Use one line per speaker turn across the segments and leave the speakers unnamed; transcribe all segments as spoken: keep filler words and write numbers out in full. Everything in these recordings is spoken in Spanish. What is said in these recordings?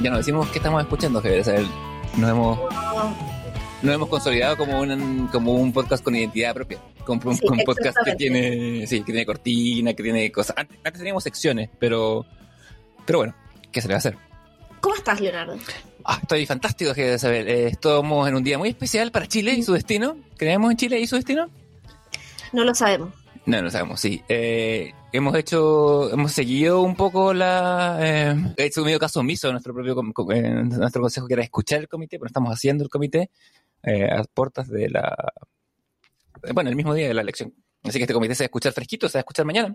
ya no decimos que estamos escuchando, Javier. O sea, nos hemos, nos hemos consolidado como un, como un podcast con identidad propia. Con un,
Sí,
con un podcast que tiene, sí, que tiene cortina, que tiene cosas. Antes, antes teníamos secciones, pero, pero bueno, ¿qué se le va a hacer?
¿Cómo estás, Leonardo?
Ah, estoy fantástico, Javier Isabel. Eh, estamos en un día muy especial para Chile y su destino. ¿Creemos en Chile y su destino?
No lo sabemos.
No, no lo sabemos, sí. Eh, hemos hecho, hemos seguido un poco la... Eh, he hecho medio caso omiso a nuestro propio com- com- eh, nuestro consejo, que era escuchar el comité, pero estamos haciendo el comité eh, a puertas de la... Bueno, el mismo día de la elección. Así que este comité se va a escuchar fresquito, se va a escuchar mañana.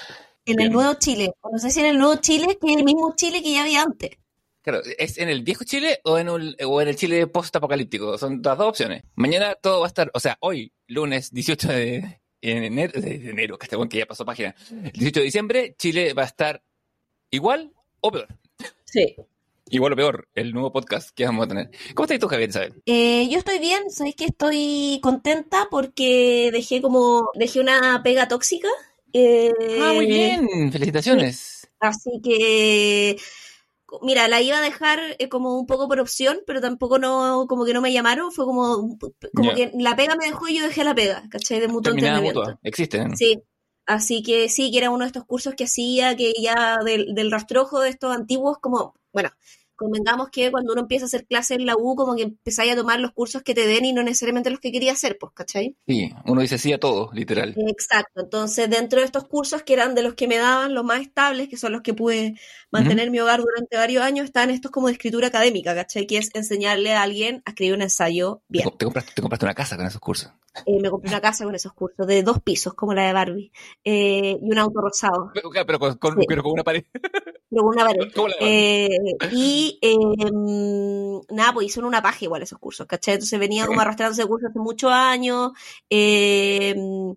En
Bien.
el nuevo Chile. O no sé si en el nuevo Chile, que es el mismo Chile que ya había antes.
Claro, ¿es en el viejo Chile o en, un, o en el Chile post-apocalíptico? Son las dos opciones. Mañana todo va a estar... O sea, hoy, lunes dieciocho de... En enero, de enero, que, que ya pasó página. El dieciocho de diciembre, Chile va a estar igual o peor.
Sí.
Igual o peor, el nuevo podcast que vamos a tener. ¿Cómo estás tú, Javier Isabel?
Eh, yo estoy bien, sabéis que estoy contenta porque dejé como, dejé una pega tóxica. Eh,
Ah, muy bien, felicitaciones.
Así que, mira, la iba a dejar eh, como un poco por opción, pero tampoco no, como que no me llamaron, fue como, como
Ya.
que la pega me dejó y yo dejé la pega, ¿cachai? De mutuo
Terminada
entendimiento.
mutua, existen.
Sí, así que sí, que era uno de estos cursos que hacía, que ya del, del rastrojo de estos antiguos, como, bueno, convengamos que cuando uno empieza a hacer clases en la U, como que empezáis a tomar los cursos que te den y no necesariamente los que quería hacer, pues, ¿cachai?
Sí, uno dice sí a todo, literal.
Exacto, entonces dentro de estos cursos que eran de los que me daban los más estables, que son los que pude mantener
Uh-huh.
mi hogar durante varios años, están estos como de escritura académica, ¿cachai? Que es enseñarle a alguien a escribir un ensayo bien.
Te, te, compraste, te compraste una casa con esos cursos.
Eh, me compré una casa con esos cursos de dos pisos, como la de Barbie, eh, y un auto rosado.
Pero, pero, con, con,
Sí,
pero con una pared.
pero con una pared.
¿Cómo la de Barbie?
Eh, y eh, nada, pues hizo en una paja igual esos cursos, ¿cachai? Entonces venía como arrastrándose cursos hace muchos años. Eh,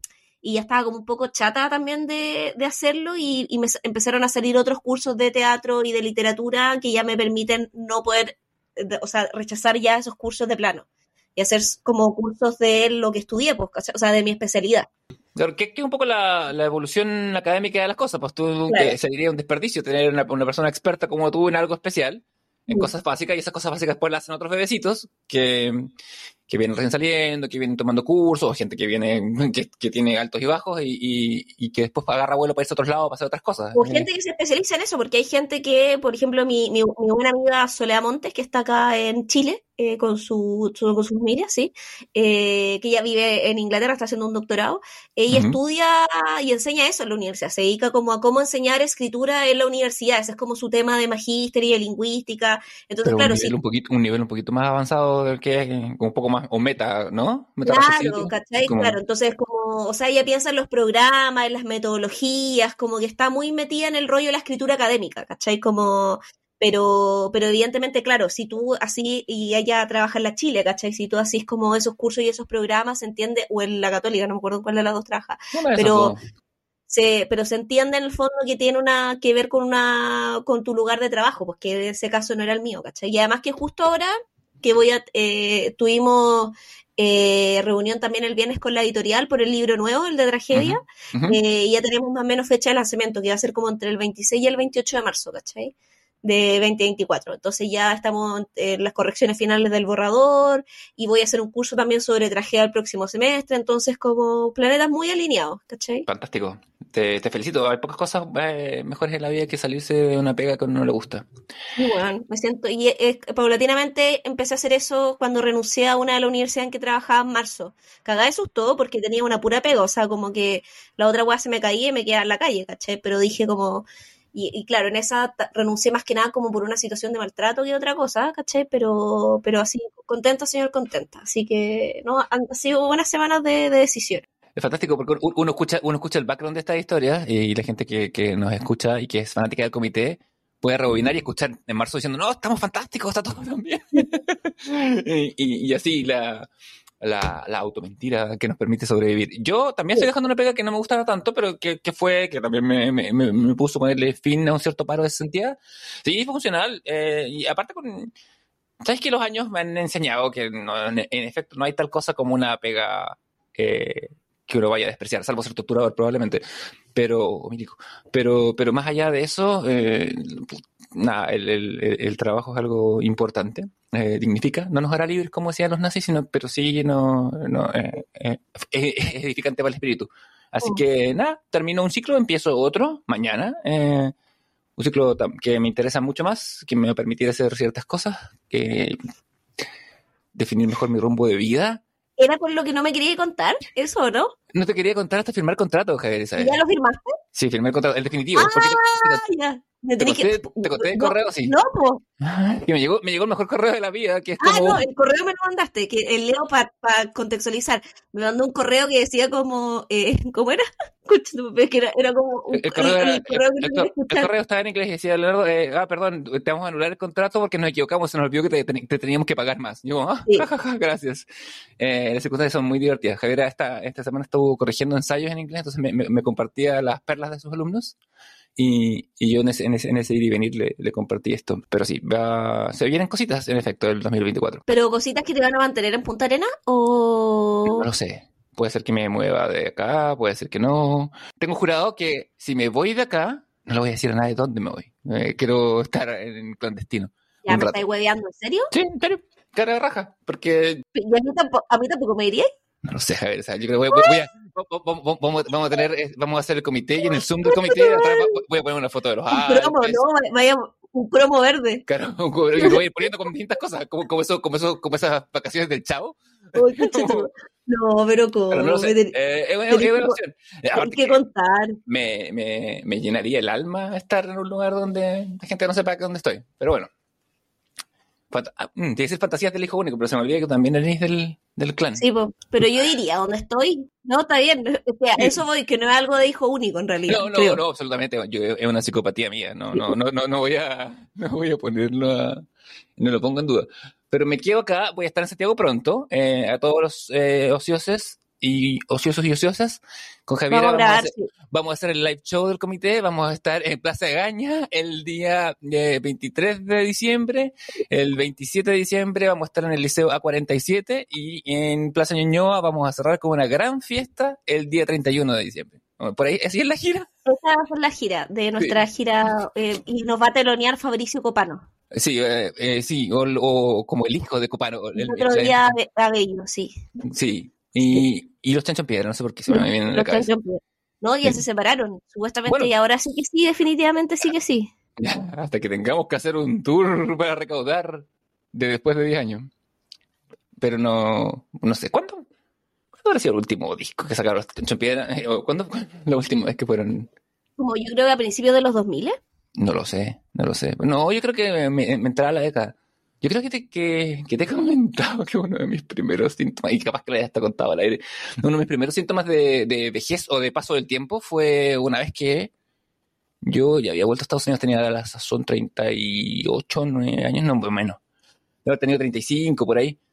y ya estaba como un poco chata también de, de hacerlo y, y me empezaron a salir otros cursos de teatro y de literatura que ya me permiten no poder, de, o sea, rechazar ya esos cursos de plano y hacer como cursos de lo que estudié, pues, ¿cachai? O sea, de mi especialidad.
Claro, ¿qué, qué es un poco la, la evolución académica de las cosas? Pues tú,
Claro.
que sería un desperdicio tener una, una persona experta como tú en algo especial, en cosas básicas, y esas cosas básicas después las hacen otros bebecitos que, que vienen recién saliendo, que vienen tomando cursos, o gente que viene, que, que tiene altos y bajos, y, y, y que después agarra vuelo para irse a otros lados, para hacer otras cosas.
O gente que se especializa en eso, porque hay gente que, por ejemplo, mi, mi, mi buena amiga Soledad Montes, que está acá en Chile, eh, con, su, su, con su familia, ¿sí? Eh, que ella vive en Inglaterra, está haciendo un doctorado. Ella
Uh-huh.
estudia y enseña eso en la universidad, se dedica como a cómo enseñar escritura en la universidad, ese es como su tema de magíster y de lingüística. Entonces,
Pero
claro,
un nivel,
sí.
un poquito, un nivel un poquito más avanzado del que es, como un poco más, o meta, ¿no? Meta
Claro, ¿cachai?
como...
Claro, entonces como, o sea, ella piensa en los programas, en las metodologías, como que está muy metida en el rollo de la escritura académica, ¿cachai? Como, pero, pero evidentemente, claro, si tú así, y ella trabaja en la Chile, ¿cachai? Si tú así como esos cursos y esos programas, se entiende, o en la Católica, no me acuerdo en cuál de las dos trabaja,
Una de esas
pero
dos.
se, pero se entiende en el fondo que tiene una, que ver con una, con tu lugar de trabajo, pues que en ese caso no era el mío, ¿cachai? Y además que justo ahora, que voy a, eh, tuvimos eh, reunión también el viernes con la editorial por el libro nuevo, el de tragedia,
Uh-huh. Uh-huh.
eh, y ya tenemos más o menos fecha de lanzamiento, que va a ser como entre el veintiséis y el veintiocho de marzo, ¿cachai? De veinte veinticuatro. Entonces ya estamos en las correcciones finales del borrador y voy a hacer un curso también sobre tragedia el próximo semestre, entonces como planetas muy alineados, ¿cachai?
Fantástico. Te, te felicito. Hay pocas cosas eh, mejores en la vida que salirse de una pega que a uno no le gusta.
Y bueno, me siento, y eh, paulatinamente empecé a hacer eso cuando renuncié a una de la universidad en que trabajaba en marzo. Cagada de susto porque tenía una pura pega, o sea, como que la otra weá se me caía y me quedaba en la calle, ¿cachai? Pero dije como, y, y claro, en esa ta- renuncié más que nada como por una situación de maltrato que otra cosa, ¿cachai? Pero, pero así, contenta, señor, contenta. Así que, no, han han sido buenas semanas de, de decisiones.
Es fantástico porque u- uno escucha, uno escucha el background de esta historia y la gente que, que nos escucha y que es fanática del comité puede rebobinar y escuchar en marzo diciendo, no, estamos fantásticos, está todo tan bien. y, y- y así la, la, la automentira que nos permite sobrevivir. Yo también estoy dejando una pega que no me gustaba tanto, pero que, que fue, que también me, me, me, me puso a ponerle fin a un cierto paro de sentido. Sí, funcional. Eh, y aparte con... ¿Sabes que los años me han enseñado que no, en, en efecto no hay tal cosa como una pega eh, que uno vaya a despreciar, salvo ser torturador probablemente, pero, oh, milico. pero, pero más allá de eso, eh, nada, el, el, el, el trabajo es algo importante, eh, dignifica, no nos hará libres como decían los nazis, sino, pero sí no, no, eh, eh, es edificante para el espíritu. Así
Mm.
que nada, termino un ciclo, empiezo otro mañana, eh, un ciclo tam- que me interesa mucho más, que me va a permitir hacer ciertas cosas, que definir mejor mi rumbo de vida.
¿Era por lo que no me quería contar? ¿Eso o no?
No te quería contar hasta firmar contrato, Javier,
¿Y
Isabel.
ya lo firmaste?
Sí, firmé el contrato, el definitivo.
Ah,
Porque te, te-
ya. Me
te
tenés que...
conté, te conté el
No,
correo, sí.
no, po.
Ah, que me llegó, me llegó el mejor correo de la vida, que es
Ah,
como...
no, el correo me lo mandaste, que el Leo, para contextualizar, me mandó un correo que decía como, eh, ¿cómo era? Escucha, es que era, era como un-
El, el
el,
correo, era-
el correo que
el- el
tenía que
cor- el
escuchar.
correo estaba en inglés y decía, Leonardo, eh, ah, perdón, te vamos a anular el contrato porque nos equivocamos, se nos olvidó que te, te- te teníamos que pagar más. Y yo, ah,
Sí.
jajaja, gracias. Eh, las circunstancias son muy divertidas. Javier esta, esta semana estuvo corrigiendo ensayos en inglés, entonces me, me- me compartía las perlas de sus alumnos y, y yo en ese, en, ese, en ese ir y venir le, le compartí esto. Pero sí, va, se vienen cositas en efecto del dos mil veinticuatro.
Pero cositas que te van a mantener en Punta Arena
No
o...
lo sé. Puede ser que me mueva de acá, puede ser que no. Tengo jurado que si me voy de acá, no le voy a decir a nadie dónde me voy. Eh, quiero estar en clandestino
Ya
un
me
rato.
estáis hueveando, ¿en serio?
Sí, en serio, cara de raja. Porque,
¿Y a mí tampoco, a mí tampoco me diríais?
no lo sé, Javier, o sea, yo creo que voy, voy a, vamos, vamos, vamos a tener, eh, vamos a hacer el comité y en el Zoom del comité atrás va- voy a poner una foto de los
Un cromo,
Alpes.
¿no? Vaya, un cromo verde.
Claro, y lo voy a ir poniendo con distintas cosas, como, como, eso, como, eso, como esas vacaciones del Chavo.
Uy, conchetumare. No, pero
Pero no
¿cómo?
lo sé,
Me ten-
eh, es, es-
tenés
es
que,
una
co-
opción. Eh,
tenés
Aparte
que
que
contar.
me, me, me llenaría el alma estar en un lugar donde la gente no sepa dónde estoy. Pero bueno. Fant- ah, mm, tiene que ser fantasías del hijo único, pero se me olvida que también eres del, del clan.
Sí, po. Pero yo diría, ¿dónde estoy? No, está bien. O sea, eso voy, que no es algo de hijo único en realidad,
No, no,
creo.
no, absolutamente. Yo, es una psicopatía mía. No, no, no, no, no voy a, no voy a ponerlo a, no lo pongo en duda. Pero me quedo acá, voy a estar en Santiago pronto, eh, a todos los eh, ociosos y ociosos y ociosas. Con Javiera
Vamos a
vamos a
grabar,
hacer,
sí.
vamos a hacer el live show del comité, vamos a estar en Plaza de Gaña el día eh, veintitrés de diciembre, el veintisiete de diciembre vamos a estar en el Liceo A cuarenta y siete y en Plaza Ñuñoa vamos a cerrar con una gran fiesta el día treinta y uno de diciembre. Por ahí, ¿así es la gira?
Esa va a ser la gira, de nuestra gira, eh, y nos va a telonear Fabricio Copano.
Sí, eh, eh, sí, o, o como el hijo de Copano.
El
el-
otro
el-
día Be- a Bello, sí.
sí,
Sí.
y, y los Chancho en Piedra, no sé por qué se me viene en la
Los
cabeza.
Chanchos. No, ya se separaron, supuestamente,
Bueno,
y ahora sí que sí, definitivamente sí que sí.
ya, hasta que tengamos que hacer un tour para recaudar de después de diez años. Pero no, no sé, ¿cuándo? ¿Cuándo habrá sido el último disco que sacaron los Chancho en Piedra? Eh, o ¿Cuándo fue la última vez que fueron?
Como yo creo que a principios de los dos mil, ¿eh?
No lo sé, no lo sé. No, yo creo que me, me entraba la década. Yo creo que te, que, que te he comentado que uno de mis primeros síntomas, y capaz que lo haya hasta contado al aire, uno de mis primeros síntomas de, de vejez o de paso del tiempo fue una vez que yo ya había vuelto a Estados Unidos, tenía a la sazón treinta y ocho, nueve años, no, menos. Yo había tenido treinta y cinco por ahí.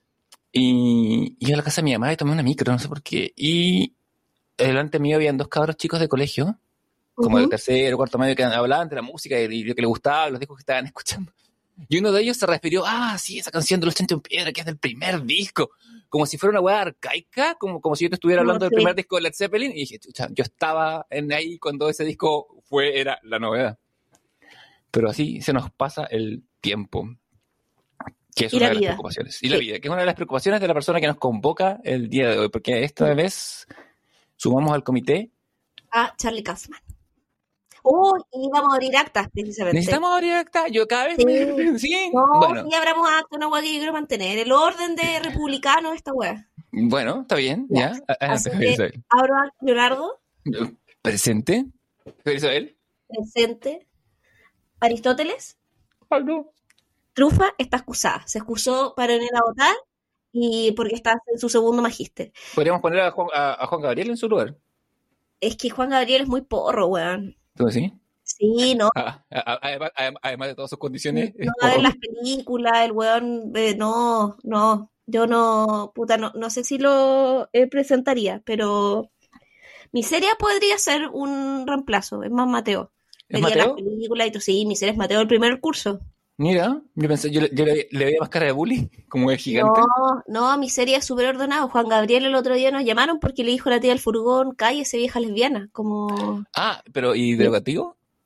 Y iba a la casa de mi mamá y tomé una micro, no sé por qué. Y delante mío habían dos cabros chicos de colegio, como del
Ujú.
tercero, cuarto medio, que hablaban de la música y y lo que les gustaba, los discos que estaban escuchando. Y uno de ellos se refirió, ah, sí, esa canción de los Chancho en Piedra, que es del primer disco. Como si fuera una weá arcaica, como, como si yo te estuviera
No
hablando del
sé.
primer disco de Led Zeppelin. Y dije, chucha, yo estaba en ahí cuando ese disco fue, era la novedad. Pero así se nos pasa el tiempo, que es
Y
una
la
de las
vida.
preocupaciones. Y la
Sí.
vida, que es una de las preocupaciones de la persona que nos convoca el día de hoy, porque esta vez sumamos al comité.
A Charlie Kaufman. Oh, y vamos a abrir actas, precisamente.
Necesitamos abrir acta. Yo cada vez
Sí.
me... Sí,
No,
bueno,
sí abramos acta, una hueá que yo quiero mantener. El orden de republicano de esta hueá.
bueno, está bien,
Ya.
ya. Adelante,
Así
Javier
que
Isabel.
abro acta, Leonardo,
Presente. Javier Isabel.
presente. Aristóteles,
Ay, no.
Trufa está excusada. Se excusó para venir a votar y porque está en su segundo magíster.
Podríamos poner a Juan, a, a Juan Gabriel en su lugar.
Es que Juan Gabriel es muy porro, weón.
¿Tú decís?
Sí, no,
Ah, a- a- además, adem- además de todas sus condiciones, es
no va a ver
porro.
las películas, el weón, eh, no, no, yo no, puta, no, no sé si lo eh, presentaría, pero Miseria podría ser un reemplazo, es más Mateo.
¿Es
Vería las
Mateo?
películas y tú, sí, Miseria es Mateo del primer curso.
Mira, yo pensé, yo, le- yo le, le veía más cara de bully, como de gigante.
No, no, Miseria es súper ordenado. Juan Gabriel el otro día nos llamaron porque le dijo la tía del furgón, cállese vieja lesbiana, como...
Ah, pero ¿y derogativo?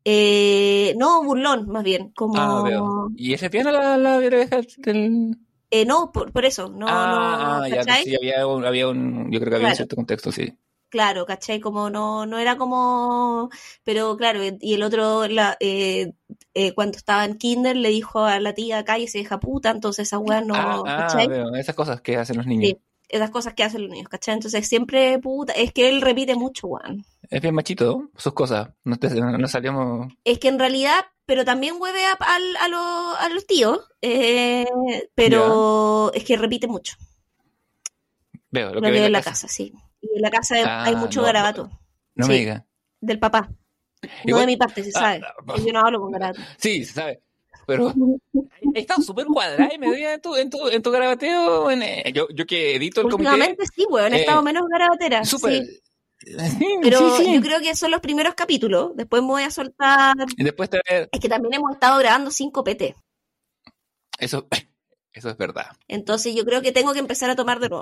Eh, no, burlón, más bien. Como...
Ah, veo. ¿Y es lesbiana la, la vieja del...?
Eh, no, por, por eso, no,
Ah,
no,
ah, ya,
¿cachai?
sí, había un, había un, yo creo que había un
Claro,
cierto contexto, sí.
claro, ¿cachai? Como no, no era como, pero claro, y el otro, la, eh, eh, cuando estaba en kinder, le dijo a la tía, cállese, hija puta, entonces esa weá
Ah,
no,
ah,
¿cachai?
veo, esas cosas que hacen los niños.
Sí, esas cosas que hacen los niños, ¿cachai? Entonces siempre, puta, es que él repite mucho, weón.
Es bien machito, sus cosas. No, te, no no salíamos...
Es que en realidad, pero también hueve a, al- a, los- a los tíos, eh,
Ya,
pero es que repite mucho
veo, lo
lo
que ve
que
en
veo
la
en la
casa.
casa, sí. Y en la casa hay hay
Ah,
mucho
no, no,
garabato,
no me
sí,
diga.
del papá. No de
Igual,
mi parte, se
ah,
sabe,
ah,
que yo no hablo con garabato.
sí, se sabe. Pero he estado súper cuadrada y me dio en tu, en tu, en tu garabateo. En, eh, yo, yo que edito el comité,
Últimamente sí, weón, he estado
eh,
menos garabatera,
súper.
sí.
Sí, sí,
Pero yo
sí.
creo que son los primeros capítulos. Después me voy a soltar.
Y después te...
Es que también hemos estado grabando sin copete.
Eso, eso es verdad.
Entonces yo creo que tengo que empezar a tomar de nuevo.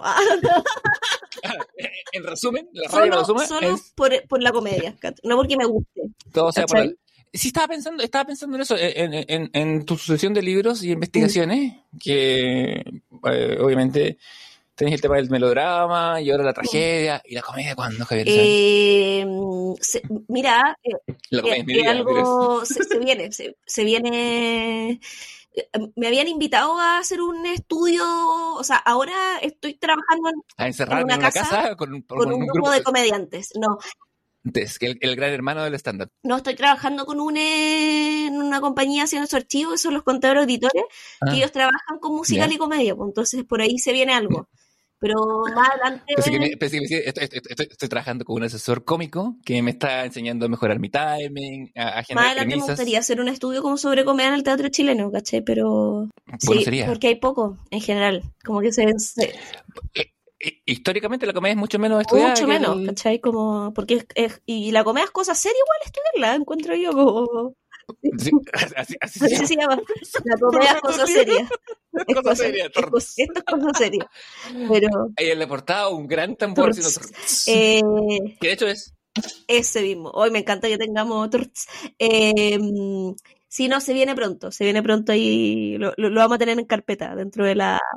En resumen, la radio en
Solo,
resumen
solo
es
por, por la comedia, ¿cach- no porque me guste.
todo sea por la...
¿Cachai?
Sí, estaba pensando, estaba pensando en eso, en, en, en- en tu sucesión de libros y
Mm.
investigaciones, que eh, obviamente tenés el tema del melodrama y ahora la
Mm.
tragedia y la comedia. ¿Cuándo, Javier? ¿Sabes?
Eh, se- mira, eh,
La
eh,
comedia es mi
eh,
vida, dirás.
algo se, se viene, se, se viene. eh, Me habían invitado a hacer un estudio, o sea, ahora estoy trabajando en,
A
en
encerrarme
una
en una
casa
casa con, con
con un
un
grupo
grupo
de comediantes. No,
de que el, el gran hermano del stand-up.
no estoy trabajando con un, eh, en una compañía haciendo su archivo, que son los contadores auditores, que
Ah,
ellos trabajan con musical
ya.
y comedia, pues entonces por ahí se viene algo. Pero más adelante,
Pensé que me, pensé que me decía, estoy, estoy- estoy- estoy trabajando con un asesor cómico que me está enseñando a mejorar mi timing, a, a
más
generar
adelante me gustaría
premisas.
hacer un estudio como sobre comedia en el teatro chileno, ¿cachai? Pero
Bueno,
sí,
sería.
porque hay poco en general, como que se, se-
Eh, eh, históricamente la comedia es mucho menos estudiada
mucho
que
menos,
el...
¿cachai? Como, porque es, es- y la comedia es cosa seria igual estudiarla, encuentro yo como,
Sí, así, así se
así
llama.
se llama, la
Por lo
comedia es
tanto,
cosa
el libro
seria,
es
es
cosa
cosa,
seria.
es cosa-
Torts.
esto es cosa seria, pero
Ahí en la portada un gran tambor haciendo
turts,
torts.
eh,
Que de hecho es...
ese mismo, hoy me encanta que tengamos turts, eh, si no, se viene pronto, se viene pronto y lo, lo, lo vamos a tener en carpeta dentro de la...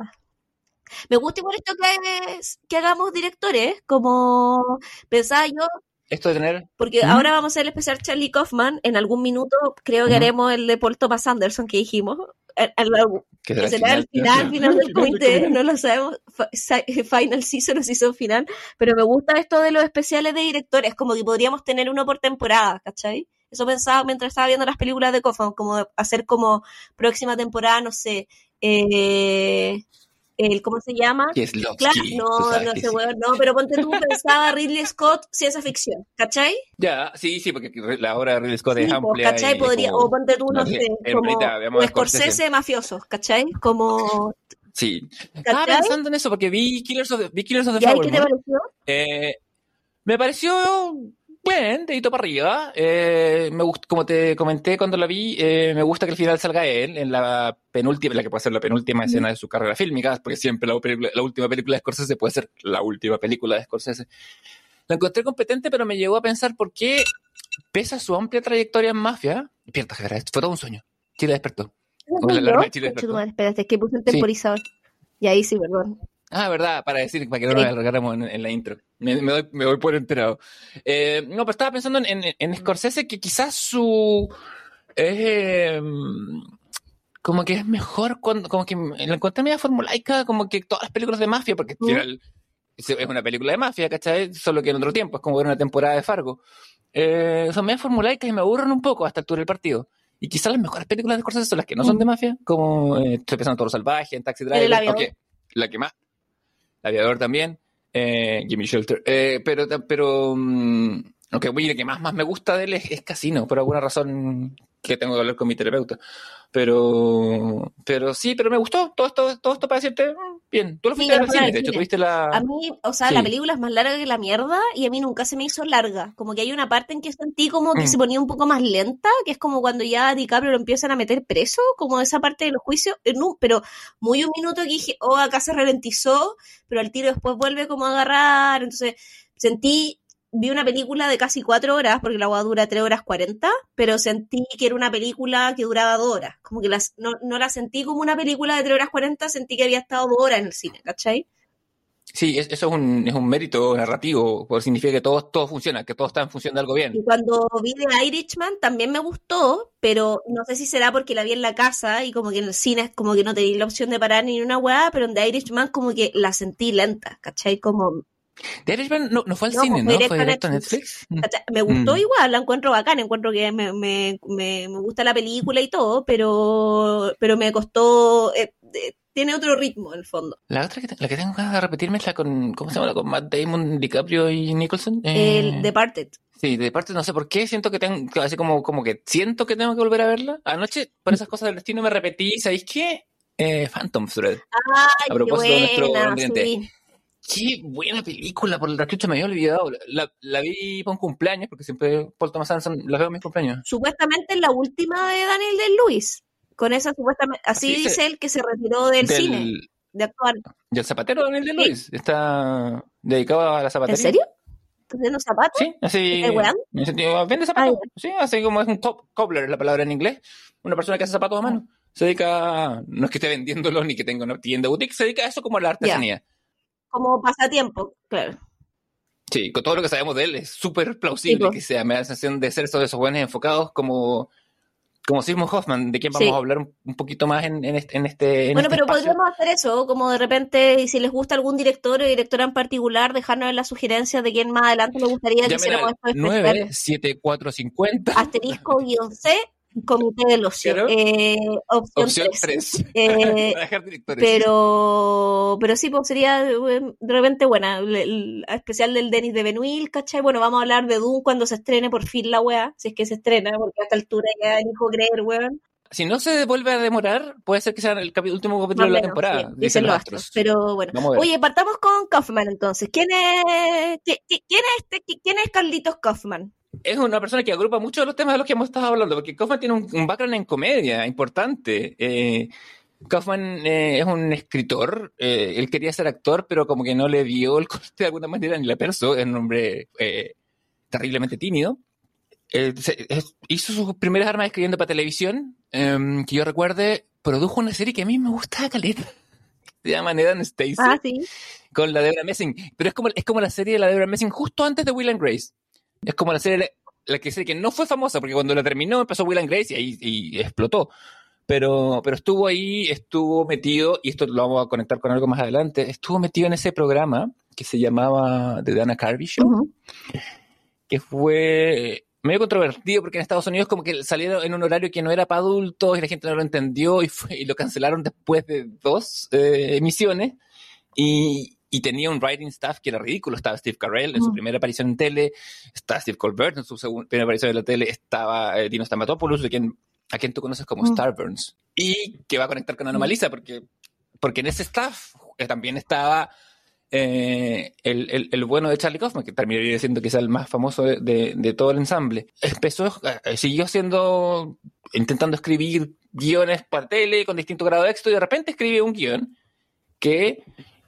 Me gusta igual esto que, es- que hagamos directores, como pensaba yo,
Esto de tener...
porque ahora
¿Mm?
vamos a hacer el especial Charlie Kaufman, en algún minuto creo que
¿Mm?
haremos el de Paul Thomas Anderson que dijimos, al- al-
Que
que
será el
será el
final.
final, final
El
del
final del
comité,
comité.
no lo sabemos, fa- sa- final season o season final, pero me gusta esto de los especiales de directores, como que podríamos tener uno por temporada, ¿cachai? Eso pensaba mientras estaba viendo las películas de Kaufman, como hacer como próxima temporada, no sé, eh, el, ¿cómo se llama? Claro,
Kieslowski, tú
no,
sabes
no
que
sé,
sí.
weón, no, pero ponte tú, pensaba Ridley Scott, ciencia ficción, ¿cachai?
Ya, sí, sí, porque la obra de Ridley Scott es
Sí, pues,
amplia
¿cachai?
y es
Podría, o
como...
ponte tú,
No,
no sé, como,
hermanita, veamos
o
a Scorsese.
Scorsese mafiosos, ¿cachai? Como,
Sí. Estaba
¿cachai?
pensando en eso porque vi Killers of the, vi Killers of the
¿Y ahí
Flower
qué te
Moon.
pareció?
Eh, me pareció bien, dedito para arriba. Eh, me gust- como te comenté cuando la vi, eh, me gusta que al final salga él en la penúltima, la que puede ser la penúltima
Mm.
escena de su carrera fílmica, porque siempre la, película- la última película de Scorsese puede ser la última película de Scorsese. La encontré competente, pero me llevó a pensar por qué, pese a su amplia trayectoria en mafia, despierta, Javier, fue todo un sueño. Chile despertó.
¿Eso
O
soy
la
yo?
alarma de Chile
Concha tu
despertó.
madre, espérate, es que puse el
Sí.
temporizador. Y ahí sí, perdón.
Ah, verdad, para decir, para que no
Sí.
nos alargáramos en, en la intro. Me, me doy, me doy por enterado. Eh, no, pero estaba pensando en, en, en Scorsese que quizás su... eh, como que es mejor cuando... Como que la encontré media formulaica, como que todas las películas de mafia, porque al
Mm.
final es es una película de mafia, ¿cachai? Solo que en otro tiempo, es como ver una temporada de Fargo. Eh, son media formulaicas y me aburren un poco a esta altura del partido. Y quizás las mejores películas de Scorsese son las que no son de mafia, como eh, estoy pensando en Toro Salvaje, en Taxi
En el
Driver,
avión.
aunque la que más el Aviador también, eh, Gimme Shelter. Eh, pero, pero mm, aunque muy, lo que más, más me gusta de él es, es Casino, por alguna razón que tengo que hablar con mi terapeuta. Pero, pero sí, pero me gustó. Todo esto, todo esto para decirte, mm, bien. Tú lo
Sí,
fuiste a
yo
ver
lo
al
fui a
cine,
ver
de
al
hecho,
cine.
tuviste la...
A mí, o sea, la
Sí.
película es más larga que la mierda y a mí nunca se me hizo larga. Como que hay una parte en que sentí como que
Mm.
se ponía un poco más lenta, que es como cuando ya a DiCaprio lo empiezan a meter preso, como esa parte de los juicios. Eh, no, pero muy un minuto que dije, oh, acá se ralentizó, pero al tiro después vuelve como a agarrar. Entonces sentí vi una película de casi cuatro horas, porque la hueá dura tres horas cuarenta, pero sentí que era una película que duraba dos horas. Como que las, no, no la sentí como una película de tres horas cuarenta, sentí que había estado dos horas en el cine, ¿cachai?
Sí, es- eso es un, es un mérito narrativo, porque significa que todo, todo funciona, que todo está en función de algo bien.
Y cuando vi The Irishman también me gustó, pero no sé si será porque la vi en la casa y como que en el cine es como que no tenía la opción de parar ni una hueá, pero en The Irishman como que la sentí lenta, ¿cachai? Como,
The Irishman no, no fue al
no,
cine,
pues fue
¿no?
directo
Fue
a
directo a
Netflix.
Netflix.
¿Cachai? Me
Mm.
gustó
Mm.
igual, la encuentro bacán, encuentro que me, me, me, me gusta la película y todo, pero, pero me costó, eh, eh, tiene otro ritmo en el fondo.
La otra que, te- la que tengo ganas de repetirme es la con, ¿cómo se llama? La con Matt Damon, DiCaprio y Nicholson.
El
Eh,
Departed.
sí, de parte no sé por qué, siento que tengo, así como, como que siento que tengo que volver a verla. Anoche, por esas cosas del destino, me repetí, ¿sabéis qué? Eh, Phantom Thread, a
Ay, qué
propósito de nuestro
buena,
ambiente.
sí.
Qué buena película, por el rechucho me había olvidado. La, la vi por un cumpleaños, porque siempre Paul Thomas Anderson la veo en mis cumpleaños.
Supuestamente es la última de Daniel Day-Lewis. Con esa supuestamente, así
Así dice,
dice él que se retiró del cine,
del,
de actuar.
del zapatero Daniel de
¿Sí?
Luis. Está dedicado a la
¿En
zapatería.
serio? ¿Estás viendo zapatos?
Sí,
¿Me
así,
estás weando?
en el sentido, vende
Ah,
zapatos.
ya.
Sí, así como es un co- cobbler, es la palabra en inglés. Una persona que hace zapatos a mano. Se dedica, a- no es que esté vendiéndolos ni que tenga una tienda boutique, se dedica a eso como a la
Ya,
artesanía.
como pasatiempo, claro.
Sí, con todo lo que sabemos de él es súper
Sí,
plausible
pues,
que sea. Me da la sensación de ser esos de esos buenos enfocados como, como Sigmund Hoffman, de quien vamos a
sí.
hablar un, un poquito más en, en este, en este, en
Bueno,
este
pero
espacio.
podríamos hacer eso, como de repente, y si les gusta algún director o directora en particular, dejarnos en las sugerencias de quién más adelante les gustaría que
Llamen
hiciéramos
al
esto especial.
nueve siete cuatro cinco cero.
Asterisco guión C, Comité del Ocio.
Claro.
Eh, opción
Opción
tres.
tres.
Eh,
Para dejar directores.
pero, pero sí, pues sería eh, de repente buena. El, el especial del Denis de Benuil, ¿cachai? Bueno, vamos a hablar de Dune cuando se estrene por fin la weá, si es que se estrena, porque a esta altura ya elijo creer, weón.
Si no se vuelve a demorar, puede ser que sea el capi- último capítulo
Más o
de la
menos, sí,
temporada, dicen
dicen
los
los
astros.
astros. Pero bueno.
Vamos a ver.
Oye, partamos con Kaufman entonces. ¿Quién es, qui- qui- quién es, este, qui- quién es Carlitos Kaufman?
Es una persona que agrupa muchos de los temas de los que hemos estado hablando, porque Kaufman tiene un, un background en comedia importante. Eh, Kaufman eh, es un escritor, eh, él quería ser actor, pero como que no le dio el corte de alguna manera ni la perso, es un hombre eh, terriblemente tímido. Eh, se- es- hizo sus primeras armas escribiendo para televisión, eh, que yo recuerde, produjo una serie que a mí me gustaba caleta, se llama Ned and Stacy,
Ah, sí.
con la Deborah Messing, pero es como, es como la serie de la Deborah Messing justo antes de Will and Grace. Es como la serie, la que, serie que no fue famosa, porque cuando la terminó empezó Will and Grace y ahí y explotó. Pero, pero estuvo ahí, estuvo metido, y esto lo vamos a conectar con algo más adelante, estuvo metido en ese programa que se llamaba The Dana Carvey Show,
Ujú.
que fue medio controvertido porque en Estados Unidos como que salieron en un horario que no era para adultos y la gente no lo entendió y, fue, y lo cancelaron después de dos eh, emisiones. Y, y tenía un writing staff que era ridículo. Estaba Steve Carell en su
Mm.
primera aparición en tele, estaba Steve Colbert en su segunda, primera aparición en la tele, estaba eh, Dino Stamatopoulos, de quien, a quien tú conoces como
Mm.
Starburns, y que va a conectar con Anomalisa, porque, porque en ese staff eh, también estaba eh, el, el, el bueno de Charlie Kaufman, que terminaría siendo quizá el más famoso de, de, de todo el ensamble. Empezó, eh, siguió haciendo, intentando escribir guiones para tele con distinto grado de éxito, y de repente escribe un guión que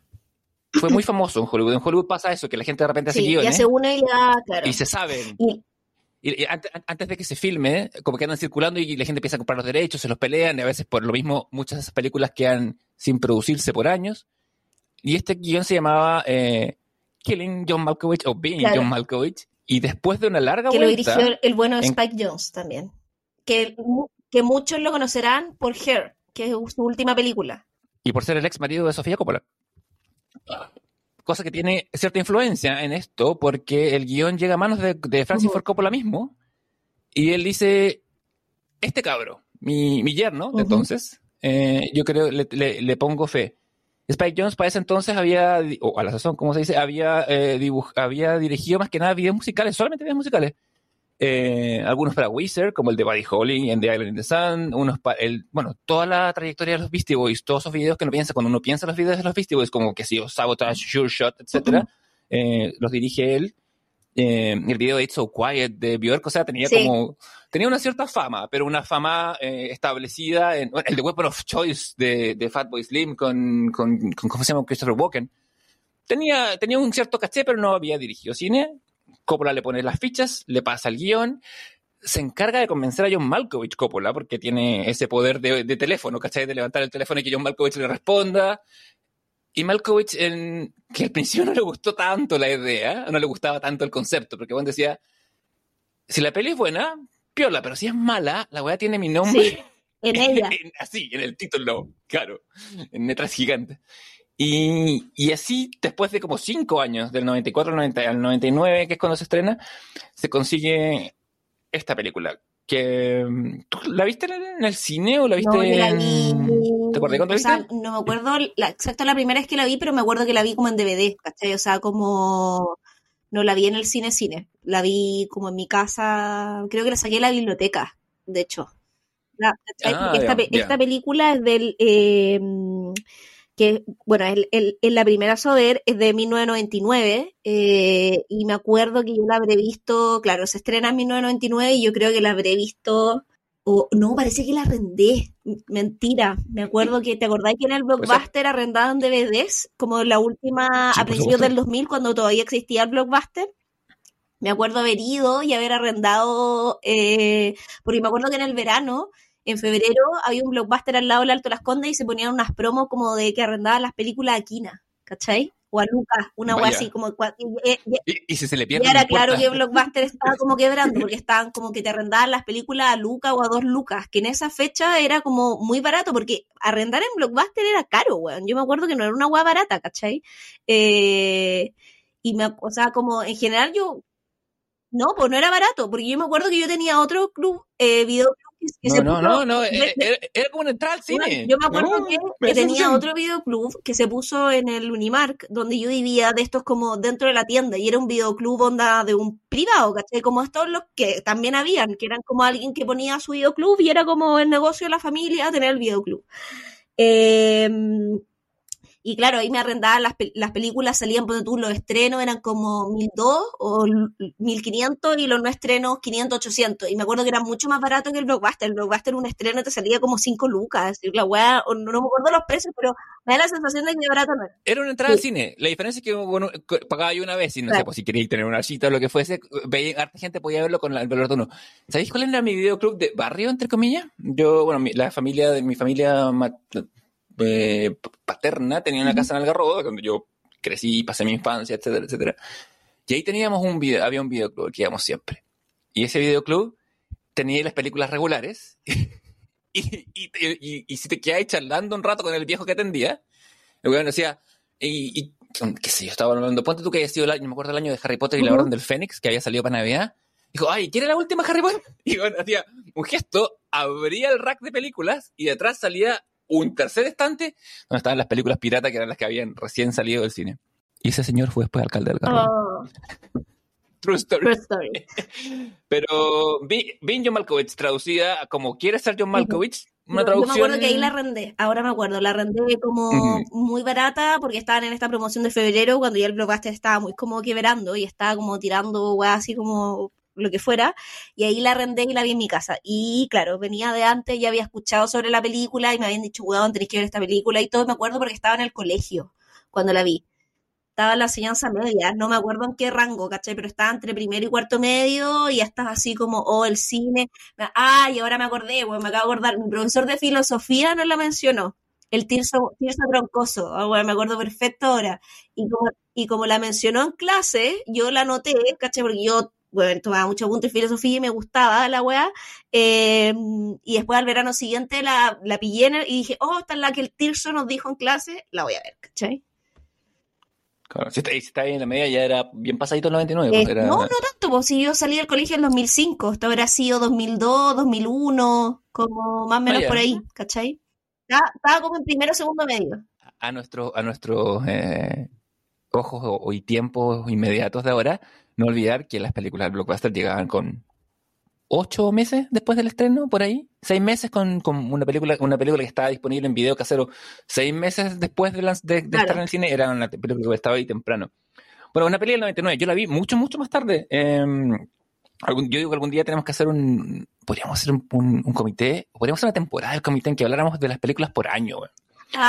fue muy famoso en Hollywood. En Hollywood pasa eso, que la gente de repente hace
Sí,
guiones
ya se une y ya, claro.
y se saben.
Y,
Y, y antes, antes de que se filme, como que andan circulando y la gente empieza a comprar los derechos, se los pelean, y a veces por lo mismo muchas de esas películas quedan sin producirse por años. Y este guión se llamaba eh, Killing John Malkovich o Being
Claro.
John Malkovich. Y después de una larga
que lo
vuelta,
dirigió el bueno
en-
Spike Jonze también. Que, que muchos lo conocerán por Her, que es su última película.
y por ser el ex marido de Sofía Coppola. Cosa que tiene cierta influencia en esto, porque el guión llega a manos de, de Francis
Ujú.
Ford Coppola mismo, y él dice, este cabro, mi, mi yerno, de
Ujú.
entonces, eh, yo creo, le, le, le pongo fe. Spike Jonze para ese entonces había, di- o a la sazón, como se dice, había, eh, dibuj- había dirigido más que nada videos musicales, solamente videos musicales. Eh, algunos para Weezer, como el de Buddy Holly en The Island in the Sun, unos pa- el, bueno, toda la trayectoria de los Beastie Boys, todos esos videos que uno piensa, cuando uno piensa en los videos de los Beastie Boys, como que si Sabotage, Sure Shot, etcétera, eh, los dirige él. Eh, el video de It's So Quiet de Björk, o sea, tenía
Sí.
como, tenía una cierta fama, pero una fama eh, establecida en, bueno, el de Weapon of Choice de, de Fatboy Slim con, con, con, ¿cómo se llama? Christopher Walken. Tenía, tenía un cierto caché, pero no había dirigido cine. Coppola le pone las fichas, le pasa el guión, se encarga de convencer a John Malkovich, Coppola, porque tiene ese poder de, de teléfono, ¿cachai? De levantar el teléfono y que John Malkovich le responda. Y Malkovich, en, que al principio no le gustó tanto la idea, no le gustaba tanto el concepto, porque Juan decía, si la peli es buena, piola, pero si es mala, la weá tiene mi nombre.
Sí, en ella.
en, así, en el título, claro, en letras gigantes. Y, y así, después de como cinco años, del noventa y cuatro al, noventa, al noventa y nueve, que es cuando se estrena, se consigue esta película. Que, ¿tú la viste en el, en el cine o la viste
No, yo la vi.
en... ¿Te acuerdas cuándo
O
la
sea,
viste?
no me acuerdo la, exacto la primera vez que la vi, pero me acuerdo que la vi como en D V D, ¿cachai? O sea, como. No la vi en el cine cine. La vi como en mi casa. Creo que la saqué de la biblioteca, de hecho. La- ¿cachai?
Ah,
Porque esta,
ya,
pe- esta
ya.
película es del. eh, que, bueno, el, el- el- la primera Soder es de mil novecientos noventa y nueve, eh, y me acuerdo que yo la habré visto, claro, se estrena en mil novecientos noventa y nueve y yo creo que la habré visto, o no, parece que la arrendé, M- mentira, me acuerdo que, ¿te acordás que en el
Puede ser.
Blockbuster arrendaban D V Ds? Como la última,
Sí,
a
por
principios del
supuesto.
dos mil, cuando todavía existía el Blockbuster. Me acuerdo haber ido y haber arrendado, eh, porque me acuerdo que en el verano, en febrero, había un Blockbuster al lado del Alto Las Condes y se ponían unas promos como de que arrendaban las películas a Quina, ¿cachai? O a Lucas, una wea así,
Vaya.
como cua- y, y- y-
Y, y si se le
y
pierde, no
era claro
importa.
que Blockbuster estaba como quebrando, porque estaban como que te arrendaban las películas a Lucas o a dos Lucas, que en esa fecha era como muy barato, porque arrendar en Blockbuster era caro, weón. Yo me acuerdo que no era una wea barata, ¿cachai? Eh, y me, o sea, como en general yo no, pues no era barato, porque yo me acuerdo que yo tenía otro club, eh, videoclub que, que se
No, no, no,
puso,
no.
de-
eh,
de-
Era, era como una entrada al
bueno,
cine.
yo me acuerdo que,
No, me
que
da esa
tenía
sensación.
otro videoclub que se puso en el Unimark, donde yo vivía de estos como dentro de la tienda, y era un videoclub onda de un privado, ¿cachai? Como estos los que también habían, que eran como alguien que ponía su videoclub y era como el negocio de la familia tener el videoclub. Eh, y claro, ahí me arrendaban las, pel- las películas, salían, por tú, los estrenos eran como mil doscientos o mil quinientos y los no estrenos quinientos, ochocientos. Y me acuerdo que era mucho más barato que el Blockbuster. El Blockbuster un estreno te salía como cinco lucas. Y la weá, o no, no me acuerdo los precios, pero me da la sensación de que barato no era.
Era una entrada al
Sí,
cine. La diferencia es que bueno, c- pagaba yo una vez y no sé,
claro.
pues si queríais tener una cita o lo que fuese, veía, harta gente podía verlo con la- el valor de uno. ¿Sabéis cuál era mi videoclub de barrio, entre comillas? Yo, bueno, mi- la familia de mi familia ma- eh, paterna tenía una casa en Algarrobo, donde yo crecí, pasé mi infancia, etcétera, etcétera. Y ahí teníamos un video, había un videoclub al que íbamos siempre. Y ese videoclub tenía las películas regulares. Y, y, y, y si te quedabas charlando un rato con el viejo que atendía, el weón decía, y, y qué sé yo, estaba hablando, ponte tú que había sido el año, no me acuerdo el año de Harry Potter y la
Ujú.
Orden del Fénix, que había salido para Navidad. Dijo, ay, ¿quiere la última Harry Potter? Y bueno, hacía un gesto, abría el rack de películas y detrás salía un tercer estante donde estaban las películas piratas que eran las que habían recién salido del cine. Y ese señor fue después alcalde del Garrobo.
Oh,
True story.
true story.
Pero vi, vi John Malkovich traducida como quiere ser John
Sí.
Malkovich, una
Yo, yo me acuerdo que ahí la
traducción...
arrendé, ahora me acuerdo, la arrendé como
Mm,
muy barata porque estaban en esta promoción de febrero cuando ya el Blockbuster estaba muy como quebrando y estaba como tirando weá así como lo que fuera, y ahí la arrendé y la vi en mi casa. Y claro, venía de antes, ya había escuchado sobre la película y me habían dicho, weón, tenés que ver esta película y todo, me acuerdo porque estaba en el colegio cuando la vi. Estaba en la enseñanza media, no me acuerdo en qué rango, ¿cachai? Pero estaba entre primero y cuarto medio y ya estaba así como, oh, el cine. Ah, y ahora me acordé, bueno, me acabo de acordar, mi profesor de filosofía no la mencionó. El Tirso, Tirso Troncoso, ah, bueno, me acuerdo perfecto ahora. Y como, y como la mencionó en clase, yo la anoté, ¿cachai? Porque yo, bueno, tomaba mucho punto en filosofía y me gustaba la weá. Eh, y después al verano siguiente la, la pillé en el- y dije, oh, esta es la que el Tirso nos dijo en clase, la voy a ver, ¿cachai?
claro. Si está, si está ahí en la media ya era bien pasadito el noventa y nueve,
Eh,
pues
no, no
era...
tanto, pues si yo salí del colegio en dos mil cinco, esto habrá sido dos mil dos, dos mil uno, como más o
Ah,
menos por
ya.
ahí, ¿cachai? Estaba, estaba como en primero o segundo medio.
A nuestro, a nuestros eh, ojos o, o y tiempos inmediatos de ahora, no olvidar que las películas del Blockbuster llegaban con ocho meses después del estreno, por ahí, seis meses con, con una película, una película que estaba disponible en video casero, seis meses después de, lanz- de, de estar en
Claro.
el cine, era una película que estaba ahí temprano. Bueno, una película del noventa y nueve, yo la vi mucho, mucho más tarde. Eh, algún, yo digo que algún día tenemos que hacer un, podríamos hacer un, un, un comité, o podríamos hacer una temporada del comité en que habláramos de las películas por año, güey.
Ah,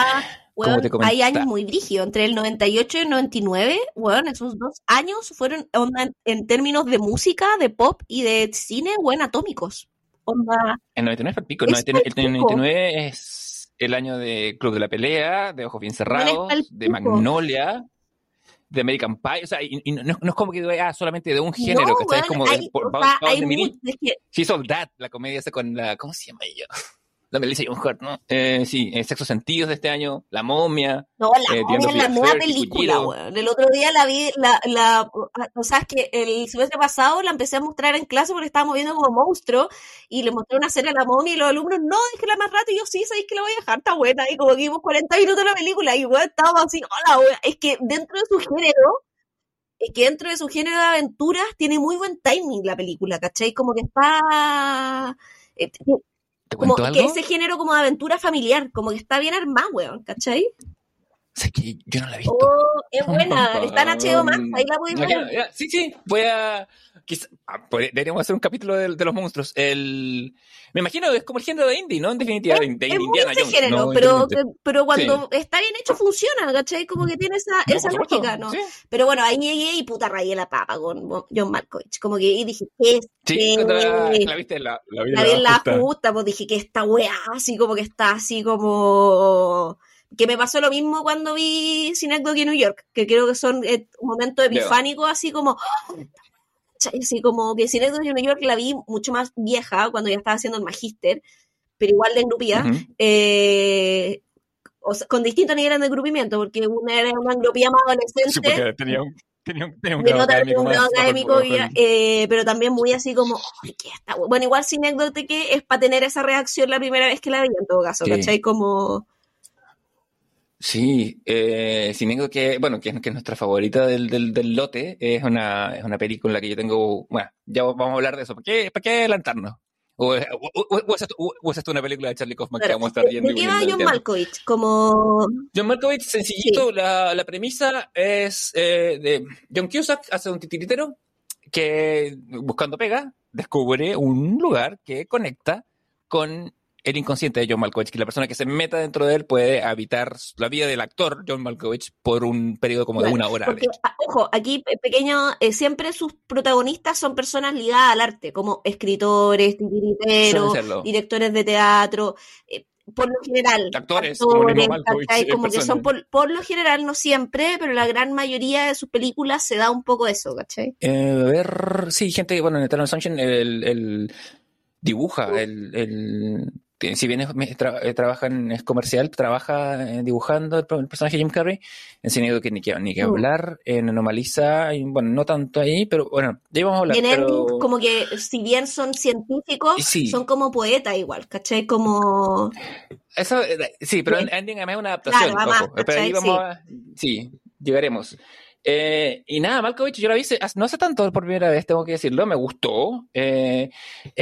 Weón,
como te
hay años
comentaba.
muy brígidos, entre el noventa y ocho y el noventa y nueve, weón, esos dos años fueron, onda, en, en términos de música, de pop y de cine, weón, atómicos. Onda,
El noventa y nueve fue el pico. El
es
noventa y nueve,
pa'l
el
pico,
noventa y nueve es el año de Club de la Pelea, de Ojos Bien
weón, es pa'l
Cerrados, de
pico.
Magnolia, de American Pie. O sea, y, y no, no es como que ah, solamente de un
No,
género, ¿cachai? Es
weón,
como de,
hay,
por,
o
pa,
sea,
pa
hay
donde
muy,
mirí.
es que,
She's All That, la comedia esa con la, ¿cómo se llama ella? La Melissa Joan Hart, ¿no? Eh, sí, eh, Sexos Sentidos de este año, La Momia,
no, la
eh, The End
momia
of
es
the
la nueva
Affair,
película,
Kikujiro.
weón. El otro día la vi, la, la, o sea, es que el semestre pasado la empecé a mostrar en clase porque estábamos viendo como monstruo y le mostré una serie a la momia y los alumnos, no, déjela más rato y yo, sí, sabéis que la voy a dejar, está buena. Y como que vimos cuarenta minutos de la película y weón, estábamos así, hola, weón. Es que dentro de su género, es que dentro de su género de aventuras tiene muy buen timing la película, ¿cachai? Como que está... eh,
¿Te
como
cuento
que
algo?
ese género como de aventura familiar, como que está bien armado, weón, ¿cachai?
Sé que yo no la he visto.
Oh, es
Pam, pam,
buena, está en H B O Max, ahí
pam.
la podéis
Aquí,
ver.
ya, sí, sí, voy a... quizá- ah, pod- deberíamos hacer un capítulo de, de los monstruos. El, me imagino que es como el género de indie, ¿no? En definitiva, de, de
Es muy
Indiana
ese
Jones,
género,
no
pero,
independiente.
pero
Sí.
cuando está bien hecho funciona, ¿cachai? Como que tiene esa,
No,
esa
por supuesto,
lógica, ¿no?
sí.
Pero bueno, ahí llegué y puta rayé la papa con John Malkovich. Como que y dije, ¿qué es?
Sí,
¿Qué?
cuando la, la viste, la, la vi en
La vi
la
en la
justa.
justa, pues dije que esta weá, así como que está así como... Que me pasó lo mismo cuando vi Synecdoche New York, que creo que son eh, momentos
Veo.
epifánicos, así como... Así como que Synecdoche New York la vi mucho más vieja, cuando ya estaba haciendo el magíster, pero igual de engrupida,
Ujú.
eh, o sea, con distintos niveles de engrupimiento, porque una era una engrupida más
Sí,
adolescente,
porque tenía un, tenía un, tenía un
y en
grado
otra tenía
académico
un grado
más bajo el...
académico,
Bajo
y era-
el...
eh, pero también muy así como, ¡ay, qué está! Bueno, igual Synecdoche que es para tener esa reacción la primera vez que la vi, en todo caso,
Sí.
¿cachai? Como...
Sí, eh, Cinco que, bueno, que, es- que es nuestra favorita del, del, del lote, es una, es una película que yo tengo, bueno, ya vamos a hablar de eso, ¿para qué, para qué adelantarnos? O, es- o, o- o es esto, o- o es esto una película de Charlie Kaufman que
Claro.
vamos a estar
¿De,
viendo
de
y
qué va
volviendo en el
John
tiempo.
Malkovich? Como...
John Malkovich,
Sí,
sencillito, la, la premisa es eh, de John Cusack hace un titiritero que, buscando pega, descubre un lugar que conecta con el inconsciente de John Malkovich, que la persona que se meta dentro de él puede habitar la vida del actor John Malkovich por un periodo como de
claro,
una hora, de
porque,
hecho.
ah, ojo, aquí pe- pequeño, eh, siempre sus protagonistas son personas ligadas al arte, como escritores,
Suelen
titiriteros,
serlo.
directores de teatro, eh, por lo general,
Actores, como el
actores,
mismo Malkovich
¿cachai?
en
Como que son
persona.
por, por lo general, no siempre, pero la gran mayoría de sus películas se da un poco eso, ¿cachai?
Eh, a ver, sí, gente que, bueno, en Eternal Sunshine el, el dibuja, el, el, que si bien es, me- tra- eh, trabaja en, es comercial, trabaja eh, dibujando el, el personaje de Jim Carrey, en Cine que ni que, ni que
Mm.
hablar, en Anomaliza, y, bueno, no tanto ahí, pero bueno, ya íbamos a
Y
hablar,
en Ending,
pero
como que si bien son científicos,
y sí,
son como poetas igual, ¿cachai? Como...
eso, eh, sí, pero
eh,
Ending además es una
claro,
adaptación,
además,
ojo, pero ahí
¿cachai?
vamos
Sí.
a, sí, llegaremos. Eh, y nada, Malkovich, yo la vi hace- no hace tanto por primera vez, tengo que decirlo, me gustó. Eh,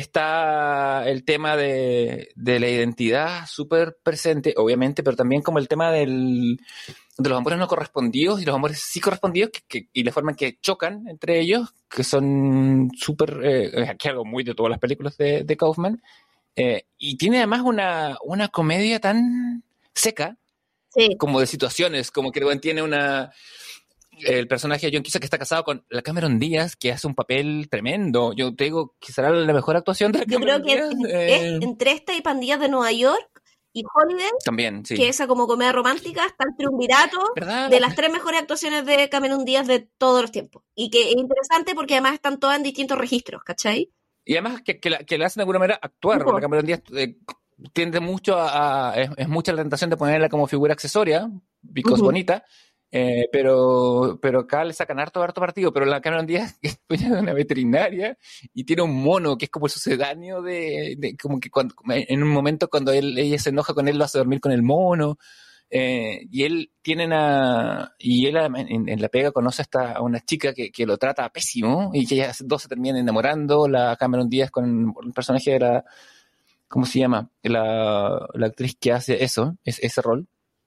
está el tema de, de la identidad súper presente, obviamente, pero también como el tema del, de los amores no correspondidos y los amores sí correspondidos que, que- y la forma en que chocan entre ellos, que son súper, eh, que algo muy de todas las películas de, de Kaufman. Eh, y tiene además una, una comedia tan seca
Sí.
como de situaciones, como que bueno, tiene una el personaje de John Cusack que está casado con la Cameron Díaz, que hace un papel tremendo. Yo te digo que será la mejor actuación de la
Yo creo
Cameron
que
Díaz.
en-
Eh,
es- entre esta y Pandillas de Nueva York y Holiday,
también, sí.
que esa como comedia romántica, está el triunvirato
¿Verdad?
de las tres mejores actuaciones de Cameron Díaz de todos los tiempos. Y que es interesante porque además están todas en distintos registros, ¿cachai?
Y además que, que, la, que la hacen de alguna manera actuar.
Tipo,
La Cameron Díaz eh, tiende mucho a... a- es, es mucha la tentación de ponerla como figura accesoria, because
ujú.
bonita, eh, pero, pero acá le sacan harto, harto partido. Pero la Cameron Díaz es dueña de una veterinaria y tiene un mono que es como el sucedáneo de, de como que cuando, en un momento cuando él, ella se enoja con él, lo hace dormir con el mono. Eh, y él tiene una, y él en, en la pega conoce hasta a una chica que, que lo trata pésimo y que ellas dos se terminan enamorando, la Cameron Díaz con el personaje de la, ¿cómo se llama? La, la actriz que hace eso, es, ese rol.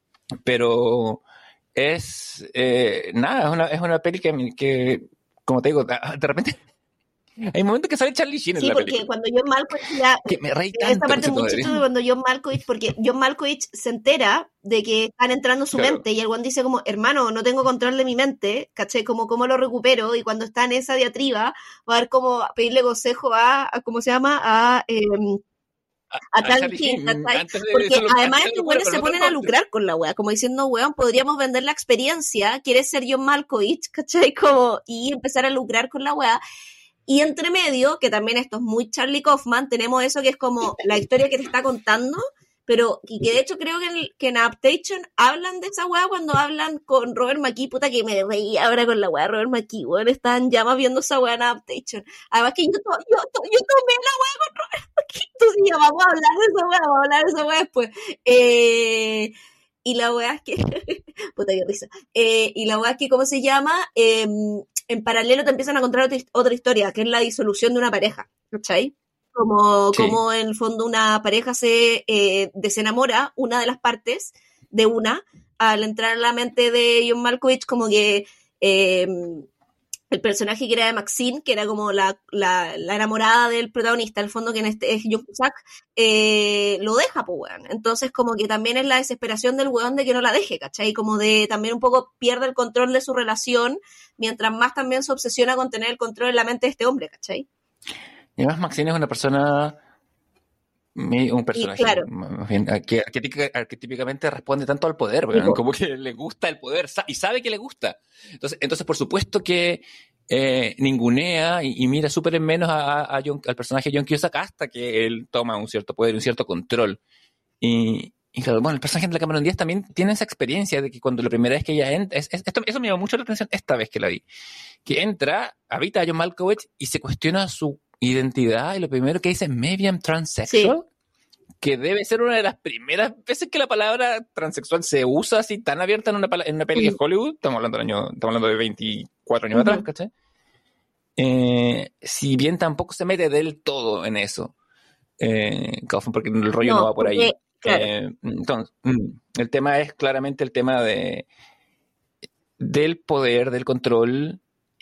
Pero es, eh, nada, es una, es una peli que, que, como te digo, de repente Hay momentos que sale Charlie Sheen en
Sí,
la
porque
película.
cuando John Malkovich ya,
Que me reí
esta
tanto
parte
con
es muy
ese
chistosa
poder.
cuando John Malkovich, porque John Malkovich se entera de que están entrando en su
Claro.
mente y el one dice como, hermano, no tengo control de mi mente, ¿caché? Como cómo lo recupero, y cuando está en esa diatriba va a ver cómo pedirle consejo a, a ¿cómo se llama? A, eh,
A,
a
a
Charlie
Charlie
Sheen,
Sheen,
¿cachai?
antes de
Porque
eso,
además
antes de
estos
locura,
weones
pero
se
no
ponen
tanto
a
antes.
lucrar con la wea, como diciendo, weón, podríamos vender la experiencia, ¿quieres ser John Malkovich? ¿Cachai? Como, y empezar a lucrar con la wea. Y entre medio, que también esto es muy Charlie Kaufman, tenemos eso que es como la historia que te está contando, pero y que de hecho creo que en, que en Adaptation hablan de esa weá cuando hablan con Robert McKee, puta que me reí ahora con la weá Robert McKee, weón, estaban ya más viendo esa weá en Adaptation. Además que yo, to, yo, to, yo tomé la weá con Robert McKee, entonces ya vamos a hablar de esa weá, vamos a hablar de esa weá después. Eh, y la weá es que, puta que risa, eh, y la weá es que, ¿cómo se llama? Eh, en paralelo te empiezan a contar otra, otra historia, que es la disolución de una pareja, ¿cachai? Como,
Sí.
como en el fondo una pareja se eh, desenamora, una de las partes de una, al entrar en la mente de John Malkovich, como que eh, el personaje que era de Maxine, que era como la, la, la enamorada del protagonista, en el fondo que en este es John Cusack, eh, lo deja, pues, weón. Entonces como que también es la desesperación del weón de que no la deje, ¿cachai? Como de también un poco pierde el control de su relación, mientras más también se obsesiona con tener el control en la mente de este hombre, ¿cachai?
Y además Maxine es una persona, un personaje,
y, claro,
más bien, que arquetípicamente responde tanto al poder, ¿verdad? Como que le gusta el poder y sabe que le gusta. Entonces, entonces por supuesto que eh, ningunea y, y mira súper en menos a, a John, al personaje John Cusack hasta que él toma un cierto poder, un cierto control. Y, y claro, bueno, el personaje de la Cameron Díaz también tiene esa experiencia de que cuando la primera vez que ella entra, es, es, esto, eso me llamó mucho la atención esta vez que la vi, que entra, habita a John Malkovich y se cuestiona su identidad y lo primero que dice es maybe I'm transsexual, sí. Que debe ser una de las primeras veces que la palabra transexual se usa así tan abierta en una, en una peli de Hollywood. Estamos hablando del año, estamos hablando de veinticuatro años uh-huh. atrás, ¿cachai? Eh, si bien tampoco se mete del todo en eso, eh, porque el rollo no, no va por porque, ahí. Claro. Eh, entonces, el tema es claramente el tema de del poder, del control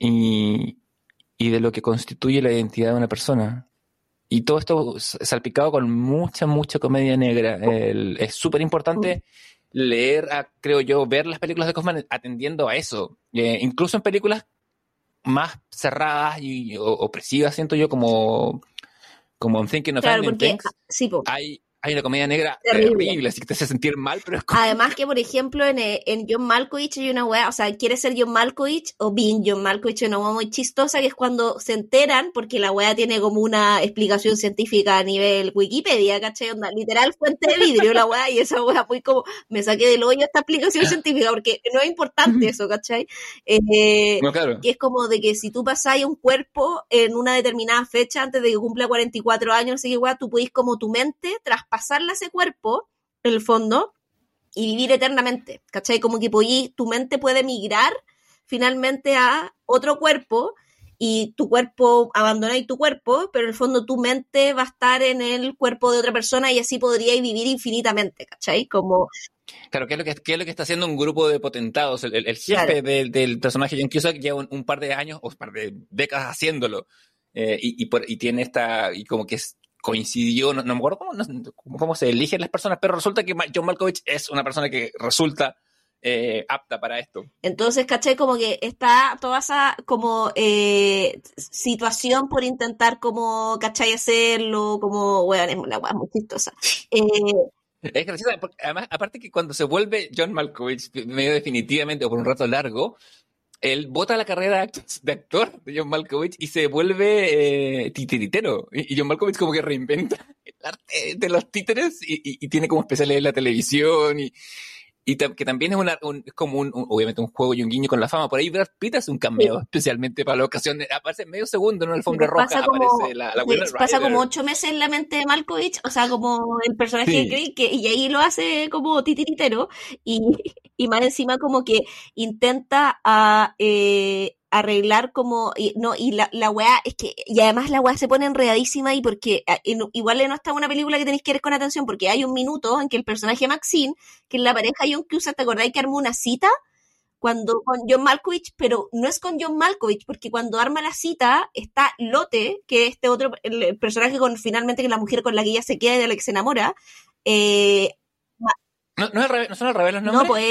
y, y de lo que constituye la identidad de una persona. Y todo esto salpicado con mucha, mucha comedia negra. El, es súper importante leer, a, creo yo, ver las películas de Kaufman atendiendo a eso. Eh, incluso en películas más cerradas y o, opresivas, siento yo, como, como I'm Thinking of
claro,
Ending
porque,
Things,
sí, po.
hay... Hay una comedia negra
terrible,
terrible, así que te hace sentir mal, pero es como...
Además que, por ejemplo, en, en John Malkovich hay una weá, o sea, quiere ser John Malkovich o being John Malkovich, una weá muy chistosa, que es cuando se enteran, porque la weá tiene como una explicación científica a nivel Wikipedia, ¿cachai? Onda, literal fuente de vidrio la weá, y esa weá muy como, me saqué del hoyo esta explicación científica, porque no es importante eso, ¿cachai? Eh,
no, claro.
Que es como de que si tú pasáis un cuerpo en una determinada fecha, antes de que cumpla cuarenta y cuatro años, no sé qué weá, tú podís como tu mente traspasarle a ese cuerpo, en el fondo, y vivir eternamente, ¿cachai? Como que podí, tu mente puede migrar finalmente a otro cuerpo y tu cuerpo, abandonáis tu cuerpo, pero en el fondo tu mente va a estar en el cuerpo de otra persona y así podríais vivir infinitamente, ¿cachai? Como...
Claro, ¿qué es lo que, qué es lo que está haciendo un grupo de potentados? El, el, el jefe claro. del, del personaje John Cusack lleva un, un par de años o un par de décadas haciéndolo eh, y, y, por, y tiene esta, y como que es coincidió, no, no me acuerdo cómo, no, cómo se eligen las personas, pero resulta que John Malkovich es una persona que resulta eh, apta para esto.
Entonces, ¿cachai? Como que está toda esa como eh, situación por intentar como, ¿cachai? Hacerlo, como, bueno, es una weá muy chistosa. Eh,
es graciosa, porque además, aparte que cuando se vuelve John Malkovich, medio definitivamente o por un rato largo, él bota la carrera de actor de John Malkovich y se vuelve eh, titiritero. Y John Malkovich como que reinventa el arte de los títeres y, y, y tiene como especiales en la televisión y, y tam- que también es, una, un, es como un, un, obviamente un juego y un guiño con la fama. Por ahí Brad Pitt hace un cameo sí. especialmente para la ocasión. Aparece medio segundo en una alfombra
sí,
roja.
Como,
aparece la, la
sí, pasa como ocho meses en la mente de Malkovich, o sea, como el personaje sí. de Craig, que, y ahí lo hace como titiritero y, y más encima como que intenta a, eh, arreglar como, y, no, y la, la weá, es que, y además la weá se pone enredadísima y porque en, igual no está una película que tenéis que ver con atención, porque hay un minuto en que el personaje Maxine, que es la pareja John Cusack, ¿te acordáis que armó una cita cuando con John Malkovich, pero no es con John Malkovich, porque cuando arma la cita está Lotte, que es este otro, el, el personaje con finalmente que es la mujer con la que ella se queda y de la que se enamora. Eh,
¿No, no, es al revés- ¿no son al revés los
no,
nombres?
pues...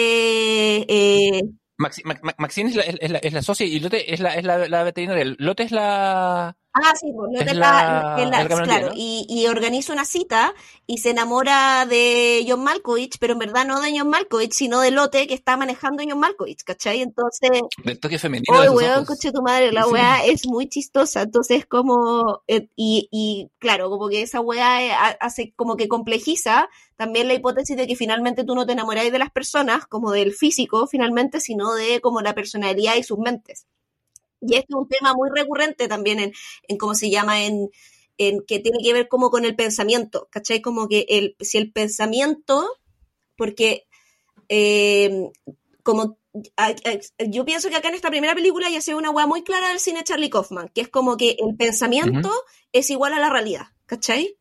Eh,
Maxi- Ma- Ma- Maxine es la, es, la, es la socia y Lotte es la, es la, la veterinaria. Lotte es la...
Ah, sí, pues no
Es
te la,
la,
es la-
es la camionera,
claro,
¿no?
y, y organiza una cita y se enamora de John Malkovich, pero en verdad no de John Malkovich, sino de Lotte que está manejando John Malkovich, ¿cachai? Entonces,
Del toque femenino de
oye,
sus
weón,
ojos.
coche tu madre, la
Sí.
weá es muy chistosa, entonces como, eh, y, y claro, como que esa weá eh, ha- hace como que complejiza también la hipótesis de que finalmente tú no te enamoráis de las personas, como del físico, finalmente, sino de como la personalidad y sus mentes. Y este es un tema muy recurrente también en, en cómo se llama, en, en que tiene que ver como con el pensamiento, ¿cachai? Como que el, si el pensamiento, porque eh, como a- a- yo pienso que acá en esta primera película ya se ve una hueá muy clara del cine Charlie Kaufman, que es como que el pensamiento
Ujú.
es igual a la realidad, ¿cachai?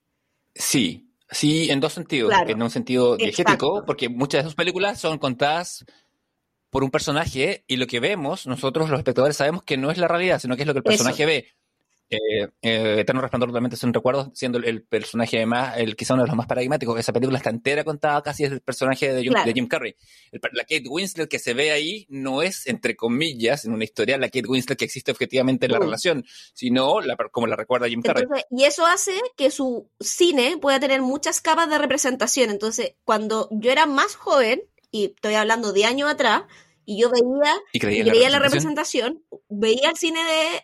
Sí, sí, en dos sentidos.
Claro,
En un sentido diegético,
exacto.
porque muchas de sus películas son contadas por un personaje y lo que vemos, nosotros los espectadores sabemos que no es la realidad, sino que es lo que el
Eso,
personaje ve. Eh, eh, Eterno Resplandor totalmente son recuerdos, siendo el, el personaje más, el quizá uno de los más paradigmáticos. Esa película está entera contada casi es el personaje de Jim, de
claro.
Jim Carrey. El- la Kate Winslet que se ve ahí no es, entre comillas, en una historia, la Kate Winslet que existe objetivamente en la
Mm.
relación, sino la, como la recuerda Jim Carrey.
Entonces, y eso hace que su cine pueda tener muchas capas de representación. Entonces, cuando yo era más joven, y estoy hablando de años atrás, y yo veía
Y creía
y
en la
creía la
representación.
representación, veía el cine de,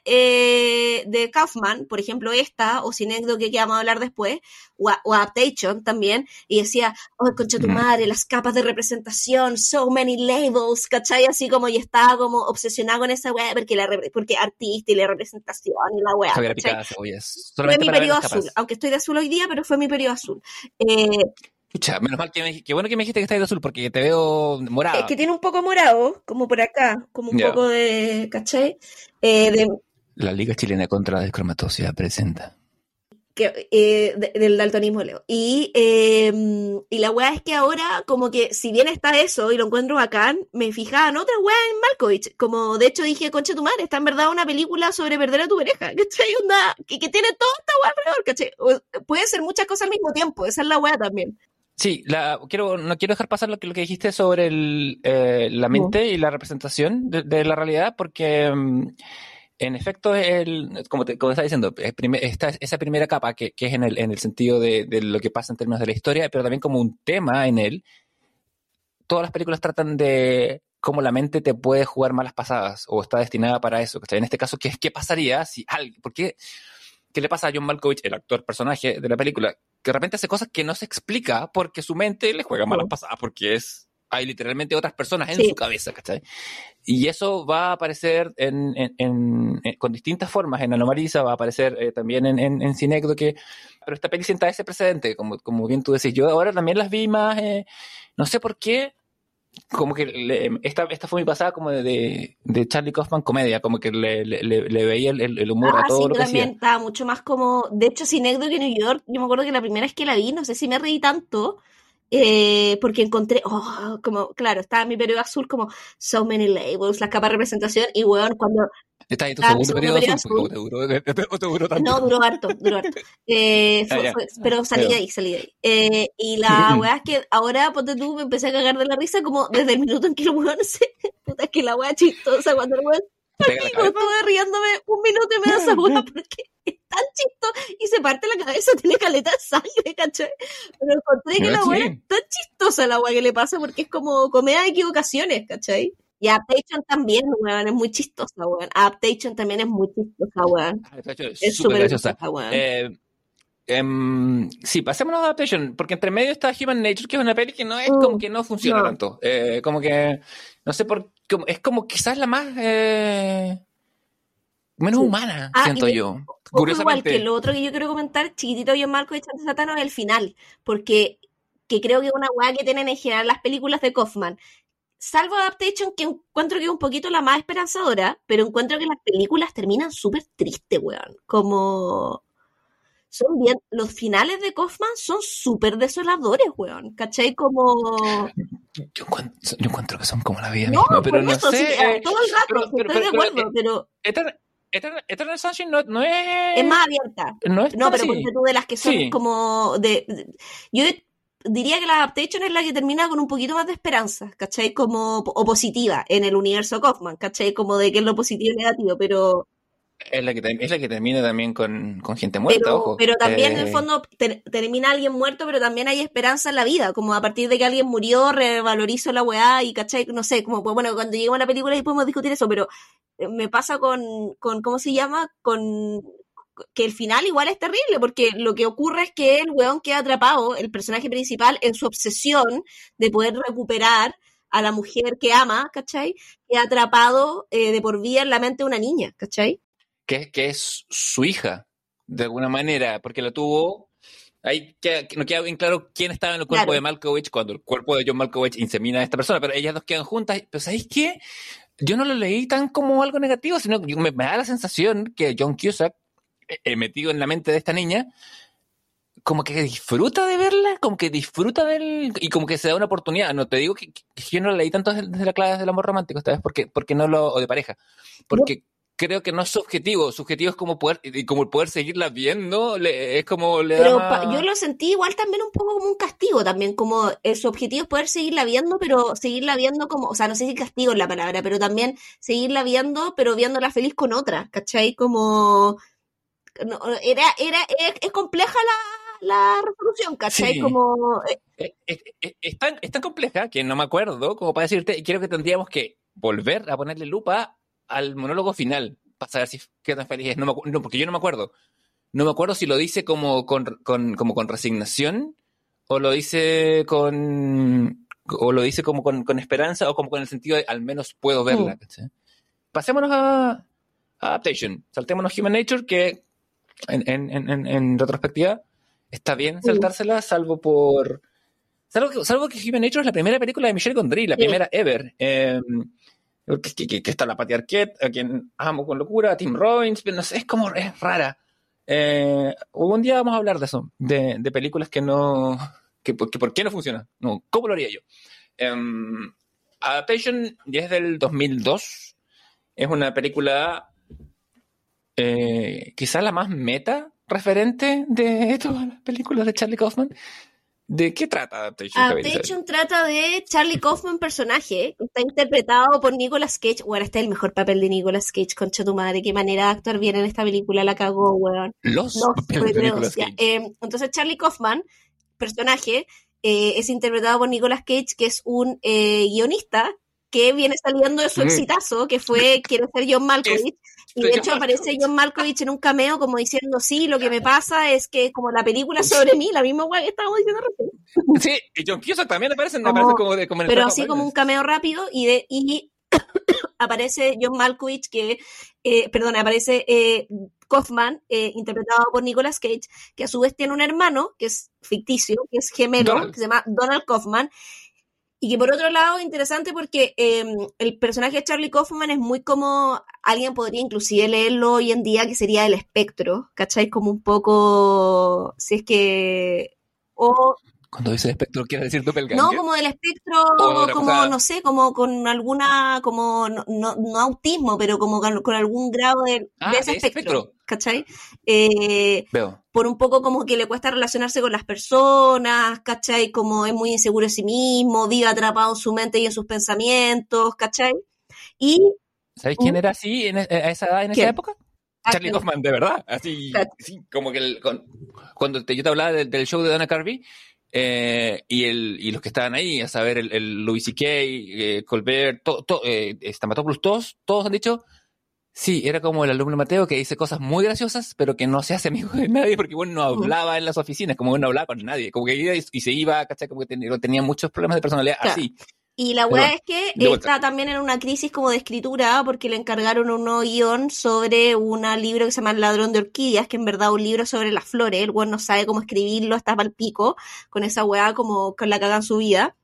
eh, de Kaufman, por ejemplo esta, o Cinécdoque que vamos a hablar después, o, a- o Adaptation también, y decía, oh, concha tu
Mm.
madre, las capas de representación, so many labels, ¿cachai? Así como yo estaba como obsesionada con esa weá, porque, la, repre- porque artista y la representación y la weá,
Javier
¿cachai?
Picada Cebollas.
Fue
Solamente
mi
para ver
periodo
las
azul,
capas.
aunque estoy de azul hoy día, pero fue mi periodo azul. Eh,
Escucha, menos mal que me, qué bueno que me dijiste que estás de azul porque te veo
es
morada.
que tiene un poco morado, como por acá, como un
Ya.
poco de, ¿cachai? Eh, de,
La Liga Chilena contra la Descromatosis presenta.
que, eh, de- del daltonismo Leo. Y, eh, y la weá es que ahora, como que si bien está eso y lo encuentro bacán, me fijaba en otra weá en Malkovich. Como de hecho dije, concha tu madre, está en verdad una película sobre perder a tu pareja, ¿cachai? Onda, que, que tiene toda esta weá alrededor, ¿cachai? O- puede ser muchas cosas al mismo tiempo, esa es la weá también.
Sí, la, quiero, no quiero dejar pasar lo que, lo que dijiste sobre el, eh, la mente y la representación de, de la realidad, porque mm, en efecto, el, como, te, como estaba diciendo, es primer- esta, esa primera capa que, que es en el, en el sentido de, de lo que pasa en términos de la historia, pero también como un tema en él, todas las películas tratan de cómo la mente te puede jugar malas pasadas o está destinada para eso. ¿Cachai? En este caso, ¿qué, qué pasaría si alguien, por qué, qué le pasa a John Malkovich, el actor personaje de la película, que de repente hace cosas que no se explica porque su mente le juega malas pasadas, porque es hay literalmente otras personas en
Sí.
su cabeza, ¿cachai? Y eso va a aparecer en, en, en, en- con distintas formas. En Anomalisa va a aparecer eh, también en, en, en Cinécdoque, pero esta peli sienta ese precedente, como, como bien tú decís. Yo ahora también las vi más, eh, no sé por qué, como que le- esta, esta fue mi pasada como de, de, de Charlie Kaufman comedia, como que le, le, le- le veía el, el humor a
Ah,
todo
sí,
lo
yo
que
también
hacía.
estaba mucho más como. De hecho, Cinécdoque New York, yo me acuerdo que la primera vez que la vi, no sé si me reí tanto, eh, porque encontré, oh, como, claro, estaba en mi periodo azul, como so many labels, la capa de representación, y weón, cuando
Está en tu
estaba en mi
segundo
segundo
periodo
periodo
azul, porque ¿cómo
azul,
te duró, cómo te duró tanto?
no, duró harto, duró harto. Eh,
Ah,
fue-
ya.
fue- pero salí
Ahí
de
va.
ahí, salí de ahí. Eh, y la weá es que ahora, ponte tú, me empecé a cagar de la risa como desde el minuto en que el weón se. Puta, es que la weá chistosa cuando el weón.
¿Te pega la
Digo,
cabeza?
estuve riéndome un minuto y me da esa weá porque es tan chistoso y se parte la cabeza, tiene caleta de sangre, ¿cachai? Pero encontré que
Ah,
la weá es
sí.
tan chistosa la weá que le pasa porque es como comedia de equivocaciones, ¿cachai? Y Adaptation también, weón, es muy chistosa, weón. Adaptation también es muy chistosa, weón.
Ah, de hecho, es
Es
súper
súper
graciosa.
graciosa, weón.
Eh, em, sí, pasémonos a Adaptation, porque entre medio está Human Nature, que es una peli que no es como
Mm,
que no funciona
no.
tanto. Eh, como que, no sé por como, es como quizás la más eh, menos
Sí.
humana,
Ah, y
siento
de-
yo.
ojo, igual que
Curiosamente.
lo otro que yo quiero comentar, chiquitito John Malkovich antes de Satano, es el final, porque que creo que es una weá que tienen en general las películas de Kaufman. Salvo Adaptation, que encuentro que es un poquito la más esperanzadora, pero encuentro que las películas terminan súper tristes, weón. Como son bien, los finales de Kaufman son súper desoladores, weón, ¿cachai? Como...
Yo encuentro, yo encuentro que son como la vida
No,
misma, pero
por
no
eso, sí,
sé.
eh,
eh,
todo el rato,
pero,
sí,
pero,
estoy de
pero, pero,
acuerdo,
eh,
pero
Eternal, Eternal, Eternal Sunshine no, no
es
es.
más abierta.
No es
No,
tan
pero ponte
así.
tú de las que son
Sí.
como de... de- yo diría que la Adaptation es la que termina con un poquito más de esperanza, ¿cachai? Como, o positiva en el universo Kaufman, ¿cachai? Como de que es lo positivo y negativo, pero...
Es la que, te- es la que termina también con, con gente muerta,
Pero,
ojo.
pero también en el
Eh,
fondo ter- termina alguien muerto, pero también hay esperanza en la vida, como a partir de que alguien murió, revalorizo la weá y cachai, no sé, como pues bueno, cuando lleguemos a la película y podemos discutir eso, pero eh, me pasa con, con, ¿cómo se llama? Con que el final igual es terrible, porque lo que ocurre es que el weón queda atrapado, el personaje principal, en su obsesión de poder recuperar a la mujer que ama, ¿cachai? Queda atrapado eh, de por vida en la mente de una niña, ¿cachai?
que, que es su hija, de alguna manera, porque la tuvo. Ahí queda- no queda bien claro quién estaba en el cuerpo
Claro.
de Malkovich cuando el cuerpo de John Malkovich insemina a esta persona, pero ellas dos quedan juntas. Pero ¿sabéis qué? Yo no lo leí tan como algo negativo, sino que me, me da la sensación que John Cusack, eh, metido en la mente de esta niña, como que disfruta de verla, como que disfruta del... y como que se da una oportunidad. No te digo que, que yo no lo leí tanto desde, desde la clave del amor romántico esta vez, porque, porque no lo... o de pareja, porque creo que no es subjetivo. Subjetivo es como poder, y como el poder seguirla viendo, le, es como le da
Pero pa- yo
más...
lo sentí igual también un poco como un castigo, también como eh, su objetivo es poder seguirla viendo, pero seguirla viendo como, o sea, no sé si castigo es la palabra, pero también seguirla viendo, pero viéndola feliz con otra, ¿cachai? Como, no, era, era, es, es compleja la, la resolución, ¿cachai?
Sí.
Como, eh,
Es, es- es- es tan, es tan compleja que no me acuerdo como para decirte, y creo que tendríamos que volver a ponerle lupa al monólogo final para saber si qué tan feliz es. No, me acu- no, porque yo no me acuerdo. No me acuerdo si lo dice como con, con- como con resignación o lo dice con o lo dice como con, con esperanza o como con el sentido de al menos puedo verla.
mm,
¿Cachai? Pasémonos a, a Adaptation. Saltémonos Human Nature, que en, en, en, en- en retrospectiva está bien
mm,
saltársela, salvo por Salvo que, salvo que Human Nature es la primera película de Michelle Gondry, la
sí.
primera ever. Eh, que, que- que está la Patty Arquette, a quien amo con locura, a Tim Robbins, pero no sé, es como, es rara. Eh, un día vamos a hablar de eso, de, de películas que no, que, que por qué no funcionan. No, ¿cómo lo haría yo? Eh, Adaptation ya es del dos mil dos, es una película eh, quizá la más meta referente de todas las películas de Charlie Kaufman. ¿De qué trata Adaptation, Javier Isabel?
Adaptation trata de Charlie Kaufman, personaje, que está interpretado por Nicolas Cage. Bueno, este es el mejor papel de Nicolas Cage, concha tu madre, qué manera de actuar bien en esta película, la cagó, weón.
Los
Los
papeles de
primeros,
Nicolas
ya.
Cage.
Eh, entonces Charlie Kaufman, personaje, eh, es interpretado por Nicolas Cage, que es un eh, guionista que viene saliendo de su
Mm.
exitazo, que fue Quiero ser John
Es
Malkovich, y de hecho aparece John Malkovich en un cameo como diciendo, sí, lo que me pasa es que como la película sobre mí, la misma weá que estábamos diciendo recién.
Sí, y John Cusack también aparece,
Como,
aparece como, de, como en el
pero
trabajo
así como un
papeles.
cameo rápido y de y aparece John Malkovich que eh, perdón, aparece eh, Kaufman, eh, interpretado por Nicolas Cage, que a su vez tiene un hermano que es ficticio, que es gemelo,
Donald.
que se llama Donald Kaufman, y que por otro lado interesante porque eh, el personaje de Charlie Kaufman es muy como, alguien podría inclusive leerlo hoy en día, que sería el espectro, ¿cachai? Como un poco, si es que... O,
Cuando dice espectro, ¿quiere decir
no,
doppelganger?
como del espectro,
O otra
como,
cosa.
no sé, como con alguna, como, no, no, no autismo, pero como con, con algún grado de, de
Ah,
ese
de ese
espectro,
espectro.
¿cachai? Eh,
Veo.
por un poco como que le cuesta relacionarse con las personas, ¿cachai? Como es muy inseguro de sí mismo, vive atrapado en su mente y en sus pensamientos, ¿cachai? Y,
¿Sabéis quién era así en, a esa edad, en esa
¿quién?
época?
Ah,
Charlie
¿quién?
Kaufman, de verdad. Así, sí, como que el, con, cuando te, yo te hablaba del, del show de Donna Carvey, eh, y, el, y los que estaban ahí, a saber, el, el Louis C K, eh, Colbert, to, to, eh, Stamatopoulos, todos, todos han dicho, sí, era como el alumno Mateo que dice cosas muy graciosas, pero que no se hace amigo de nadie porque bueno, no hablaba en las oficinas, como bueno, no hablaba con nadie, como que iba y, y se iba, ¿cachai? Como que tenía, tenía muchos problemas de personalidad,
Claro.
así.
Y la
Pero
weá
bueno,
es que
de vuelta.
está también en una crisis como de escritura porque le encargaron un nuevo guión sobre un libro que se llama El ladrón de orquídeas, que en verdad es un libro sobre las flores. El weón no sabe cómo escribirlo, está pal pico con esa weá como con la caga en su vida.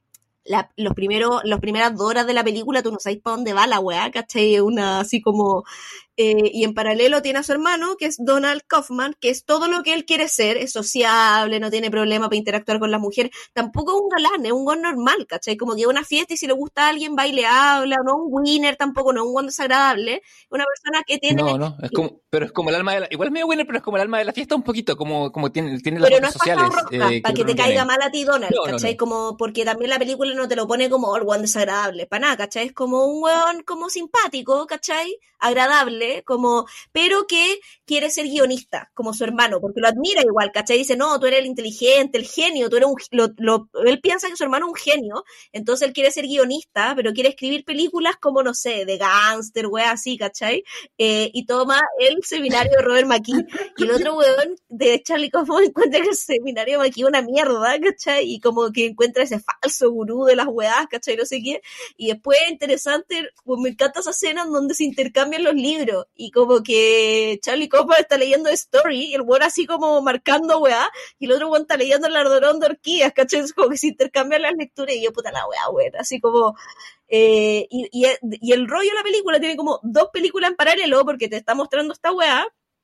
La, los primeros, las primeras dos horas de la película tú no sabes para dónde va la weá, ¿cachai? Una así como Eh, y en paralelo tiene a su hermano, que es Donald Kaufman, que es todo lo que él quiere ser, es sociable, no tiene problema para interactuar con las mujeres, tampoco es un galán, es un güey normal, ¿cachai? Como que una fiesta y si le gusta a alguien va y le habla, no un winner tampoco, no es un güey desagradable, es una persona que tiene...
No, no, es como, pero es como el alma de la, igual es medio bueno, pero es como el alma de la fiesta un poquito, como, como tiene, tiene las
Pero no
dotes
es pasado
sociales.
rosca,
Eh,
para
que
que te
otros no
caiga
tienen.
mal a ti Donald,
No, no,
¿cachai?
no.
Como, porque también la película no te lo pone como el weón desagradable, para nada, ¿cachai? Es como un weón como simpático, ¿cachai? Agradable, como, pero que quiere ser guionista, como su hermano, porque lo admira igual, ¿cachai? Dice, no, tú eres el inteligente, el genio, tú eres un, lo, lo, él piensa que su hermano es un genio, entonces él quiere ser guionista, pero quiere escribir películas como, no sé, de gángster, weón, así, ¿cachai? Eh, y toma el seminario de Robert McKee, y el otro weón de Charlie Kaufman encuentra que el seminario de McKee es una mierda, ¿cachai? Y como que encuentra ese falso gurú de las weás, ¿cachai? No sé qué, y después interesante, pues me encanta esa escena en donde se intercambian los libros, y como que Charlie Kaufman está leyendo Story, y el weón así como marcando weá, y el otro weón está leyendo El Ladrón de Orquídeas, ¿cachai? Es como que se intercambian las lecturas, y yo, puta la weá, weón, así como... Eh, y, y, y el rollo de la película tiene como dos películas en paralelo, porque te está mostrando esta weá,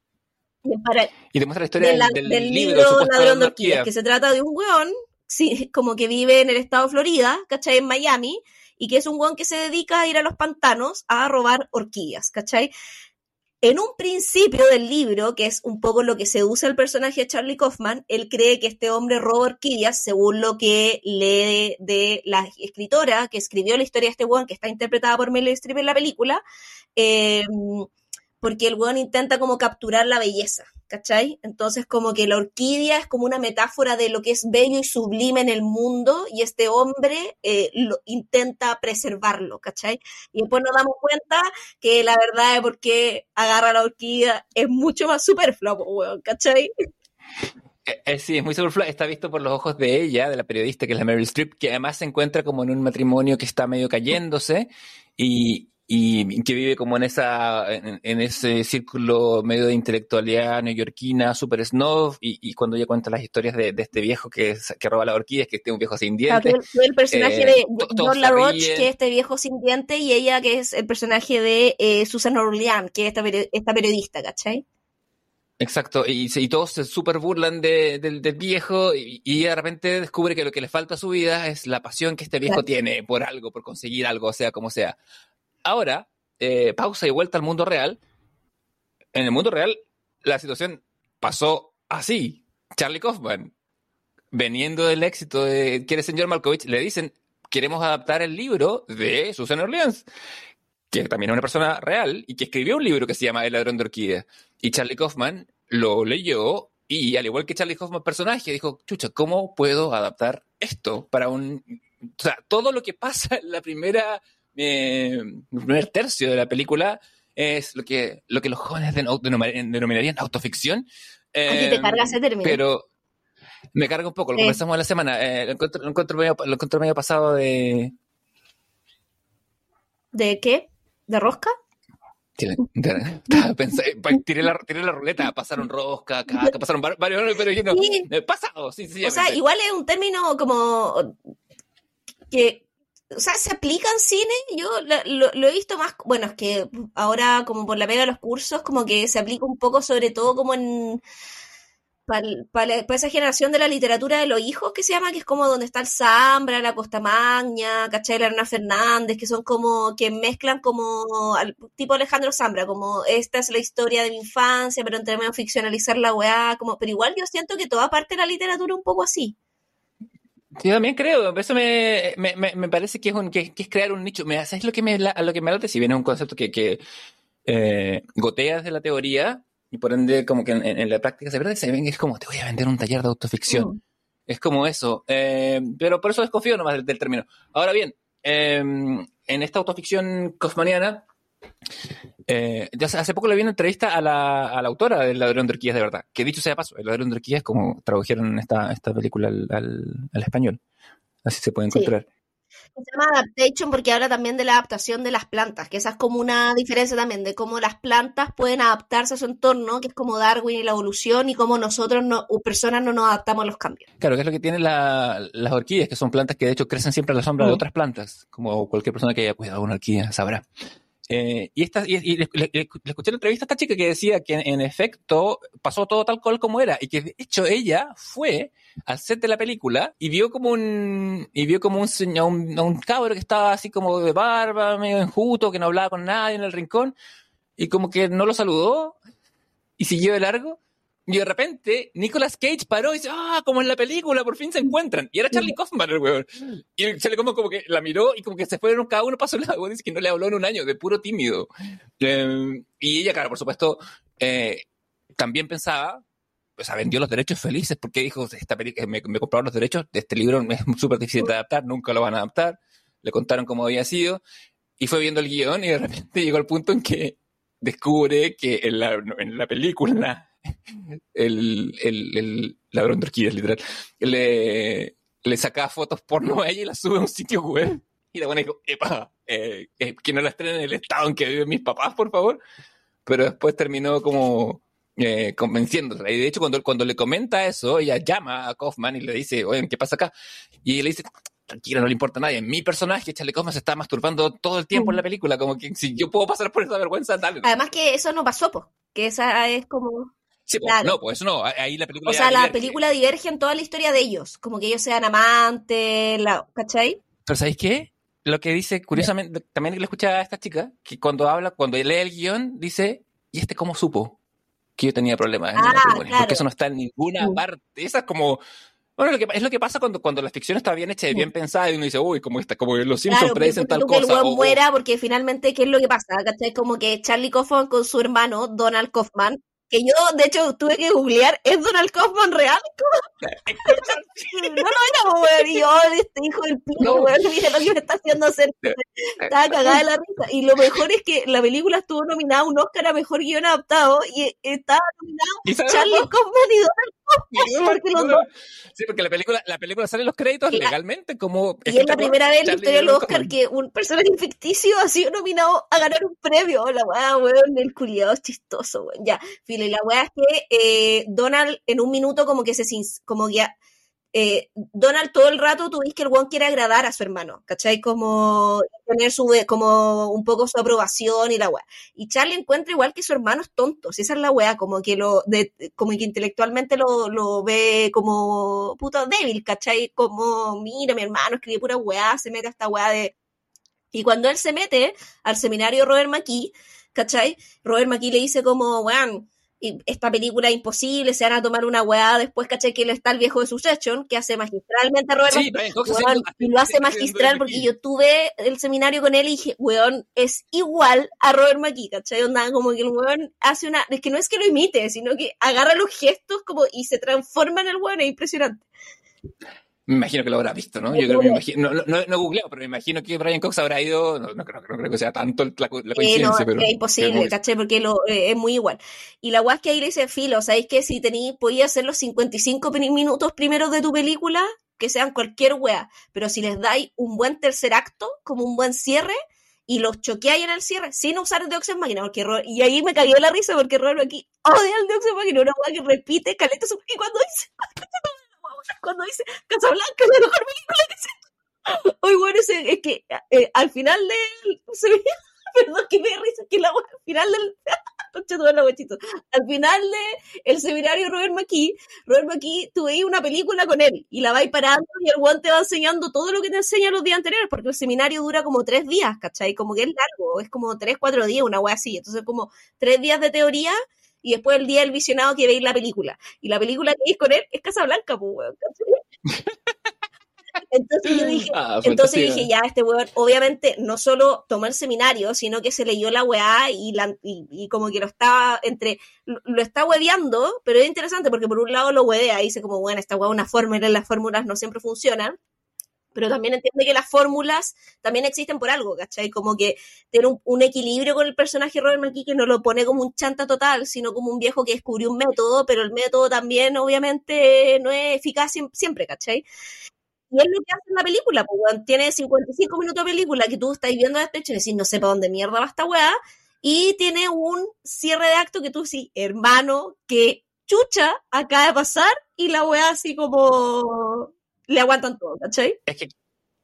y, para,
y te muestra la historia
de la,
del, del,
del
libro,
libro
supuesto
Ladrón
de
de Orquídeas,
Orquídea.
que se trata de un weón, sí, como que vive en el estado de Florida, ¿cachai? En Miami, y que es un weón que se dedica a ir a los pantanos a robar orquídeas, ¿cachai? En un principio del libro, que es un poco lo que seduce al personaje de Charlie Kaufman, él cree que este hombre roba orquídeas, según lo que lee de la escritora que escribió la historia de este weón, que está interpretada por Meryl Streep en la película, eh, porque el weón intenta como capturar la belleza, ¿cachai? Entonces como que la orquídea es como una metáfora de lo que es bello y sublime en el mundo, y este hombre eh, lo, intenta preservarlo, ¿cachai? Y después nos damos cuenta que la verdad es porque agarra la orquídea es mucho más superfluo, weón, ¿cachai?
Eh, eh, sí, es muy superfluo. Está visto por los ojos de ella, de la periodista que es la Meryl Streep, que además se encuentra como en un matrimonio que está medio cayéndose y, y que vive como en esa en, en ese círculo medio de intelectualidad neoyorquina, super snob, y, y cuando ella cuenta las historias de, de este viejo que, que roba las orquídeas, que es un viejo sin
Claro, que
dientes,
el, el personaje
eh,
de
to- todos
John
se
LaRoche, que es
ríen.
este viejo sin diente, y ella, que es el personaje de eh, Susan Orlean, que es esta, peri- esta periodista, ¿cachai?
Exacto, y, se- y todos se super burlan de, del, del viejo y, y de repente descubre que lo que le falta a su vida es la pasión que este viejo
Claro.
tiene por algo, por conseguir algo, sea como sea. Ahora, eh, pausa y vuelta al mundo real. En el mundo real, la situación pasó así. Charlie Kaufman, veniendo del éxito de Quiere señor Malkovich, le dicen, queremos adaptar el libro de Susan Orleans, que también es una persona real y que escribió un libro que se llama El ladrón de orquídeas. Y Charlie Kaufman lo leyó y, al igual que Charlie Kaufman personaje, dijo, chucha, ¿cómo puedo adaptar esto para un... O sea, todo lo que pasa en la primera, eh, el primer tercio de la película es lo que, lo que los jóvenes denom- denom- denominarían autoficción.
A ti te
Eh,
carga ese término.
pero me carga un poco, lo
Sí.
conversamos en la semana. Eh, lo, encuentro, lo, encuentro medio, lo encuentro medio pasado de...
¿De qué? ¿De rosca?
Tiré, tiré, pensé, tiré, la, tiré la ruleta, pasaron rosca, caca, pasaron var- varios, pero yo no,
Sí.
eh, pasado, sí,
O
sencillamente.
sea, igual es un término como que, o sea, se aplica en cine. Yo lo, lo- lo he visto más, bueno, es que ahora como por la pega de los cursos, como que se aplica un poco sobre todo como en para esa generación de la literatura de los hijos que se llama, que es como donde está el Zambra, la Costa Magna, ¿cachai? La Ana Fernández, que son como, que mezclan como, al, tipo Alejandro Zambra, como esta es la historia de mi infancia, pero entre medio ficcionalizar la weá, como, pero igual yo siento que toda parte de la literatura un poco así.
Yo también creo, eso me, me, me, me parece que es, un, que, que es crear un nicho. Me hace es lo que me, a lo que me late, si bien es un concepto que, que eh, gotea desde la teoría, y por ende como que en, en la práctica se ve, se ven, es como te voy a vender un taller de autoficción. Mm. Es como eso. Eh, pero por eso desconfío nomás del, del término. Ahora bien, eh, en esta autoficción kaufmaniana, eh, ya hace poco le vi una entrevista a la, a la autora del Ladrón de Orquídeas de verdad, que dicho sea de paso, el Ladrón de Orquídeas como tradujeron esta, esta película al, al, al español. Así se puede encontrar.
Sí. Se llama adaptation porque habla también de la adaptación de las plantas, que esa es como una diferencia también de cómo las plantas pueden adaptarse a su entorno, que es como Darwin y la evolución, y cómo nosotros no, o personas no nos adaptamos a los cambios.
Claro, que es lo que tienen la, las orquídeas, que son plantas que de hecho crecen siempre a la sombra mm. de otras plantas, como cualquier persona que haya cuidado una orquídea sabrá. Eh, y esta, y, y le, le- le escuché la entrevista a esta chica que decía que en, en efecto pasó todo tal cual como era y que de hecho ella fue al set de la película y vio como un y vio como un señor, un, un cabro que estaba así como de barba, medio enjuto, que no hablaba con nadie en el rincón y como que no lo saludó y siguió de largo. Y de repente, Nicolas Cage paró y dice, ah, como en la película, por fin se encuentran. Y era Charlie Kaufman el weón. Y se le como, como que la miró y como que se fueron cada uno para su lado. Dice que no le habló en un año, de puro tímido. Eh, y ella, claro, por supuesto, eh, también pensaba, o sea, vendió los derechos felices porque dijo, esta película, me, me compraron los derechos de este libro, es súper difícil de adaptar, nunca lo van a adaptar. Le contaron cómo había sido. Y fue viendo el guión y de repente llegó al punto en que descubre que en la, en la película el, el, el ladrón de orquídeas, literal, le, le sacaba fotos porno a ella y las sube a un sitio web. Y la buena dijo, epa, eh, eh, que no la estrenen en el estado en que viven mis papás, por favor. Pero después terminó como eh, convenciéndola. Y de hecho, cuando, cuando le comenta eso, ella llama a Kaufman y le dice, oye, ¿qué pasa acá? Y le dice, tranquila, no le importa a nadie. Mi personaje, Charlie Kaufman, se está masturbando todo el tiempo en la película. Como que si yo puedo pasar por esa vergüenza, dale.
Además que eso no pasó, pues. Que esa es como...
Sí, pues,
Claro.
no, pues eso no. Ahí la película
O
ya
sea, la
diverge.
película diverge en toda la historia de ellos. Como que ellos sean amantes, la, ¿cachai?
Pero ¿sabéis qué? Lo que dice, curiosamente, también le escuché a esta chica, que cuando habla, cuando lee el guión, dice, ¿y este cómo supo que yo tenía problemas en el
Ah,
matrimonio?
claro.
Porque eso no está en ninguna
Mm.
parte. Esa es como... Bueno, lo que, es lo que pasa cuando, cuando la ficción está bien hecha y bien pensada y uno dice, uy, como, está, como los Simpsons
Claro,
predicen
porque
tal
tú que el
cosa.
weón
o- o-
muera, porque finalmente, ¿qué es lo que pasa? ¿Cachai? Como que Charlie Kaufman con su hermano, Donald Kaufman, que yo, de hecho, tuve que googlear, ¿es Donald Kaufman real? No lo era, weón, y yo, este hijo del pico,
No.
weón, mira lo que me está haciendo hacer. Estaba cagada de la risa. Y lo mejor es que la película estuvo nominada a un Oscar a Mejor Guión Adaptado, y estaba nominado
¿Y sabes
Charlie
algo?
Kaufman y Donald Kaufman, porque los dos...
Sí, porque la película, la película sale en los créditos
Claro.
legalmente como...
Y es la primera vez en la
Charlie
historia de
y
los
Donald
Oscar
Kaufman.
que un personaje ficticio ha sido nominado a ganar un premio. La weá, weón, el culiado es chistoso, weón. Ya, filo, y la weá es que eh, Donald en un minuto como que se... como que... Eh, Donald todo el rato tú ves que el weón quiere agradar a su hermano, ¿cachai? Como tener su, como un poco su aprobación y la weá. Y Charlie encuentra igual que su hermano es tonto, si esa es la weá, como que lo, de, como que intelectualmente lo, lo ve como puto débil, ¿cachai? Como, mira, mi hermano escribe pura weá, se mete a esta weá de... Y cuando él se mete al seminario Robert McKee, ¿cachai? Robert McKee le dice como, weón, y esta película es imposible, se van a tomar una weá después, ¿cachai? Que él está el viejo de Succession, que hace magistralmente a Robert
Sí,
McKee,
Brian Cox
weón,
haciendo-
y lo hace
haciendo
magistral
el
porque
McKee.
yo tuve el seminario con él y dije, weón, es igual a Robert McKee, ¿cachai? Onda, como que el weón hace una, es que no es que lo imite, sino que agarra los gestos como y se transforma en el weón, es impresionante.
Me imagino que lo habrá visto, ¿no? Yo creo que me imagino, no, no, no he googleado, pero me imagino que Brian Cox habrá ido, no, no, creo, no creo que sea tanto la, la
Eh,
coincidencia,
no,
pero...
es imposible,
pero-
¿cachai? Porque lo, eh, es muy igual. Y la weá es que ahí le dice, filo, ¿sabéis que si tení, podías hacer los cincuenta y cinco minutos primeros de tu película, que sean cualquier weá, pero si les dais un buen tercer acto, como un buen cierre, y los choqueáis en el cierre, sin usar el Deus Ex Machina, porque Ro- y ahí me cagué la risa, porque Robert aquí odia el Deus Ex Machina, una weá que repite, caleta, su- y cuando dice, cuando dice Casablanca es la mejor película que se... Oye, bueno, ese, es que eh, al final del... Se veía, perdón que me da risa, que la wea, al final del... Concha tu madre, la huechito. Al final de el seminario Robert McKee, Robert McKee, tú veis una película con él y la vais parando y el weón te va enseñando todo lo que te enseña los días anteriores, porque el seminario dura como tres días, ¿cachai? Como que es largo, es como tres, cuatro días, una wea así. Entonces, como tres días de teoría y después el día del visionado que veis la película. Y la película que veis con él es Casablanca, pues, weón, ¿cachai? Entonces yo dije,
Ah,
entonces
fantasía.
dije, ya, este weón, obviamente, no solo tomó el seminario, sino que se leyó la weá y, la, y, y como que lo está entre, lo, lo está hueveando, pero es interesante porque por un lado lo huevea y dice como, bueno, esta weá es una fórmula, las fórmulas no siempre funcionan, pero también entiende que las fórmulas también existen por algo, ¿cachai? Como que tiene un, un equilibrio con el personaje Robert McKee que no lo pone como un chanta total, sino como un viejo que descubrió un método, pero el método también obviamente no es eficaz siempre, ¿cachai? Y es lo que hace en la película, pues, weón. Tiene cincuenta y cinco minutos de película que tú estás viendo de despecho y decís, no sé para dónde mierda va esta weá. Y tiene un cierre de acto que tú sí, hermano, que chucha acaba de pasar y la weá así como le aguantan todo, ¿cachai?
Es que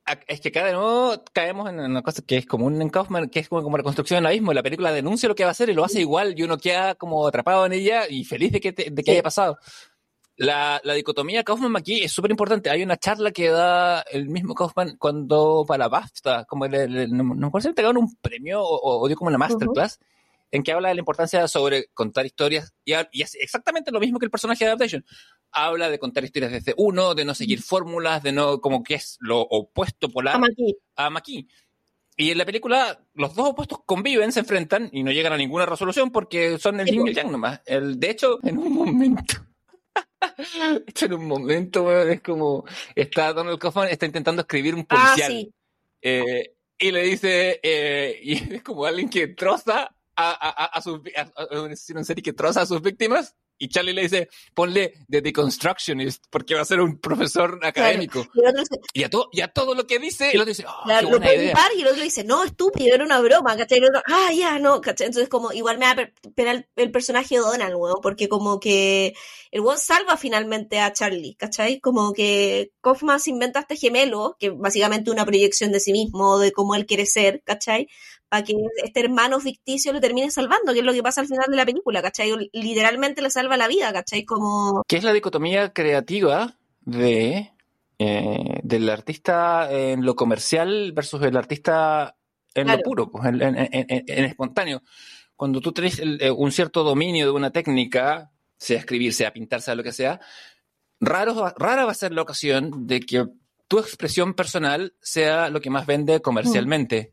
es que acá de nuevo caemos en una cosa que es común en Kaufman, que es como, como la construcción del abismo. La película denuncia lo que va a hacer y lo hace igual y uno queda como atrapado en ella y feliz de que, te, de que
Sí.
haya pasado. La, la dicotomía Kaufman-McKee es súper importante. Hay una charla que da el mismo Kaufman cuando para BAFTA, como el, el, el, no, no me acuerdo si te ganó un premio o, o dio como una masterclass, uh-huh. en que habla de la importancia sobre contar historias y, y es exactamente lo mismo que el personaje de Adaptation. Habla de contar historias desde uno, de no seguir uh-huh. fórmulas, de no, como que es lo opuesto polar
a McKee.
a McKee. Y en la película los dos opuestos conviven, se enfrentan y no llegan a ninguna resolución porque son el yin y el yang nomás. El, de hecho, en un momento... en un momento, bueno, es como está Donald Kaufman está intentando escribir un policial.
Ah, sí.
eh, y le dice, eh, y es como alguien que troza a, a, a sus a, a un asesino en serie que troza a sus víctimas. Y Charlie le dice, ponle The Deconstructionist, porque va a ser un profesor académico. Claro. Y, el otro dice, y, a to, y a todo lo que dice, el otro dice, oh,
claro,
qué buena
lo
idea.
Par, y el otro dice, no, estúpido, era una broma, ¿cachai? Y el otro, ah, ya, no, ¿cachai? Entonces, como, igual me da pena el, el personaje de Donald, weón, porque como que el weón salva finalmente a Charlie, ¿cachai? Como que Kaufman se inventa este gemelo, que básicamente una proyección de sí mismo, de cómo él quiere ser, ¿cachai? Para que este hermano ficticio lo termine salvando, que es lo que pasa al final de la película, ¿cachai? Literalmente le salva la vida, ¿cachai? Como...
¿Qué es la dicotomía creativa de eh, del artista en lo comercial versus el artista en claro. lo puro, pues, en, en, en, en espontáneo? Cuando tú tenés el, eh, un cierto dominio de una técnica, sea escribir, sea pintar, sea lo que sea, raro, rara va a ser la ocasión de que tu expresión personal sea lo que más vende comercialmente. Mm.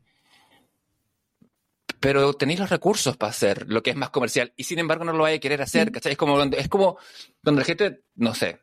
Pero tenéis los recursos para hacer lo que es más comercial y sin embargo no lo vais a querer hacer, ¿cachai? Es como, es como donde la gente, no sé,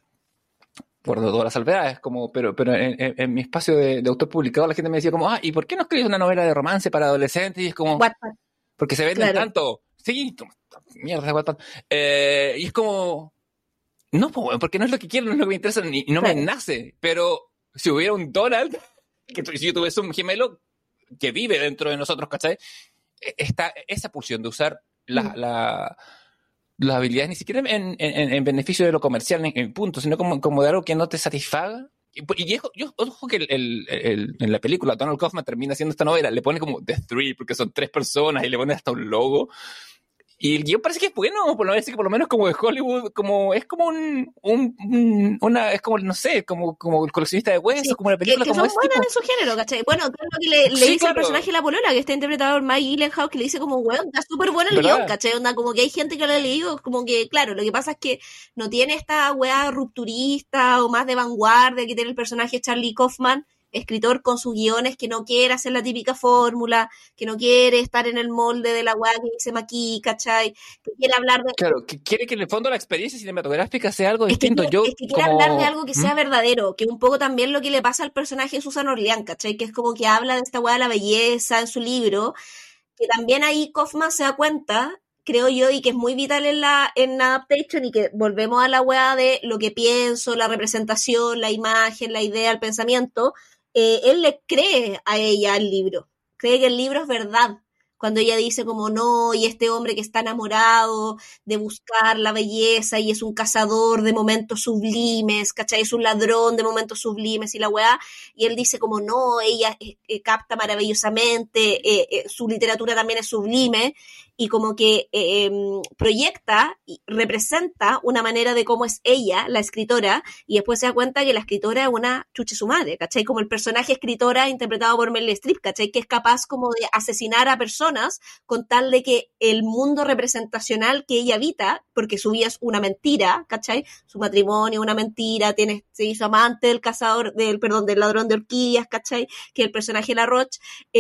por todas las salvedades, como, pero, pero en, en, en mi espacio de, de autor publicado la gente me decía como, ah, ¿y por qué no escribes una novela de romance para adolescentes? Y es como, What? Porque se venden claro. tanto. Sí, mierda, Wattpad. Eh, y es como, no, porque no es lo que quiero, no es lo que me interesa, ni no claro. me nace. Pero si hubiera un Donald, que si yo tuviese un gemelo que vive dentro de nosotros, ¿cachai? Está esa pulsión de usar la, mm. la, las habilidades ni siquiera en, en, en beneficio de lo comercial, en, en punto, sino como, como de algo que no te satisfaga. Y, y yo ojo que el, el, el, en la película Donald Kaufman termina haciendo esta novela, le pone como The Three, porque son tres personas, y le pone hasta un logo. Y el guión parece que es bueno, por lo menos, que por lo menos como de Hollywood, como es como un, un, un una, es como, no sé, como, como el coleccionista de huesos, sí, como la película
que, que
como
son buenas en su género, ¿cachai? Bueno, que es lo que le, le sí, dice claro. al personaje de la polola, que está interpretado por Mike Gyllenhaal, que le dice como, weón, está súper bueno el ¿verdad? Guión, ¿cachai? Onda, como que hay gente que lo ha leído, como que, claro, lo que pasa es que no tiene esta weá rupturista o más de vanguardia que tiene el personaje Charlie Kaufman, escritor con sus guiones, que no quiere hacer la típica fórmula, que no quiere estar en el molde de la weá que dice Maki, ¿cachai? Que quiere hablar de...
Claro, que quiere que en el fondo la experiencia cinematográfica sea algo es distinto.
Que,
Yo,
es que quiere
como...
hablar de algo que sea
¿Mm?
verdadero, que un poco también lo que le pasa al personaje de Susan Orleán, ¿cachai? Que es como que habla de esta weá de la belleza en su libro, que también ahí Kaufman se da cuenta, creo yo, y que es muy vital en la en Adaptation, y que volvemos a la weá de lo que pienso, la representación, la imagen, la idea, el pensamiento. Eh, él le cree a ella el libro, cree que el libro es verdad, cuando ella dice como no, y este hombre que está enamorado de buscar la belleza y es un cazador de momentos sublimes, ¿cachai? Es un ladrón de momentos sublimes y la weá, y él dice como no, ella eh, eh, capta maravillosamente, eh, eh, su literatura también es sublime, y como que eh, proyecta y representa una manera de cómo es ella, la escritora, y después se da cuenta que la escritora es una chuche su madre, ¿cachai? Como el personaje escritora interpretado por Meryl Streep, ¿cachai? Que es capaz como de asesinar a personas con tal de que el mundo representacional que ella habita, porque su vida es una mentira, ¿cachai? Su matrimonio es una mentira, tiene, se hizo amante del cazador, del, perdón, del ladrón de orquídeas, ¿cachai? Que el personaje de La Roche,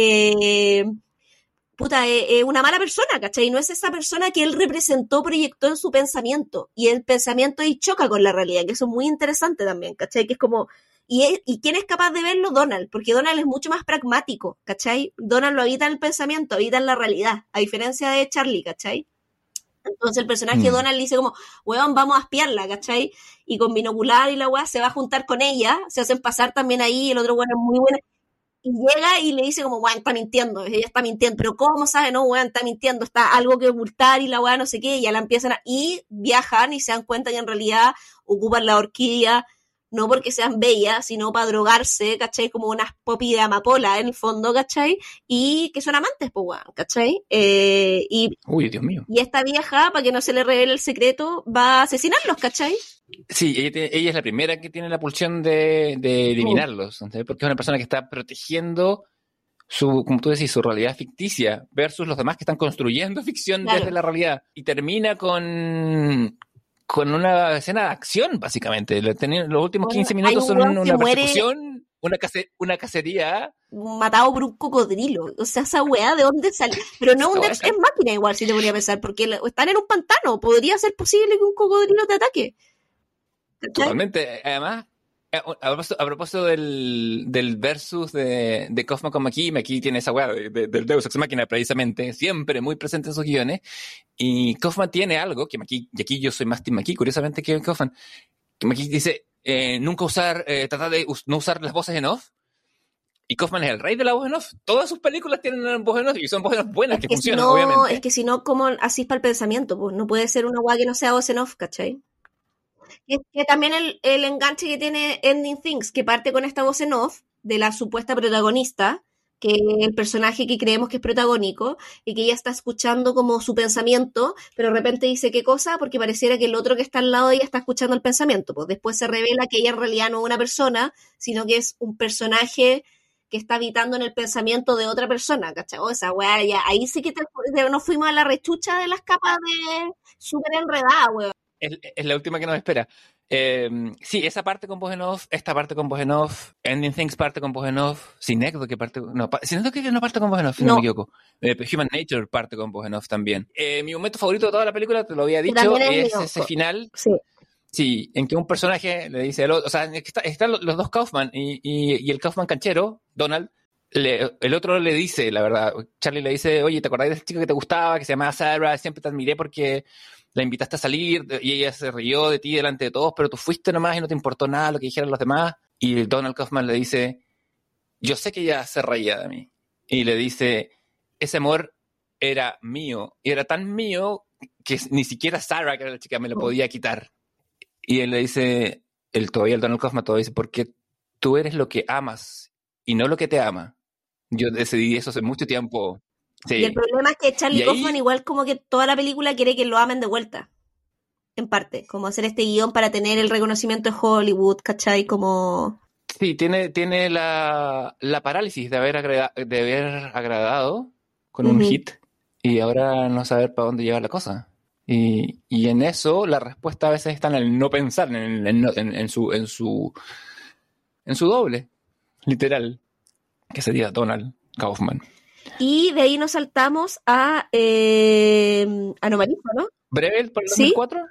eh... puta, es eh, eh, una mala persona, ¿cachai? No es esa persona que él representó, proyectó en su pensamiento, y el pensamiento ahí choca con la realidad, que eso es muy interesante también, ¿cachai? Que es como, y, es, y ¿quién es capaz de verlo? Donald, porque Donald es mucho más pragmático, ¿cachai? Donald lo habita en el pensamiento, habita en la realidad, a diferencia de Charlie, ¿cachai? Entonces el personaje de mm. Donald dice como, weón, vamos a espiarla, ¿cachai? Y con binocular y la weá se va a juntar con ella, se hacen pasar también ahí, el otro weón es muy bueno. Y llega y le dice como, weón, está mintiendo, ella está mintiendo, pero ¿cómo sabe? No, weón, está mintiendo, está algo que ocultar y la weón no sé qué, y ya la empiezan a, y viajan y se dan cuenta que en realidad ocupan la orquídea no porque sean bellas, sino para drogarse, ¿cachai? Como unas popis de amapola en el fondo, ¿cachai? Y que son amantes, pues, weón, ¿cachai? Eh, y,
Uy, Dios mío.
y esta vieja, para que no se le revele el secreto, va a asesinarlos, ¿cachai?
Sí, ella, tiene- ella es la primera que tiene la pulsión de, de eliminarlos, ¿entendés? Porque es una persona que está protegiendo su, como tú decís, su realidad ficticia versus los demás que están construyendo ficción
Claro.
desde la realidad. Y termina con, con una escena de acción, básicamente. Lo teni- Los últimos
Bueno,
quince
hay
minutos
un
son
weón que
una
muere
persecución, una, case- una cacería.
matado por un cocodrilo. O sea, esa weá, ¿de dónde salió? Pero no un
Esa
Deus
weá,
Ex Machina igual, si te ponía a pensar, porque la- están en un pantano. Podría ser posible que un cocodrilo te ataque. ¿Cachai?
Totalmente. Además, a, a propósito, a propósito del, del versus de, de Kaufman con McKee, McKee tiene esa weá de- de- del Deus Ex Machina precisamente, siempre muy presente en sus guiones. Y Kaufman tiene algo que McKee, y aquí yo soy más Team McKee, curiosamente, que Kaufman, que McKee dice, eh, nunca usar, eh, tratar de us- no usar las voces en off. Y Kaufman es el rey de la voz en off. Todas sus películas tienen una voz en off y son voces en off buenas
Es
que
que si
funcionan,
no, es
obviamente.
que si no, ¿cómo así para el pensamiento? Pues no puede ser una weá que no sea voz en off, ¿cachai? Es que también el, el enganche que tiene Ending Things, que parte con esta voz en off de la supuesta protagonista, que es el personaje que creemos que es protagónico, y que ella está escuchando como su pensamiento, pero de repente dice qué cosa, porque pareciera que el otro que está al lado de ella está escuchando el pensamiento. Pues después se revela que ella en realidad no es una persona, sino que es un personaje que está habitando en el pensamiento de otra persona, ¿cachai? O esa weá, ya, ahí sí que te- nos fuimos a la rechucha de las capas de súper enredada, weón.
Es, es la última que nos espera. Eh, sí, esa parte con voz en off, esta parte con voz en off, Ending Things parte con voz en off, Synecdoche que parte, no, pa- Synecdoche que no parte con voz en off, si no,
No,
me equivoco. Eh, Human Nature parte con voz en off también. Eh, mi momento favorito de toda la película, te lo había
que
dicho,
también es
es
mío.
ese final,
Sí.
sí, en que un personaje le dice al otro, o sea, en que está- están los, los dos Kaufman y, y, y el Kaufman canchero, Donald, le- el otro le dice, la verdad, Charlie le dice, oye, ¿te acordás de ese chico que te gustaba, que se llamaba Sarah? Siempre te admiré porque la invitaste a salir y ella se rió de ti delante de todos, pero tú fuiste nomás y no te importó nada lo que dijeran los demás. Y Donald Kaufman le dice, yo sé que ella se reía de mí. Y le dice, ese amor era mío. Y era tan mío que ni siquiera Sarah, que era la chica, me lo podía quitar. Y él le dice, el, todavía el Donald Kaufman todavía dice, porque tú eres lo que amas y no lo que te ama. Yo decidí eso hace mucho tiempo.
Y el
Sí.
problema es que
Y
Charlie Kaufman
ahí,
igual como que toda la película quiere que lo amen de vuelta, en parte, como hacer este guión para tener el reconocimiento de Hollywood, ¿cachai? Como...
sí, tiene, tiene la, la parálisis de haber, agrega- de haber agradado con un
Ujú.
hit y ahora no saber para dónde llevar la cosa. Y, y en eso la respuesta a veces está en el no pensar, en, en- en- en su, en su, en su doble, literal, que sería Donald Kaufman.
Y de ahí nos saltamos a eh, Anomalisa, ¿no?
¿Breve por el dos mil
¿Sí?
cuatro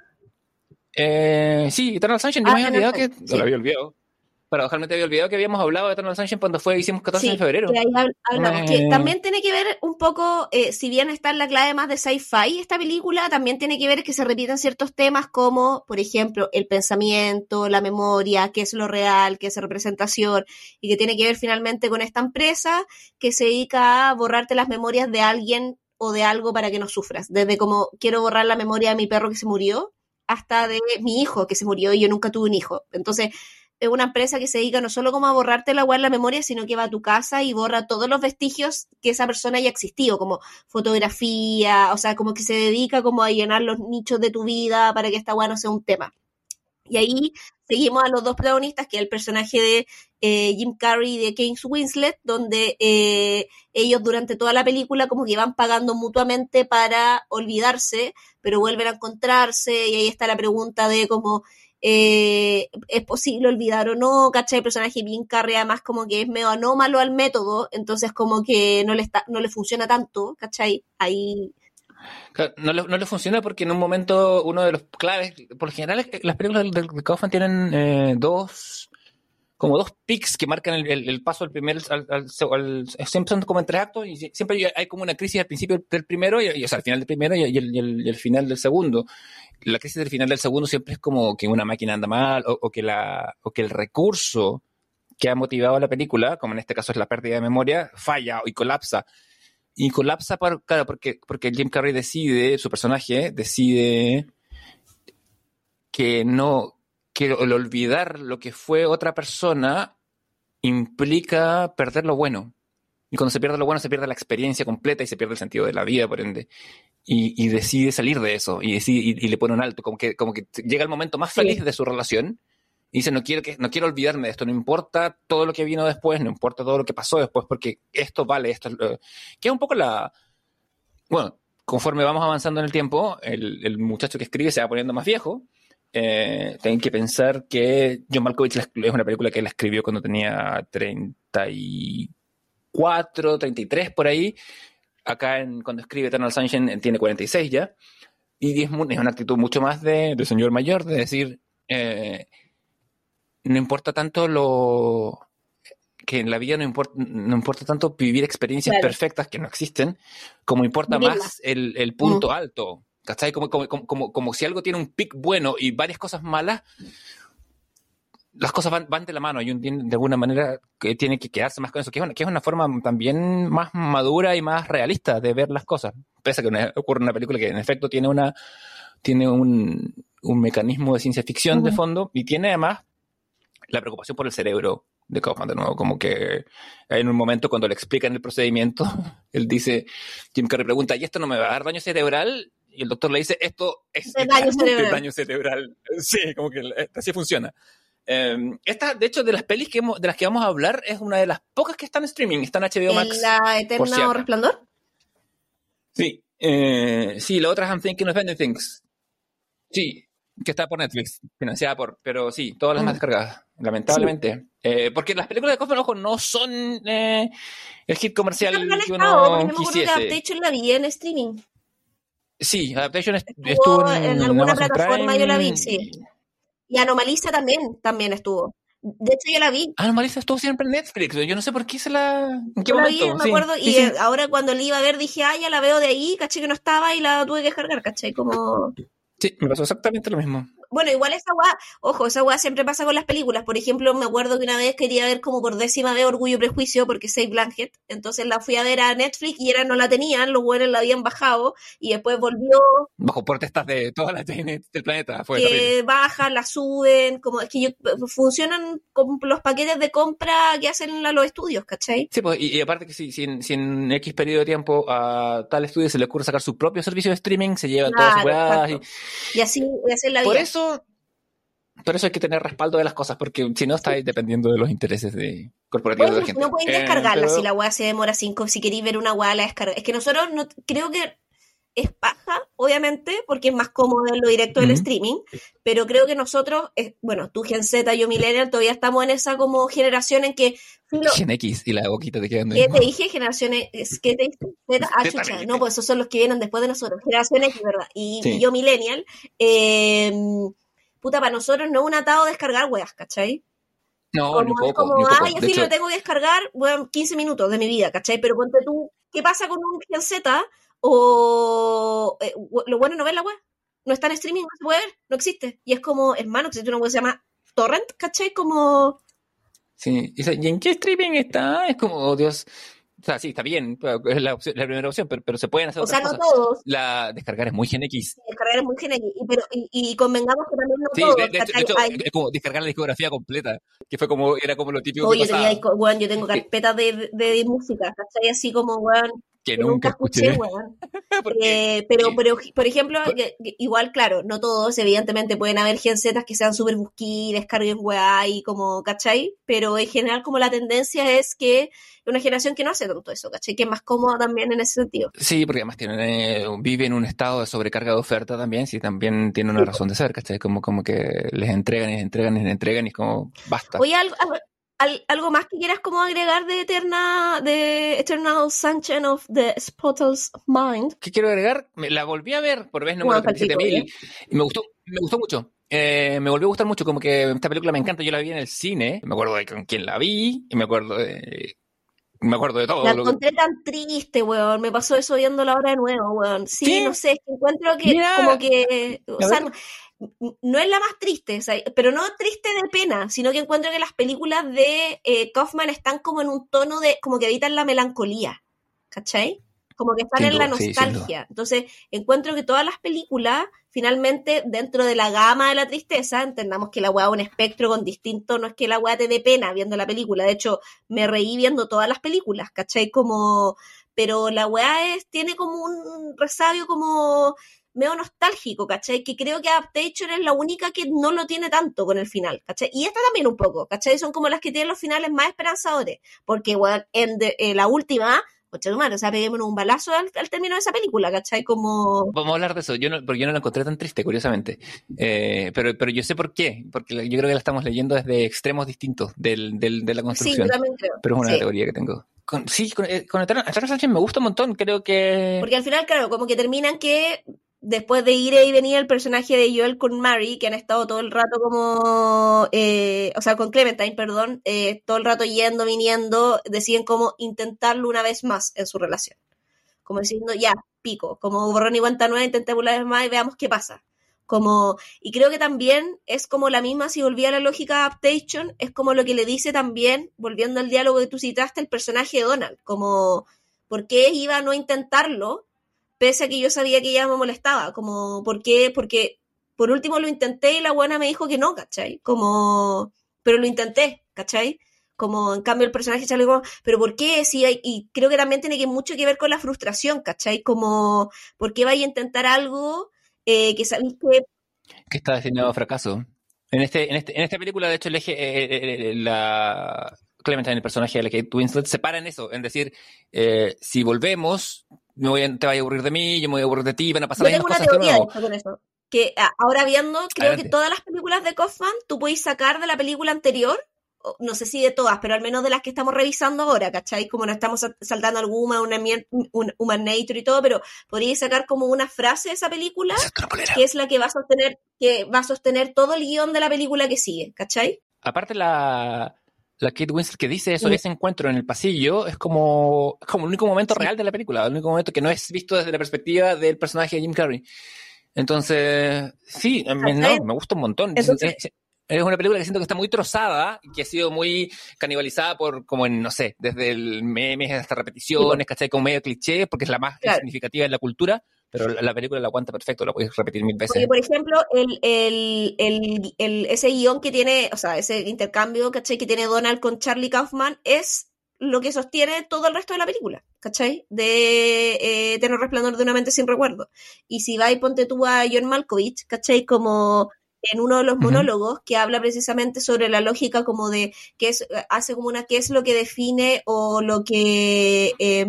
Eh, sí, Eternal Sunshine, yo
Ah,
me había
Eternal
olvidado que.
Sunshine,
No lo
sí.
había olvidado. Paradojalmente había olvidado que habíamos hablado de Eternal Sunshine cuando fue, hicimos catorce de
Sí, que
febrero.
ahí hab-
No
hablamos. Que
me.
también tiene que ver un poco, eh, si bien está en la clave más de sci-fi, esta película también tiene que ver que se repiten ciertos temas como, por ejemplo, el pensamiento, la memoria, qué es lo real, qué es representación, y que tiene que ver finalmente con esta empresa que se dedica a borrarte las memorias de alguien o de algo para que no sufras. Desde como quiero borrar la memoria de mi perro que se murió, hasta de mi hijo que se murió y yo nunca tuve un hijo. Entonces, es una empresa que se dedica no solo como a borrarte la web en la memoria, sino que va a tu casa y borra todos los vestigios que esa persona haya existido, como fotografía, o sea, como que se dedica como a llenar los nichos de tu vida para que esta web no sea un tema. Y ahí seguimos a los dos protagonistas, que es el personaje de eh, Jim Carrey y de Kate Winslet, donde eh, ellos durante toda la película como que van pagando mutuamente para olvidarse, pero vuelven a encontrarse, y ahí está la pregunta de cómo eh, es posible olvidar o no, ¿cachai? El personaje de Jim Carrey además como que es medio anómalo al método, entonces como que no le, está, no le funciona tanto, ¿cachai? Ahí...
Claro, No le, no le funciona porque en un momento uno de los claves, por lo general eh, las películas de, de Kaufman tienen eh, dos, como dos pics que marcan el, el, el paso del primer al, al, al, siempre son como en tres actos y siempre hay, hay como una crisis al principio del primero, y, y, o sea, al final del primero y, y, el, y, el, y el final del segundo. La crisis del final del segundo siempre es como que una máquina anda mal o, o, que, la, o que el recurso que ha motivado la película, como en este caso es la pérdida de memoria, falla y colapsa. Y colapsa, por, claro, porque, porque Jim Carrey decide, su personaje decide que no, que el olvidar lo que fue otra persona implica perder lo bueno. Y cuando se pierde lo bueno, se pierde la experiencia completa y se pierde el sentido de la vida, por ende. Y, y decide salir de eso y, decide, y, y le pone un alto, como que, como que llega el momento más feliz
Sí.
de su relación y dice, no quiero, que, no quiero olvidarme de esto, no importa todo lo que vino después, no importa todo lo que pasó después, porque esto vale, esto es lo- que es un poco la... Bueno, conforme vamos avanzando en el tiempo, el, el muchacho que escribe se va poniendo más viejo. Eh, tienen que pensar que John Malkovich la- es una película que él escribió cuando tenía treinta y cuatro, treinta y tres por ahí. Acá en, cuando escribe Eternal Sunshine tiene cuarenta y seis ya. Y es, mu- es una actitud mucho más de, de señor mayor, de decir, eh, no importa tanto lo... que en la vida no importa, no importa tanto vivir experiencias
Claro,
perfectas que no existen, como importa
vivirla.
más el, el
Mm.
punto alto. ¿Cachai? Como, como, como, como, como si algo tiene un pic bueno y varias cosas malas, las cosas van, van de la mano y uno tiene, de alguna manera que tiene que quedarse más con eso, que es, una, que es una forma también más madura y más realista de ver las cosas. Pese a que una, ocurre una película que en efecto tiene, una, tiene un, un mecanismo de ciencia ficción de
Ujú.
fondo y tiene además la preocupación por el cerebro de Kaufman, de nuevo, como que en un momento cuando le explican el procedimiento, él dice, Jim Carrey pregunta, ¿y esto no me va a dar daño cerebral? Y el doctor le dice, esto es
De daño
literalmente
cerebral.
daño cerebral. Sí, como que así funciona. Eh, esta, de hecho, de las pelis que hemos, de las que vamos a hablar, es una de las pocas que están en streaming, está en H B O
¿En
Max,
la
por si
eterna
acá.
resplandor?
Sí, eh, sí, la otra es I'm Thinking of Ending Things. Sí, que está por Netflix, financiada por, pero sí, todas las más
Mm.
descargadas,
Sí.
lamentablemente. Eh, porque las películas de Kaufman, ojo, no son eh, el hit
Esas
comercial
no han
que
estado, porque
uno
yo me acuerdo que
quisiese.
Adaptation la vi en streaming.
Sí, Adaptation est- estuvo
Estuvo en
en
alguna
Amazon
plataforma, yo la vi,
Prime.
sí.
y-
Y Anomalisa también, también estuvo. De hecho, yo la vi.
Ah, no, Marisa estuvo siempre en Netflix. Yo no sé por qué se la... ¿En qué
Yo la vi,
momento?
me
Sí,
acuerdo,
sí,
y eh,
sí.
ahora cuando la iba a ver dije, ah, ya la veo de ahí, caché que no estaba y la tuve que descargar, caché, como...
Sí, me pasó exactamente lo mismo.
Bueno, igual esa weá, ojo, esa weá siempre pasa con las películas. Por ejemplo, me acuerdo que una vez quería ver como por décima vez Orgullo y Prejuicio porque Safe Blanket. Entonces la fui a ver a Netflix y era no la tenían, los buenos la habían bajado y después volvió
Bajo protestas de todas las Janet del planeta. Fue terrible.
que bajan, la suben, como es que yo, funcionan como los paquetes de compra que hacen la- los estudios, ¿cachai?
Sí, pues, y, y aparte que si, si, en, si en X periodo de tiempo a tal estudio se le ocurre sacar su propio servicio de streaming, se llevan todas sus
Claro,
weas. Y...
exacto. Y así, y así es la
Por
vida.
eso, por eso hay que tener respaldo de las cosas, porque si no estáis dependiendo de los intereses de corporativos
Oye,
de la
pero si no
gente.
podéis
Eh,
descargarla, si la
pero
weá se demora cinco, si queréis ver una weá, la descarga. Es que nosotros no, creo que es paja, obviamente, porque es más cómodo verlo directo del
mm,
streaming, pero creo que nosotros, eh, bueno, tú Gen Z, yo Millennial, todavía estamos en esa como generación en que, filo,
Gen X y la boquita te quedan lo
¿qué
mismo.
te dije? Generaciones, ¿qué te dije? Z, ah,
Te
chucha,
también,
no, pues esos son los que vienen después de nosotros, generación X, ¿verdad? Y, y
sí.
yo Millennial, eh, puta, para nosotros no es un atado descargar weas, ¿cachai?
No, ni
Como
un
es
poco,
como,
ni un
ah,
poco.
yo
De
filo, lo
hecho,
tengo que descargar, bueno, quince minutos de mi vida, ¿cachai? Pero ponte tú, ¿qué pasa con un Gen Z? O eh, lo bueno no ver la web, no está en streaming, no se puede ver, no existe. Y es como, hermano, existe una web que se llama Torrent, ¿cachai? Como,
sí. Y, ¿y en qué streaming está? Es como, oh, Dios. O sea, sí, está bien, pero es la, opción- la primera opción, pero, pero se pueden hacer
o
otras
sea, no
cosas.
todos,
La descargar es muy Gen X.
descargar es muy genérico, y, pero, y, y convengamos que también no
Sí, de,
todos,
de hecho, de
¿cachai?
hecho,
Hay,
es como descargar la discografía completa, que fue como, era como lo típico que
oye, yo tenía,
pasaba,
disco- weón, yo tengo
que,
carpetas de, de, de música, ¿cachai? Así como, weón,
que
que nunca
nunca
escuché,
escuché.
weón.
Porque,
Eh, pero,
que-
pero, por ejemplo,
por-
que- que igual, claro, no todos, evidentemente pueden haber Gen Zetas que sean súper busquí, descarguen weá y como, ¿cachai? Pero en general como la tendencia es que es una generación que no hace tanto eso, ¿cachai? Que es más cómoda también en ese sentido.
sí, porque además tienen, eh, vive en un estado de sobrecarga de oferta también, sí, también tiene una
Sí, po.
razón de ser, ¿cachai? Como, como que les entregan y les entregan y les entregan y es como, basta.
Oye, algo, algo, al- algo más que quieras como agregar de Eterna, de Eternal Sunshine of the Spotless Mind.
¿Qué quiero agregar? Me la volví a ver por vez número
Juan
treinta y siete
Palpico, ¿ya?
mil y me gustó, me gustó mucho. Eh, me volvió a gustar mucho, como que esta película me encanta, yo la vi en el cine, me acuerdo de con quién la vi, y me acuerdo de, me acuerdo de
La
todo lo que...
encontré tan triste, weón. Me pasó eso viéndola ahora de nuevo, weón. Sí, no
Sí,
sé, es que encuentro que como
mira,
que, o
a
sea, no,
ver,
no es la más triste, o sea, pero no triste de pena, sino que encuentro que las películas de eh, Kaufman están como en un tono de, como que evitan la melancolía, ¿cachai? como que están
Sin
en la
duda, sí, sin duda.
nostalgia. Entonces, encuentro que todas las películas, finalmente, dentro de la gama de la tristeza, entendamos que la weá es un espectro con distinto, no es que la weá te dé pena viendo la película, de hecho, me reí viendo todas las películas, ¿cachai? Como, pero la weá es, tiene como un resabio como medio nostálgico, ¿cachai? Que creo que Adaptation es la única que no lo tiene tanto con el final, ¿cachai? Y esta también un poco, ¿cachai? Son como las que tienen los finales más esperanzadores, porque, weón, en de, eh, la última, ocho de o sea, peguémonos un balazo al, al término de esa película, ¿cachai? Como...
Vamos a hablar de eso, yo no, porque yo no la encontré tan triste, curiosamente. Eh, pero, pero yo sé por qué, porque yo creo que la estamos leyendo desde extremos distintos del, del, de la
Sí, yo
construcción.
también creo.
Pero es una
Sí.
teoría que tengo. Con, sí, con, eh, con Eternal, Eternal Sunshine me gusta un montón, creo que...
Porque al final, claro, como que terminan que después de ir y venir el personaje de Joel con Mary, que han estado todo el rato como, eh, o sea, con Clementine, perdón, eh, todo el rato yendo, viniendo, deciden como intentarlo una vez más en su relación. Como diciendo, ya, pico, como borrón y cuenta nueva, intentemos una vez más y veamos qué pasa. Como, y creo que también es como la misma, si volvía a la lógica Adaptation, es como lo que le dice también, volviendo al diálogo que tú citaste, el personaje de Donald, como, ¿por qué iba a no intentarlo? Pese a que yo sabía que ella me molestaba, como, ¿por qué? Porque por último lo intenté y la buena me dijo que no, ¿cachai? Como, pero lo intenté, ¿cachai? Como en cambio el personaje sale como, pero ¿por qué? Sí, hay, y creo que también tiene que mucho que ver con la frustración, ¿cachai? Como, ¿por qué vaya a intentar algo eh, que sabéis que...
que está destinado a fracaso. En este, en este, en esta película, de hecho, el eje, eh, eh, eh, la Clementine, el personaje de la Kate Winslet, se para en eso, en decir, eh, si volvemos, me voy a, te vas a aburrir de mí, yo me voy a aburrir de ti, van a pasar
Yo
las
tengo
mismas
una
cosas de
teoría de
nuevo.
esto con eso. Que a, ahora viendo, creo que
Adelante.
todas las películas de Kaufman tú podéis sacar de la película anterior, o no sé si de todas, pero al menos de las que estamos revisando ahora, ¿cachai? Como no estamos sa- saltando alguna, una, mier- un Human Nature y todo, pero podríais sacar como una frase de esa película
Exacto, una polera.
que es la que va a sostener, que va a sostener todo el guión de la película que sigue, ¿cachai?
Aparte, la, la Kate Winslet que dice eso,
Mm,
ese encuentro en el pasillo, es como, es como el único momento
sí,
real de la película, el único momento que no es visto desde la perspectiva del personaje de Jim Carrey. Entonces, sí, me,
¿cachai?
no, me gusta un montón.
Entonces,
Es, es una película que siento que está muy trozada y que ha sido muy canibalizada por, como en, no sé, desde el memes hasta
tipo,
repeticiones, ¿cachai? Como medio cliché, porque es la más
claro.
significativa en la cultura, pero la, la película la aguanta perfecto, la puedes repetir mil
Porque,
veces.
por ejemplo, el, el, el, el, ese guión que tiene, o sea, ese intercambio, ¿cachai? Que tiene Donald con Charlie Kaufman es lo que sostiene todo el resto de la película, ¿cachai? De eh, Eterno Resplandor de una mente sin recuerdo. Y si va y ponte tú a John Malkovich, ¿cachai? Como en uno de los
Ujú.
monólogos que habla precisamente sobre la lógica como de qué es, hace como una qué es lo que define o lo que... Eh,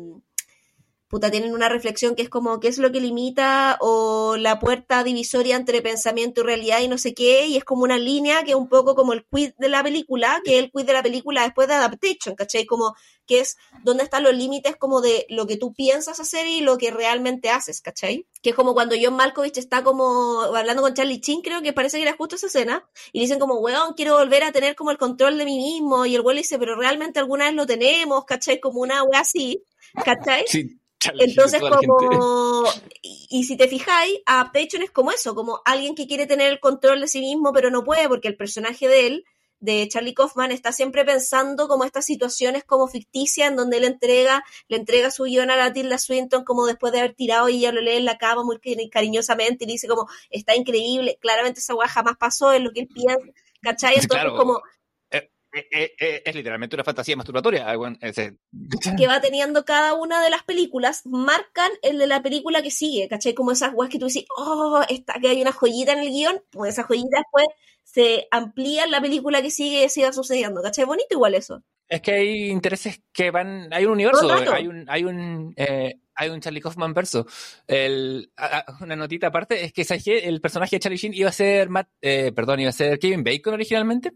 puta, tienen una reflexión que es como qué es lo que limita o la puerta divisoria entre pensamiento y realidad y no sé qué, y es como una línea que es un poco como el quiz de la película, que es el quiz de la película después de Adaptation, ¿cachai? Como que es donde están los límites como de lo que tú piensas hacer y lo que realmente haces, ¿cachai? Que es como cuando John Malkovich está como hablando con Charlie Chin, creo que parece que era justo esa escena, y dicen como, weón, quiero volver a tener como el control de mí mismo, y el weón le dice, pero realmente alguna vez lo tenemos, ¿cachai? Como una wea así, ¿cachai?
Sí, Charlie Sheen y
Entonces,
toda la gente.
como, y, y si te fijáis, Adaptation es como eso, como alguien que quiere tener el control de sí mismo, pero no puede, porque el personaje de él, de Charlie Kaufman, está siempre pensando como estas situaciones como ficticias, en donde él entrega, le entrega su guión a la Tilda Swinton, como después de haber tirado y ella lo lee en la cama muy cariñosamente, y le dice como, está increíble, claramente esa weá jamás pasó, es lo que él piensa, ¿cachai?
Sí,
Entonces,
claro,
como,
eh, eh, eh, es literalmente una fantasía masturbatoria. ah, bueno, ese-
que va teniendo cada una de las películas marcan el de la película que sigue, ¿cachai? Como esas weas que tú dices, oh, está, que hay una joyita en el guión, pues esa joyita después se amplía en la película que sigue y siga sucediendo, ¿cachai? Bonito igual eso.
Es que hay intereses que van, hay un
Todo el
universo, hay
rato.
un, hay un, eh, hay un Charlie Kaufman verso. El, a- a- una notita aparte es que ¿sabes qué? El personaje de Charlie Sheen iba a ser Matt, eh, perdón, iba a ser Kevin Bacon originalmente.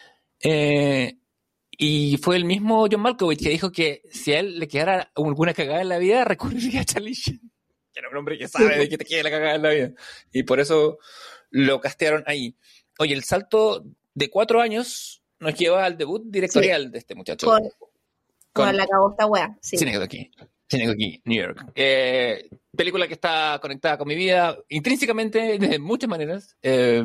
Eh, y fue el mismo John Malkovich que dijo que si a él le quedara alguna cagada en la vida, recurriría a Charlie Sheen, que era un hombre que
Sí,
sabe de
po.
que te queda la cagada en la vida. Y por eso lo castearon ahí. Oye, el salto de cuatro años nos lleva al debut
Sí,
directorial de este muchacho,
con, con
con
la cagó esta wea, sí.
Synecdoche, Synecdoche, New York. Eh, película que está conectada con mi vida intrínsecamente de muchas maneras. Eh,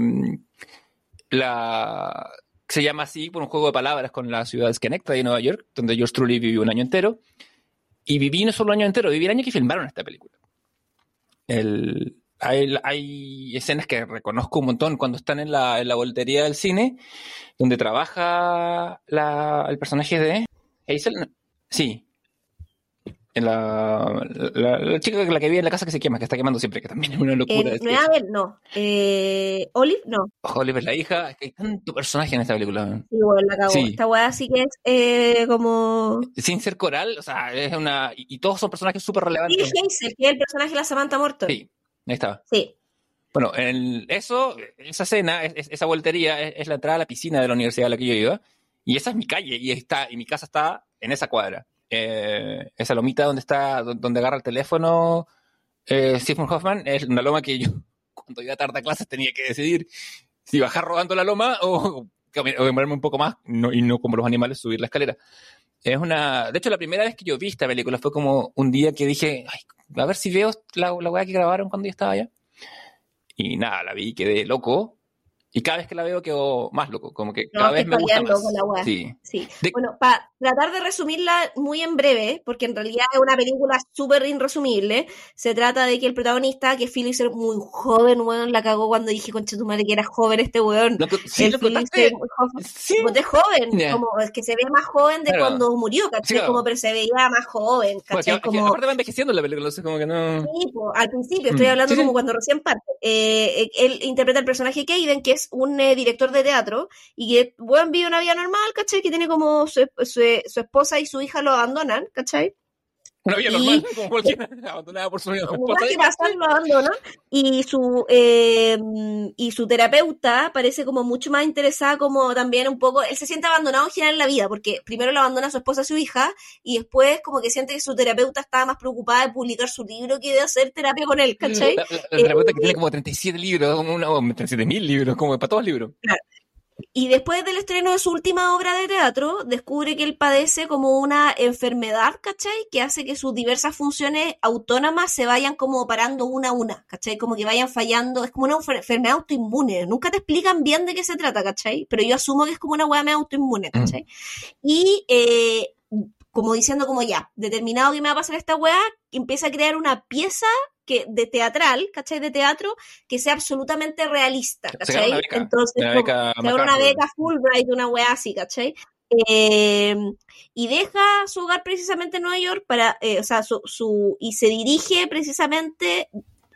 la se llama así por un juego de palabras con la ciudad de Schenectady de Nueva York, donde George Truly vivió un año entero. y viví no solo el año entero, viví el año que filmaron esta película. El, hay, hay escenas que reconozco un montón cuando están en la, en la boletería del cine, donde trabaja la, el personaje de Hazel. Sí, en la, la, la chica la que vive en la casa que se quema, que está quemando siempre, que también es una locura.
Eh, no es Abel, no. Eh, Olive, no.
Oliver, la hija, es que hay tanto personaje en esta película.
Sí, bueno, la cagó.
Sí.
Esta weá sí que es eh, como...
Sin ser coral, o sea, es una... Y, y todos son personajes súper
Sí,
relevantes.
Hazel, que es el personaje de la Samantha Morton.
Sí, ahí estaba.
Sí.
Bueno, el, eso, esa escena, es, esa voltería, es, es la entrada a la piscina de la universidad a la que yo iba, y esa es mi calle, y está, y mi casa está en esa cuadra. Eh, esa lomita donde está, donde agarra el teléfono eh, Stephen Hoffman, es una loma que yo, cuando iba tarde a clases, tenía que decidir si bajar rodando la loma o, o demorarme un poco más, no, y no como los animales subir la escalera. Es una, de hecho, la primera vez que yo vi esta película fue como un día que dije, ay, a ver si veo la, la weá que grabaron cuando yo estaba allá. Y nada, la vi, quedé loco. Y cada vez que la veo quedo más loco, como que
No,
cada
que
vez me gusta más.
loco la weá.
Sí.
Sí.
De...
Bueno, para tratar de resumirla muy en breve, porque en realidad es una película súper irresumible, se trata de que el protagonista, que Philip es muy joven, weón, la cagó cuando dije, concha tu madre, que era joven este weón.
Lo, sí,
el
lo
Philip
contaste.
Sí. Es joven, yeah. Como es que se ve más joven de claro. Cuando murió, ¿cachai? Sí, claro. Como pero se veía más joven, ¿cachai?
Bueno,
como...
que, aparte va envejeciendo la película, no sé, como que no...
Sí, pues, al principio, estoy hablando sí, como sí. Cuando recién parte. Eh, él interpreta el personaje Kaden, que es un eh, director de teatro, y que, bueno, vive una vida normal, ¿cachai? Que tiene como su, su, su esposa y su hija lo abandonan, ¿cachai?
Una vida y, normal, como cualquiera, abandonada por su esposa.
¿Qué pasa? Lo abandonan. Y su, eh, y su terapeuta parece como mucho más interesada, como también un poco, él se siente abandonado en general en la vida, porque primero lo abandona a su esposa y su hija, y después como que siente que su terapeuta estaba más preocupada de publicar su libro que de hacer terapia con él, ¿cachai?
La, la, la terapeuta eh, que tiene como treinta y siete libros, como una, treinta y siete mil libros, como para todos los libros.
Claro. Y después del estreno de su última obra de teatro, descubre que él padece como una enfermedad, ¿cachai? Que hace que sus diversas funciones autónomas se vayan como parando una a una, ¿cachai? Como que vayan fallando, es como una enfermedad autoinmune. Nunca te explican bien de qué se trata, ¿cachai? Pero yo asumo que es como una hueá medio autoinmune, ¿cachai? Mm. Y eh, como diciendo como ya, determinado que me va a pasar esta hueá, empieza a crear una pieza que de teatral, ¿cachai? De teatro, que sea absolutamente realista, ¿cachai?
Beca,
entonces,
una beca,
como, una beca Fulbright, una weá así, ¿cachai? Eh, y deja su hogar precisamente en Nueva York para, eh, o sea, su, su, y se dirige precisamente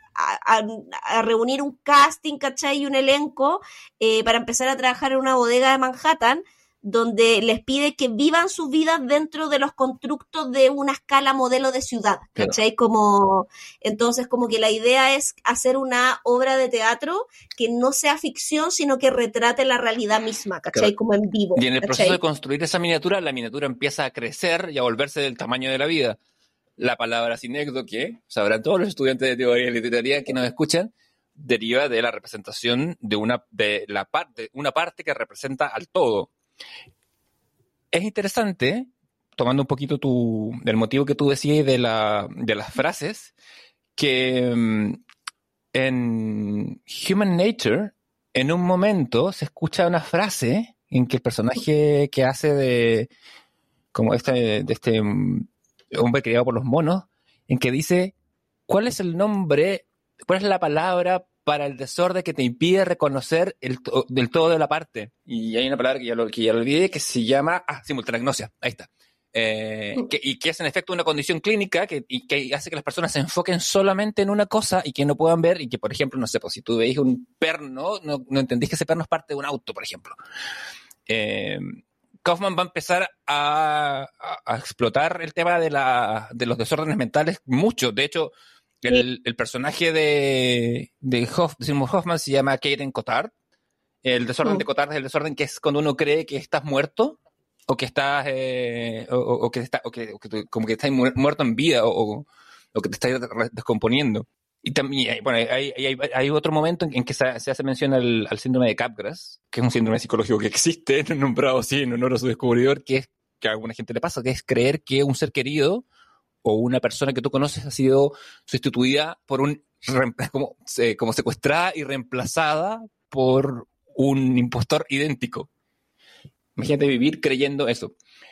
a, a, a reunir un casting, ¿cachai? Y un elenco eh, para empezar a trabajar en una bodega de Manhattan, donde les pide que vivan sus vidas dentro de los constructos de una escala modelo de ciudad, ¿cachai? Claro. Como, entonces, como que la idea es hacer una obra de teatro que no sea ficción, sino que retrate la realidad misma, ¿cachai? Claro. Como en vivo.
Y en el
¿cachai?
proceso de construir esa miniatura, la miniatura empieza a crecer y a volverse del tamaño de la vida. La palabra sinécdoque, sabrán todos los estudiantes de teoría y literatura que nos escuchan, deriva de la representación de una, de la parte, una parte que representa al todo. Es interesante, tomando un poquito tu, del motivo que tú decías de, la, de las frases, que um, en Human Nature, en un momento se escucha una frase en que el personaje que hace de, como este, de este hombre criado por los monos, en que dice, ¿cuál es el nombre, cuál es la palabra para el desorden que te impide reconocer el to- del todo de la parte? Y hay una palabra que ya lo, que ya lo olvidé, que se llama, ah, simultanagnosia, ahí está. Eh, que, y que es en efecto una condición clínica que, y que hace que las personas se enfoquen solamente en una cosa y que no puedan ver, y que, por ejemplo, no sé, pues si tú veis un perno, no, no entendís que ese perno es parte de un auto, por ejemplo. Eh, Kaufman va a empezar a, a, a explotar el tema de, la, de los desórdenes mentales mucho. De hecho, el, el personaje de, de, Hoff, de Simon Hoffman se llama Kaden Cotard. El desorden mm. de Cotard es el desorden que es cuando uno cree que estás muerto o que estás eh, o, o, o que está o que, o que como que estás muerto en vida o, o que te estás descomponiendo. Y también, bueno, hay, hay, hay otro momento en, en que se, se hace mención al, al síndrome de Capgras, que es un síndrome psicológico que existe, nombrado así en honor a su descubridor, que es que a alguna gente le pasa, que es creer que un ser querido o una persona que tú conoces ha sido sustituida por un, como, como secuestrada y reemplazada por un impostor idéntico. Imagínate vivir creyendo eso.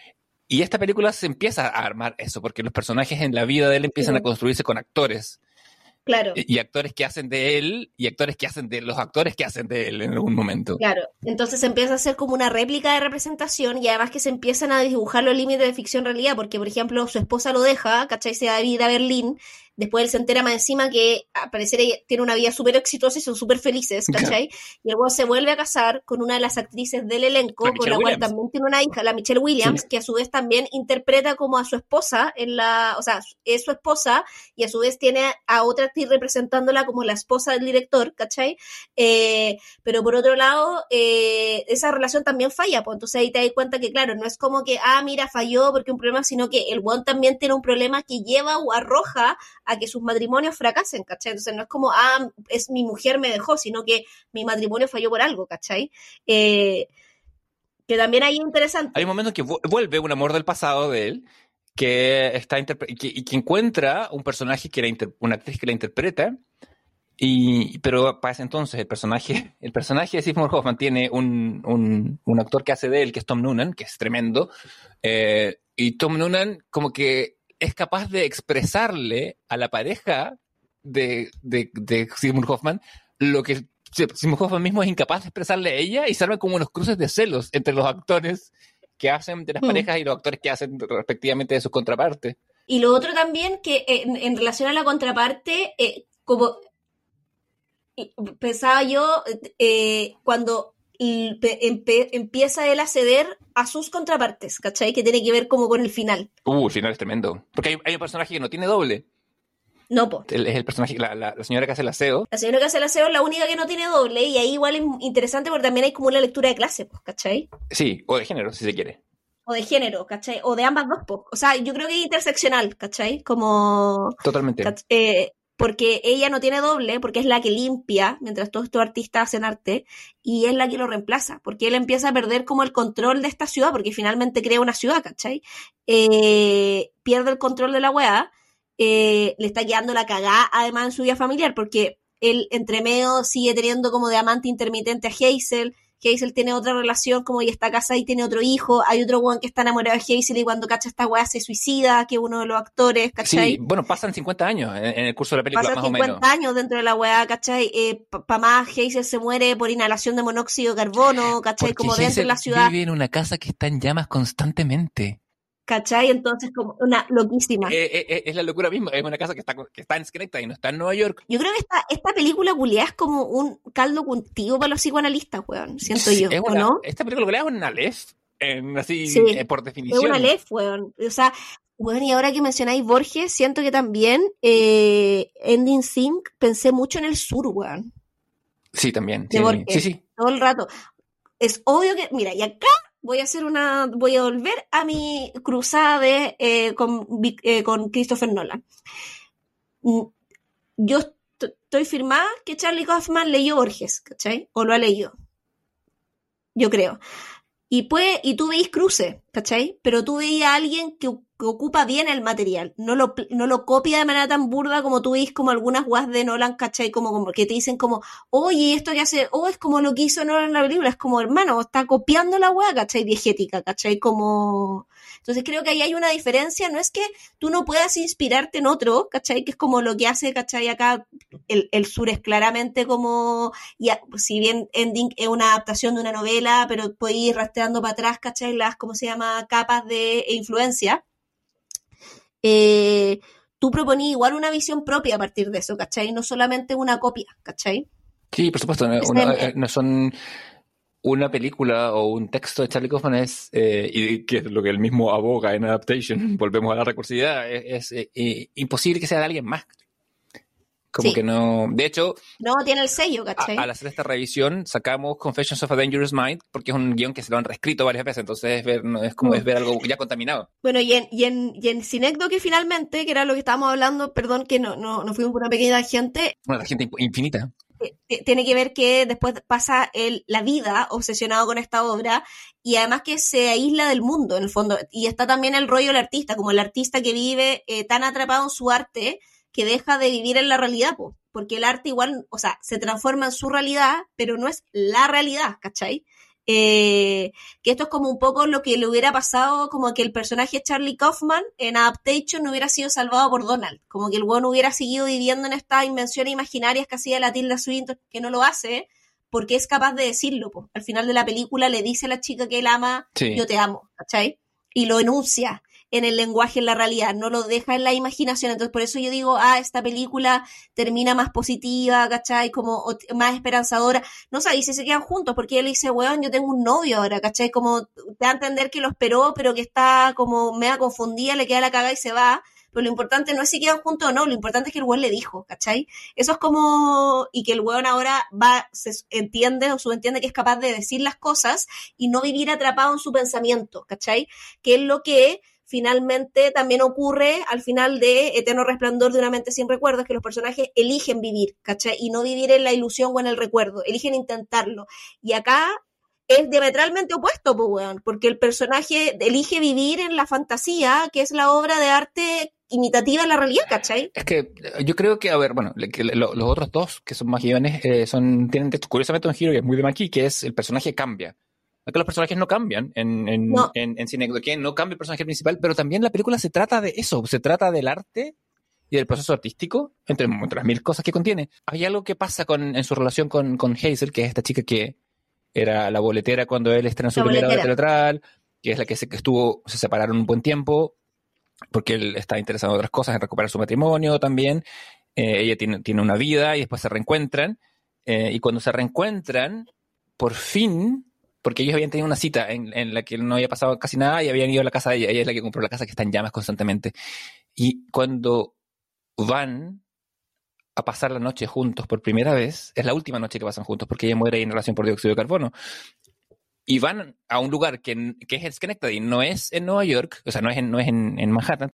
y esta película se empieza a armar eso, porque los personajes en la vida de él empiezan
Sí.
a construirse con actores.
Claro.
Y actores que hacen de él, y actores que hacen de los actores que hacen de él en algún momento.
Claro, entonces se empieza a hacer como una réplica de representación y además que se empiezan a dibujar los límites de ficción-realidad, porque por ejemplo su esposa lo deja, ¿cachai? Se va a ir a Berlín, después él se entera más encima que al parecer ella tiene una vida súper exitosa y son súper felices, ¿cachai? Y luego se vuelve a casar con una de las actrices del elenco,
La
con
Michelle
la cual
Williams.
también tiene una hija, la Michelle Williams,
Sí.
que a su vez también interpreta como a su esposa en la, o sea, es su esposa y a su vez tiene a otra actriz representándola como la esposa del director, ¿cachai? Eh, pero por otro lado, eh, esa relación también falla, pues entonces ahí te das cuenta que, claro, no es como que, ah, mira, falló porque un problema, sino que el weón también tiene un problema que lleva o arroja a que sus matrimonios fracasen, ¿cachai? Entonces no es como, ah, es mi mujer me dejó, sino que mi matrimonio falló por algo, ¿cachai? Eh, que también ahí es interesante.
Hay un momento en que vu- vuelve un amor del pasado de él, que está interpre- y que, y que encuentra un personaje que la inter- una actriz que la interpreta, y pero para ese entonces el personaje el personaje de Seymour Hoffman tiene un, un, un actor que hace de él, que es Tom Noonan, que es tremendo, eh, y Tom Noonan como que es capaz de expresarle a la pareja de, de, de Seymour Hoffman lo que Seymour Hoffman mismo es incapaz de expresarle a ella, y se arman como unos cruces de celos entre los actores que hacen de las
Hmm.
parejas y los actores que hacen respectivamente de sus contrapartes.
Y lo otro también, que eh, en, en relación a la contraparte, eh, como y pensaba yo, eh, cuando y pe- empe- empieza él a ceder a sus contrapartes, ¿cachai? Que tiene que ver como con el final.
Uh, el final es tremendo. Porque hay, hay un personaje que no tiene doble.
No, po.
El- es el personaje, la, la, la señora que hace el aseo.
La señora que hace el aseo es la única que no tiene doble, y ahí igual es interesante porque también hay como una lectura de clase, pues, ¿cachai?
Sí, o de género, si se quiere.
O de género, ¿cachai? O de ambas dos, pues. O sea, yo creo que es interseccional, ¿cachai? Como...
Totalmente.
¿cach- eh, porque ella no tiene doble, porque es la que limpia mientras todos estos artistas hacen arte, y es la que lo reemplaza, porque él empieza a perder como el control de esta ciudad, porque finalmente crea una ciudad, ¿cachai? Eh, pierde el control de la weá, eh, le está quedando la cagada además en su vida familiar, porque él entre medio sigue teniendo como de amante intermitente a Hazel. Hazel tiene otra relación, como ella está casada y tiene otro hijo. Hay otro weón que está enamorado de Hazel y cuando cacha esta weá se suicida, que es uno de los actores, ¿cachai?
Sí, bueno, pasan cincuenta años en, en el curso de la película,
Pasan
más o
cincuenta
menos.
años dentro de la weá, ¿cachai? Eh, Para más, Hazel se muere por inhalación de monóxido de carbono, ¿cachai?
Porque
Como dentro de la
Hazel
ciudad,
vive en una casa que está en llamas constantemente.
¿cachai? Entonces, como una loquísima.
Eh, eh, eh, es la locura misma. Es una casa que está, que está en Schenectady y no está en Nueva York.
Yo creo que esta, esta película culiá es como un caldo cultivo para los psicoanalistas, weón. Siento
Sí,
yo,
es
¿o
una,
no?
esta película que le es una Aleph, en, así,
Sí,
eh, por
es
definición.
una lef, weón. O sea, weón, y ahora que mencionáis Borges, siento que también eh, Ending Sync pensé mucho en el sur, weón.
Sí, también.
De
Sí,
Borges.
sí, sí.
Todo el rato. Es obvio que, mira, y acá voy a hacer una, voy a volver a mi cruzada de, eh, con, Vic- eh, con Christopher Nolan. Mm, Yo est- estoy firmada que Charlie Kaufman leyó Borges, ¿cachai? O lo ha leído. Yo creo. Y, puede, y tú veis cruces, ¿cachai? Pero tú veis a alguien que, que ocupa bien el material, no lo, no lo copia de manera tan burda como tú veis como algunas guas de Nolan, ¿cachai? Como, como que te dicen como, oye, esto que hace, oh, es como lo que hizo Nolan en la película, es como, hermano, está copiando la guá, ¿cachai? Diegética, ¿cachai? Como... Entonces creo que ahí hay una diferencia, no es que tú no puedas inspirarte en otro, ¿cachai? Que es como lo que hace, ¿cachai? Acá el, el sur es claramente como, ya, si bien Ending es una adaptación de una novela, pero puedes ir rastreando para atrás, ¿cachai? Las, ¿cómo se llama? Capas de influencia. Eh, tú proponías igual una visión propia a partir de eso, ¿cachai? No solamente una copia, ¿cachai?
Sí, por supuesto. No,
Ese
una-
es-
eh, no son una película o un texto de Charlie Kaufman es, eh, y que es lo que él mismo aboga en Adaptation, volvemos a la recursividad, es, es, eh, eh, imposible que sea de alguien más. Como
Sí.
que no... De hecho,
No tiene el sello,
a-
¿cachai?
al hacer esta revisión sacamos Confessions of a Dangerous Mind, porque es un guión que se lo han reescrito varias veces, entonces es ver, no, es como
Mm.
es ver algo ya contaminado.
Bueno, y en, y en, y en Cinécdoque finalmente, que era lo que estábamos hablando, perdón que no, no, no fuimos por una pequeña gente,
Una gente infinita.
t- tiene que ver que después pasa el, la vida obsesionado con esta obra y además que se aísla del mundo en el fondo, y está también el rollo del artista, como el artista que vive eh, tan atrapado en su arte que deja de vivir en la realidad, po, porque el arte igual, o sea, se transforma en su realidad, pero no es la realidad, ¿cachai? eh, que esto es como un poco lo que le hubiera pasado, como que el personaje de Charlie Kaufman en Adaptation no hubiera sido salvado por Donald, como que el weón hubiera seguido viviendo en estas invenciones imaginarias que hacía la Tilda Swinton, que no lo hace, porque es capaz de decirlo, po. Al final de la película le dice a la chica que él ama,
Sí.
yo te amo, ¿cachai? Y lo enuncia en el lenguaje, en la realidad, no lo deja en la imaginación. Entonces, por eso yo digo, ah, esta película termina más positiva, ¿cachai? Como más esperanzadora. No sabéis si se quedan juntos, porque él dice, weón, yo tengo un novio ahora, ¿cachai? Como te da a entender que lo esperó, pero que está como media confundida, le queda la cagada y se va. Pero lo importante no es si quedan juntos o no, lo importante es que el weón le dijo, ¿cachai? Eso es como, y que el weón ahora va, se entiende o subentiende que es capaz de decir las cosas y no vivir atrapado en su pensamiento, ¿cachai? Que es lo que finalmente también ocurre al final de Eterno Resplandor de una mente sin recuerdos, que los personajes eligen vivir, ¿cachai? Y no vivir en la ilusión o en el recuerdo, eligen intentarlo. Y acá es diametralmente opuesto, pues, weón, porque el personaje elige vivir en la fantasía, que es la obra de arte imitativa de la realidad, ¿cachai?
Es que yo creo que, a ver, bueno, que lo, los otros dos, que son más guiones, eh, son, tienen curiosamente un giro que es muy de Maki, que es el personaje cambia. Acá los personajes no cambian en, en,
No.
en, en Cine que no cambia el personaje principal, pero también la película se trata de eso, se trata del arte y del proceso artístico, entre, entre las mil cosas que contiene. Hay algo que pasa con, en su relación con, con Hazel, que es esta chica que era la boletera cuando él estrenó su
La
primera obra
boletera.
teatral, que es la que se que estuvo, se separaron un buen tiempo, porque él está interesado en otras cosas, en recuperar su matrimonio también. Eh, ella tiene, tiene una vida y después se reencuentran. Eh, y cuando se reencuentran, por fin, porque ellos habían tenido una cita en, en la que no había pasado casi nada y habían ido a la casa de ella. Ella es la que compró la casa que está en llamas constantemente. Y cuando van a pasar la noche juntos por primera vez, es la última noche que pasan juntos porque ella muere ahí en relación por dióxido de carbono. Y van a un lugar que, que es Schenectady, no es en Nueva York, o sea, no es en, no es en, en Manhattan.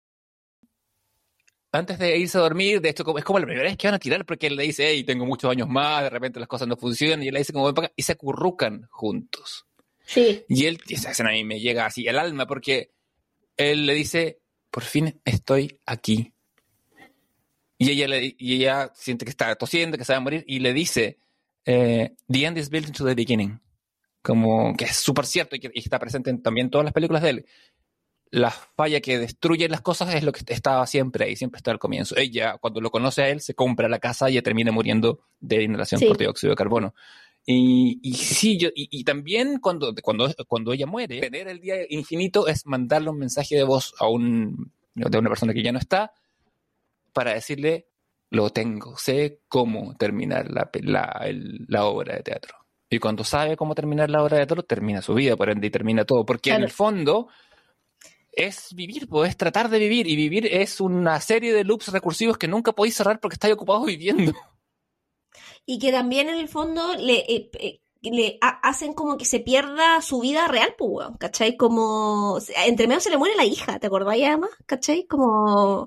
Antes de irse a dormir, de hecho, es como la primera vez que van a tirar porque él le dice, hey, tengo muchos años más, de repente las cosas no funcionan, y él le dice como ven para acá, y se acurrucan juntos.
Sí.
Y él, y esa escena a mí me llega así al alma porque él le dice, por fin estoy aquí. Y ella, le, y ella siente que está tosiendo, que se va a morir, y le dice, eh, the end is built into the beginning. Como que es súper cierto y que y está presente en también todas las películas de él. La falla que destruye las cosas es lo que estaba siempre ahí, siempre está al comienzo. Ella, cuando lo conoce a él, se compra la casa y ella termina muriendo de inhalación
Sí.
por dióxido de carbono. Y, y sí, yo, y, y también cuando, cuando, cuando ella muere, tener el día infinito es mandarle un mensaje de voz a un, de una persona que ya no está para decirle, lo tengo, sé cómo terminar la, la, el, la obra de teatro. Y cuando sabe cómo terminar la obra de teatro, termina su vida, por ende, y termina todo. Porque claro, en el fondo es vivir, pues, es tratar de vivir. Y vivir es una serie de loops recursivos que nunca podéis cerrar porque estáis ocupados viviendo.
Y que también en el fondo le, eh, eh, le a, hacen como que se pierda su vida real, pues, weón, ¿cachai? Como, entre medio se le muere la hija, ¿te acordáis además? ¿Cachai? Como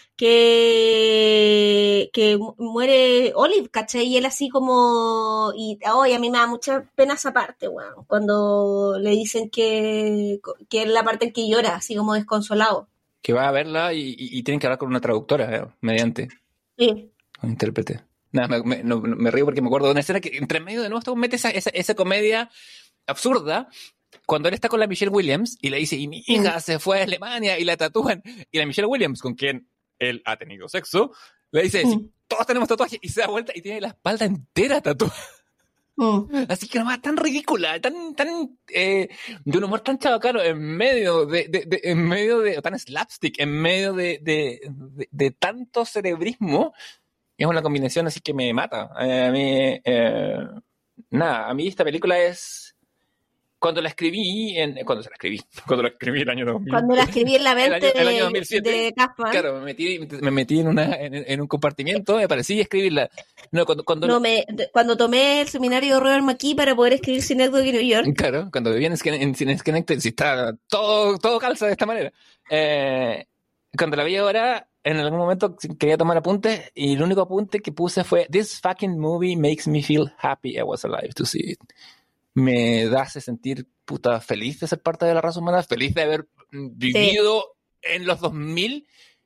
que, que muere Olive, ¿cachai? Y él así como, y hoy oh, a mí me da mucha pena esa parte, weón, cuando le dicen que, que es la parte en que llora, así como desconsolado.
Que va a verla y, y, y tienen que hablar con una traductora, eh, mediante.
Sí.
Un intérprete. Nada, me, me, no, me río porque me acuerdo de una escena que entre medio de nuevo mete esa, esa, esa comedia absurda cuando él está con la Michelle Williams y le dice, y mi hija se fue a Alemania y la tatúan. Y la Michelle Williams, con quien él ha tenido sexo, le dice, sí, todos tenemos tatuajes, y se da vuelta y tiene la espalda entera tatuada. Mm. Así que nomás tan ridícula, tan, tan eh, de un humor tan chabacano en medio de, de, de en medio de, tan slapstick, en medio de, de, de, de tanto cerebrismo. Es una combinación así que me mata. Eh, a mí, eh, nada, a mí esta película es... Cuando la escribí, en, cuando se la escribí, cuando la escribí el año dos mil.
Cuando la escribí en la mente
el año, el año
de,
dos mil siete,
de Kaufman.
Claro, me metí, me metí en, una, en, en un compartimiento, me parecía escribirla. No, cuando, cuando,
no, me, cuando tomé el seminario de Robert McKee para poder escribir Synecdoche en New York.
Claro, cuando viví en Schenectady, si está todo, todo calza de esta manera. Eh, cuando la vi ahora, en algún momento quería tomar apuntes y el único apunte que puse fue This fucking movie makes me feel happy I was alive to see it. Me hace sentir puta feliz de ser parte de la raza humana, feliz de haber vivido sí. en los dos mil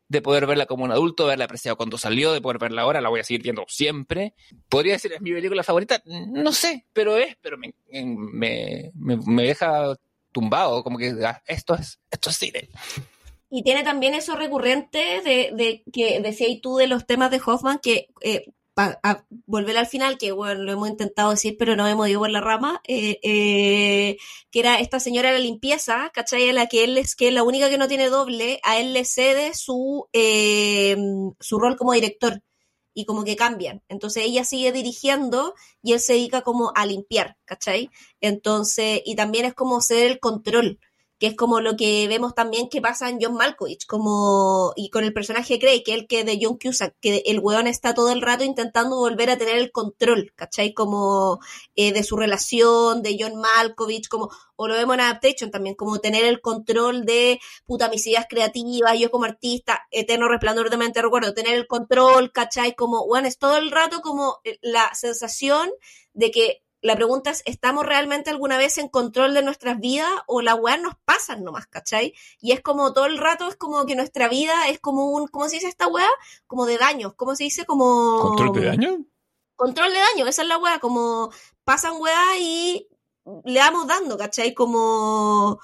de poder verla como un adulto, de haberla apreciado cuando salió, de poder verla ahora, la voy a seguir viendo siempre. ¿Podría decir es mi película favorita? No sé, pero es, pero me, me, me, me deja tumbado, como que ah, esto es, esto es cine.
Y tiene también eso recurrente de, de que decías tú de los temas de Hoffman, que eh, para volver al final, que bueno, lo hemos intentado decir, pero no hemos ido por la rama, eh, eh, que era esta señora de la limpieza, ¿cachai? A la que él es, que es la única que no tiene doble, a él le cede su, eh, su rol como director. Y como que cambian. Entonces ella sigue dirigiendo y él se dedica como a limpiar, ¿cachai? Entonces, y también es como ceder el control, que es como lo que vemos también que pasa en John Malkovich, como, y con el personaje de Craig, que es el que de John Cusack, que el weón está todo el rato intentando volver a tener el control, ¿cachai? Como eh, de su relación, de John Malkovich, como, o lo vemos en Adaptation también, como tener el control de, puta, mis ideas creativas, yo como artista, eterno resplandor de mente recuerdo, tener el control, ¿cachai? Como, bueno, es todo el rato como la sensación de que la pregunta es, ¿estamos realmente alguna vez en control de nuestras vidas o las weas nos pasan nomás, ¿cachai? Y es como todo el rato, es como que nuestra vida es como un, ¿cómo se dice esta wea? Como de daños, ¿cómo se dice? Como...
¿Control de daño?
Control de daño, esa es la wea, como pasan weas y le vamos dando, ¿cachai? Como...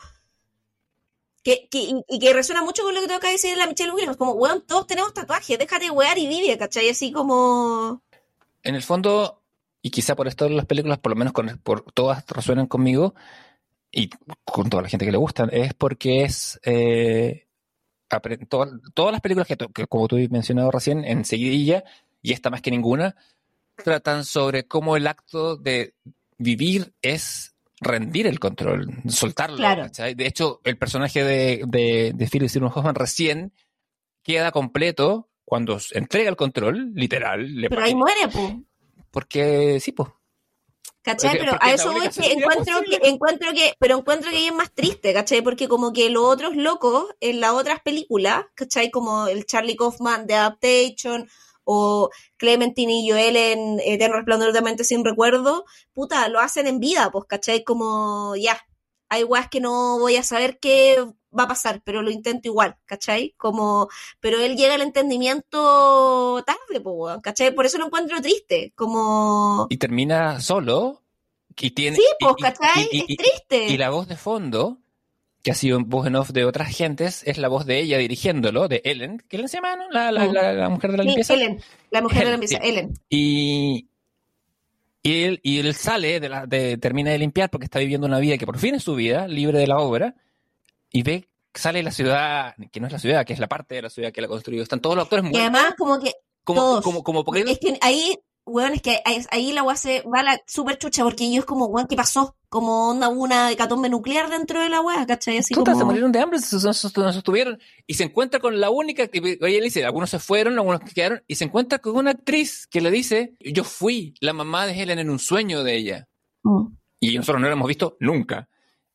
Que, que, y que resuena mucho con lo que tengo que decir de la Michelle Williams, como, weón, todos tenemos tatuajes, déjate wear y vive, ¿cachai? Así como...
En el fondo... Y quizá por esto las películas, por lo menos con, por, todas resuenan conmigo, y con toda la gente que le gustan, es porque es... Eh, apre- to, todas las películas que, que, como tú has mencionado recién, en seguidilla, y esta más que ninguna, tratan sobre cómo el acto de vivir es rendir el control, soltarlo.
Claro.
¿Cachai? De hecho, el personaje de, de, de Philip Seymour Hoffman recién queda completo cuando entrega el control, literal. Le
Pero ahí muere, pues.
Porque sí, pues.
¿Cachai? Pero a eso voy que encuentro que, encuentro que, pero encuentro que ella es más triste, ¿cachai? Porque como que los otros locos en las otras películas, ¿cachai? Como el Charlie Kaufman de Adaptation, o Clementine y Joel en Eterno Resplandor de Mente Sin Recuerdo, puta, lo hacen en vida, pues, ¿cachai? Como, ya, hay weas que no voy a saber qué va a pasar, pero lo intento igual, ¿cachai? Como, pero él llega al entendimiento tarde, po, ¿cachai? Por eso lo encuentro triste, como...
Y termina solo, y tiene...
Sí, pues,
y,
¿cachai?
Y, y,
es
y,
triste.
Y la voz de fondo, que ha sido voz en off de otras gentes, es la voz de ella dirigiéndolo, de Ellen, que Ellen se llama, ¿no? La, la,
Mm.
la, la mujer de la
Sí,
limpieza.
Ellen, la mujer
Ellen,
de la limpieza,
sí.
Ellen.
Y... Y él, y él sale, de la, de, termina de limpiar porque está viviendo una vida que por fin es su vida, libre de la obra, y ve que sale la ciudad, que no es la ciudad, que es la parte de la ciudad que la ha construido. Están todos los actores
Y
muertos.
además, como que
como,
todos.
como, como porque
Es que ahí, weón, es que ahí, ahí la weá se va a la super chucha, porque ellos como, weón, ¿qué pasó? Como onda una hecatombe nuclear dentro de la weá, ¿cachai? Así
Puta,
como...
se murieron de hambre, se, se, se, se sostuvieron, y se encuentra con la única, y oye, él dice, algunos se fueron, algunos quedaron, y se encuentra con una actriz que le dice, yo fui la mamá de Helen en un sueño de ella,
Mm.
y nosotros no la hemos visto nunca.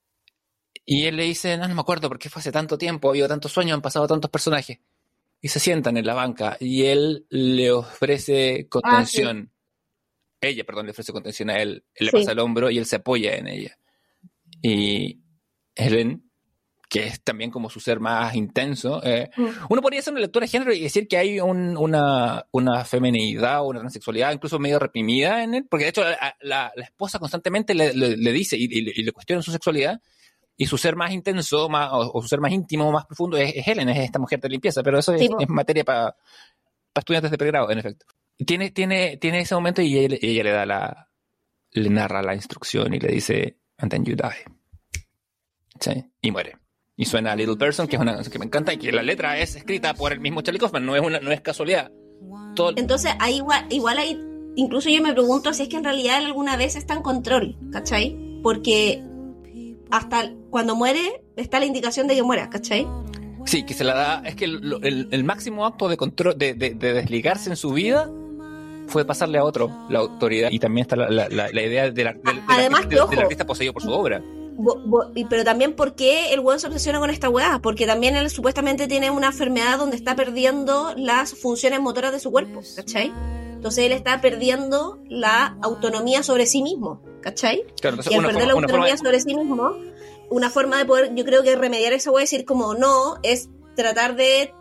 Y él le dice, no, no me acuerdo porque fue hace tanto tiempo, ha habido tantos sueños, han pasado tantos personajes. Y se sientan en la banca y él le ofrece contención. Ah, sí. Ella, perdón, le ofrece contención a él. Él le sí. pasa el hombro y él se apoya en ella. Y Helen, que es también como su ser más intenso, eh, mm. uno podría hacer una lectura de género y decir que hay un, una, una feminidad o una transexualidad incluso medio reprimida en él, porque de hecho la, la, la esposa constantemente le, le, le dice y, y, y le cuestiona su sexualidad. Y su ser más intenso, más, o, o su ser más íntimo, más profundo, es, es Helen, es esta mujer de limpieza. Pero eso es, sí, es materia para pa estudiantes de pregrado, en efecto. Tiene, tiene, tiene ese momento y ella, ella le da la... Le narra la instrucción y le dice, and then you die. ¿Sí? Y muere. Y suena a Little Person, que es una canción que me encanta y que la letra es escrita por el mismo Charlie Kaufman, no es, una, no es casualidad. Todo...
Entonces, ahí igual, igual ahí, incluso yo me pregunto si es que en realidad él alguna vez está en control, ¿cachai? Porque... hasta cuando muere está la indicación de que muera, ¿cachai?
Sí, que se la da, es que el, el, el máximo acto de control, de, de, de desligarse en su vida fue pasarle a otro la autoridad, y también está la, la, la, la idea de la, de, de,
Además,
de,
que,
de,
ojo,
del artista poseído por su obra.
Bo, bo, pero también porque el weón se obsesiona con esta weá, porque también él supuestamente tiene una enfermedad donde está perdiendo las funciones motoras de su cuerpo, ¿cachai? Entonces él está perdiendo la autonomía sobre sí mismo, ¿cachai?
Claro, entonces
y al
una
perder
forma,
la autonomía
de...
sobre sí mismo, una forma de poder, yo creo que remediar esa weá, decir como no, es tratar de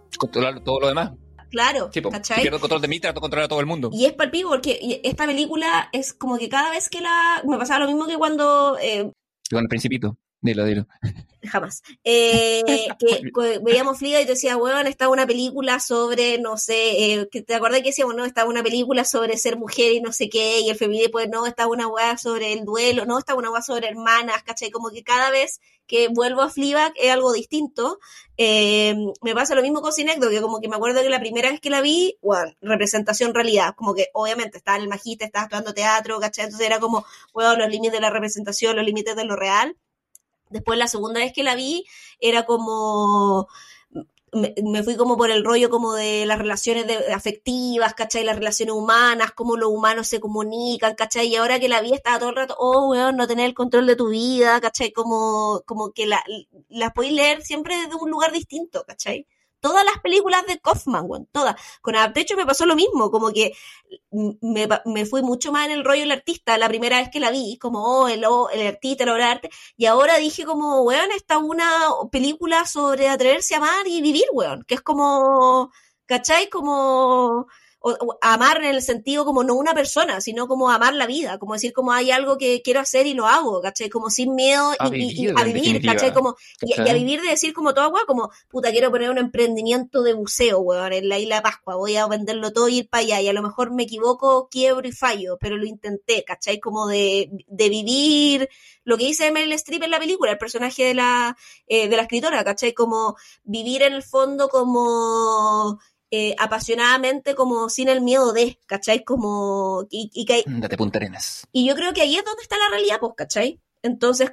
controlar todo lo demás.
Claro,
Sí, po.
¿cachai?
Si pierdo el control de mí, trato de controlar a todo el mundo.
Y es palpico porque esta película es como que cada vez que la... Me pasaba lo mismo que cuando... Eh,
Con el Principito. Dilo, dilo.
jamás. Eh, que, que veíamos Frida y te decía, weón, estaba una película sobre, no sé, eh, que te acordás que decíamos, no, estaba una película sobre ser mujer y no sé qué, y el feminismo, pues no, estaba una weá sobre el duelo, no, estaba una weá sobre hermanas, ¿cachai? Como que cada vez que vuelvo a Fleabag es algo distinto. Eh, me pasa lo mismo con Cinecdo, que como que me acuerdo que la primera vez que la vi, bueno, representación realidad, como que obviamente estaba en el magíster, estaba estudiando teatro, ¿cachai? Entonces era como, bueno, los límites de la representación, los límites de lo real. Después la segunda vez que la vi era como... Me, me fui como por el rollo como de las relaciones de, afectivas, ¿cachai? Las relaciones humanas, cómo los humanos se comunican, ¿cachai? Y ahora que la vi estaba todo el rato, oh, weón, no tener el control de tu vida, ¿cachai? Como, como que la, la podéis leer siempre desde un lugar distinto, ¿cachai? Todas las películas de Kaufman, weón, todas. Con Adaptation me pasó lo mismo, como que me, me fui mucho más en el rollo del artista la primera vez que la vi, como, oh, el, oh, el artista, la obra de arte, y ahora dije como, weón, esta es una película sobre atreverse a amar y vivir, weón, que es como, ¿cachai? Como... O, o amar en el sentido como no una persona, sino como amar la vida, como decir como hay algo que quiero hacer y lo hago, ¿cachai? Como sin miedo y,
A vivir,
y, y a vivir, ¿cachai? Como, y, y a vivir de decir como toda weá, como puta, quiero poner un emprendimiento de buceo, weón, en la isla de Pascua, voy a venderlo todo y ir para allá, y a lo mejor me equivoco, quiebro y fallo, pero lo intenté, ¿cachai? Como de, de vivir lo que dice Meryl Streep en la película, el personaje de la, eh, de la escritora, ¿cachai? Como vivir en el fondo como... Eh, apasionadamente, como sin el miedo de, ¿cachai? Como, y, y, que,
Date Punta Arenas.
Y yo creo que ahí es donde está la realidad, pues, ¿cachai? Entonces,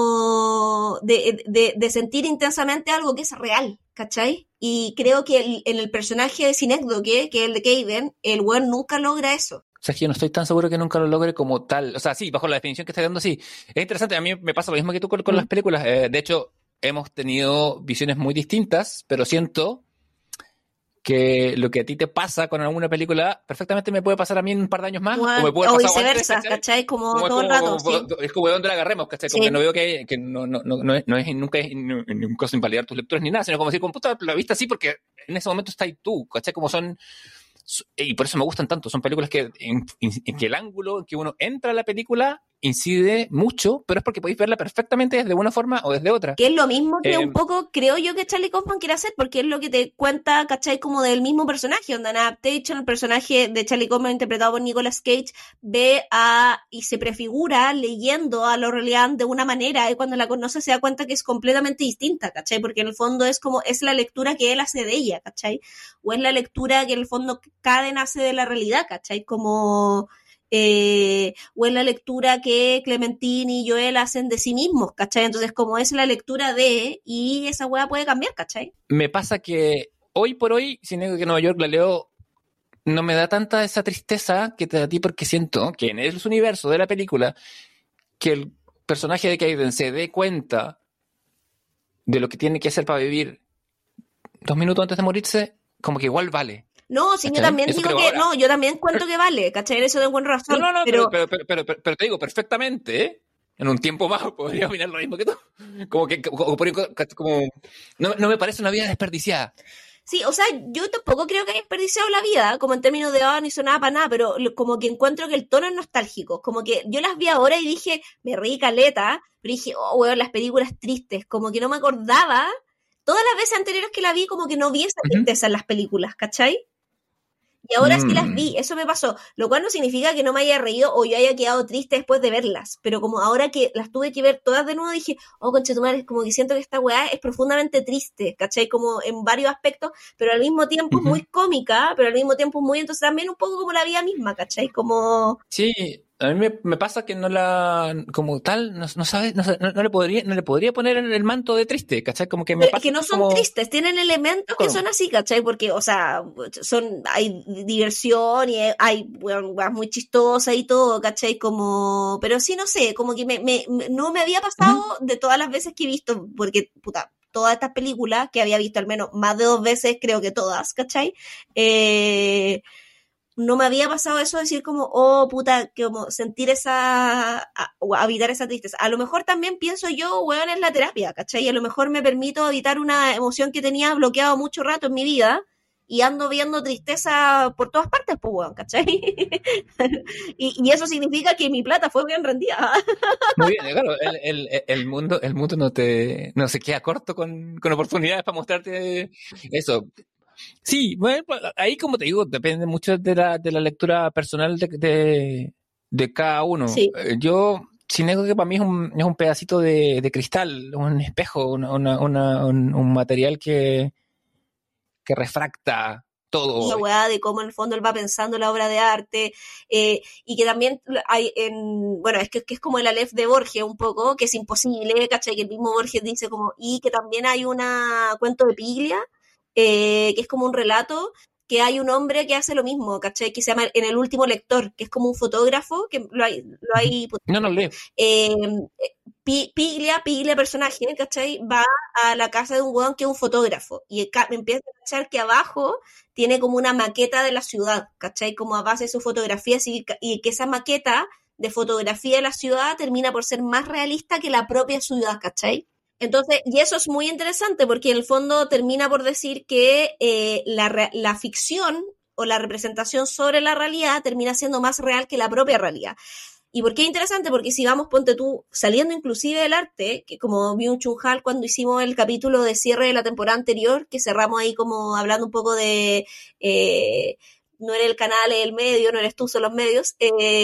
como de, de, de sentir intensamente algo que es real, ¿cachai? Y creo que el, en el personaje de Synecdoche, que es el de Caden, el weón nunca logra eso.
O sea, es que yo no estoy tan seguro que nunca lo logre como tal. O sea, sí, bajo la definición que está dando, sí. Es interesante, a mí me pasa lo mismo que tú con, con mm. las películas. Eh, de hecho, hemos tenido visiones muy distintas, pero siento... que lo que a ti te pasa con alguna película perfectamente me puede pasar a mí en un par de años más,
bueno,
o me puede
o
pasar
viceversa,
antes,
¿cachai? ¿cachai? Como,
como
todo
es,
el rato,
como,
sí.
Es como de dónde la agarremos, ¿cachai? Como
sí.
que no veo que, que no, no, no, no, es, no es nunca es en ningún caso invalidar tus lecturas ni nada, sino como decir, como puta, la viste así porque en ese momento está ahí tú, ¿cachai? Como son, y por eso me gustan tanto, son películas que en, en que el ángulo en que uno entra a la película incide mucho, pero es porque podéis verla perfectamente desde una forma o desde otra.
Que es lo mismo que
eh,
un poco creo yo que Charlie Kaufman quiere hacer, porque es lo que te cuenta, ¿cachai? Como del mismo personaje, donde en Adaptation el personaje de Charlie Kaufman interpretado por Nicolas Cage ve a y se prefigura leyendo a Laurel Lean de una manera y cuando la conoce se da cuenta que es completamente distinta, ¿cachai? Porque en el fondo es como, es la lectura que él hace de ella, ¿cachai? O es la lectura que en el fondo Caden hace de la realidad, ¿cachai? Como... Eh, o es la lectura que Clementine y Joel hacen de sí mismos, ¿cachai? Entonces, como es la lectura de, y esa hueá puede cambiar, ¿cachai?
Me pasa que hoy por hoy, si niego que Nueva York la leo, no me da tanta esa tristeza que te da a ti, porque siento que en el universo de la película, que el personaje de Caden se dé cuenta de lo que tiene que hacer para vivir dos minutos antes de morirse, como que igual vale.
No, sí, ¿cachai? Yo también Eso digo que, ahora. no, yo también cuento que vale, ¿cachai? Eso de buena razón.
No, no, no,
pero...
Pero, pero, pero, pero, pero te digo, perfectamente, ¿eh? En un tiempo más podría opinar lo mismo que tú. Como que, como, como no, no me parece una vida desperdiciada.
Sí, o sea, yo tampoco creo que haya desperdiciado la vida, como en términos de, ah, oh, no hizo nada para nada, pero como que encuentro que el tono es nostálgico, como que yo las vi ahora y dije, me reí caleta, pero dije, oh, weón, las películas tristes, como que no me acordaba, todas las veces anteriores que la vi, como que no vi esa tristeza uh-huh. en las películas, ¿cachai? Y ahora mm. sí las vi, eso me pasó, lo cual no significa que no me haya reído o yo haya quedado triste después de verlas, pero como ahora que las tuve que ver todas de nuevo dije, oh, conchetumare, como que siento que esta weá es profundamente triste, ¿cachai? Como en varios aspectos, pero al mismo tiempo uh-huh. muy cómica, pero al mismo tiempo muy, entonces también un poco como la vida misma, ¿cachai? Como...
Sí, a mí me, me pasa que no la, como tal, no, no sabes, no, no, no le podría, no le podría poner el, el manto de triste, ¿cachai? Como que me pasa
que no son
como...
tristes, tienen elementos ¿Cómo? que son así, ¿cachai? Porque, o sea, son, hay diversión y hay, bueno, muy chistosas y todo, ¿cachai? Como, pero sí, no sé, como que me, me, no me había pasado uh-huh. de todas las veces que he visto, porque, puta, todas estas películas que había visto al menos más de dos veces, creo que todas, ¿cachai? Eh... no me había pasado eso de decir como, oh, puta, que como sentir esa, a, o habitar esa tristeza. A lo mejor también pienso yo, weón, en la terapia, ¿cachai? Y a lo mejor me permito evitar una emoción que tenía bloqueado mucho rato en mi vida y ando viendo tristeza por todas partes, pues, weón, ¿cachai? y, y eso significa que mi plata fue bien rendida.
Muy bien, claro, el, el, el mundo, el mundo no te, no se queda corto con, con oportunidades para mostrarte eso. Sí, bueno, ahí como te digo, depende mucho de la, de la lectura personal de, de, de cada uno.
Sí.
Yo, sin ego, que para mí es un, es un pedacito de, de cristal, un espejo, una, una, una, un, un material que, que refracta todo.
La weá de cómo en el fondo él va pensando la obra de arte, eh, y que también hay en, bueno, es que, que es como el Aleph de Borges un poco, que es imposible, ¿cachai? Que el mismo Borges dice como, y que también hay una cuento de Piglia, eh, que es como un relato, que hay un hombre que hace lo mismo, ¿cachai? Que se llama En el último lector, que es como un fotógrafo, que lo hay, lo hay
No, no leo.
eh, Piglia, Piglia personaje, ¿cachai? Va a la casa de un weón que es un fotógrafo y empieza a cachar que abajo tiene como una maqueta de la ciudad, ¿cachai? Como a base de sus fotografías y, y que esa maqueta de fotografía de la ciudad termina por ser más realista que la propia ciudad, ¿cachai? Entonces, y eso es muy interesante porque en el fondo termina por decir que eh, la, la ficción o la representación sobre la realidad termina siendo más real que la propia realidad. ¿Y por qué es interesante? Porque si vamos, ponte tú, saliendo inclusive del arte, que como Byung-Chul Han cuando hicimos el capítulo de cierre de la temporada anterior, que cerramos ahí como hablando un poco de... Eh, no era el canal, es el medio, no eres tú, son los medios.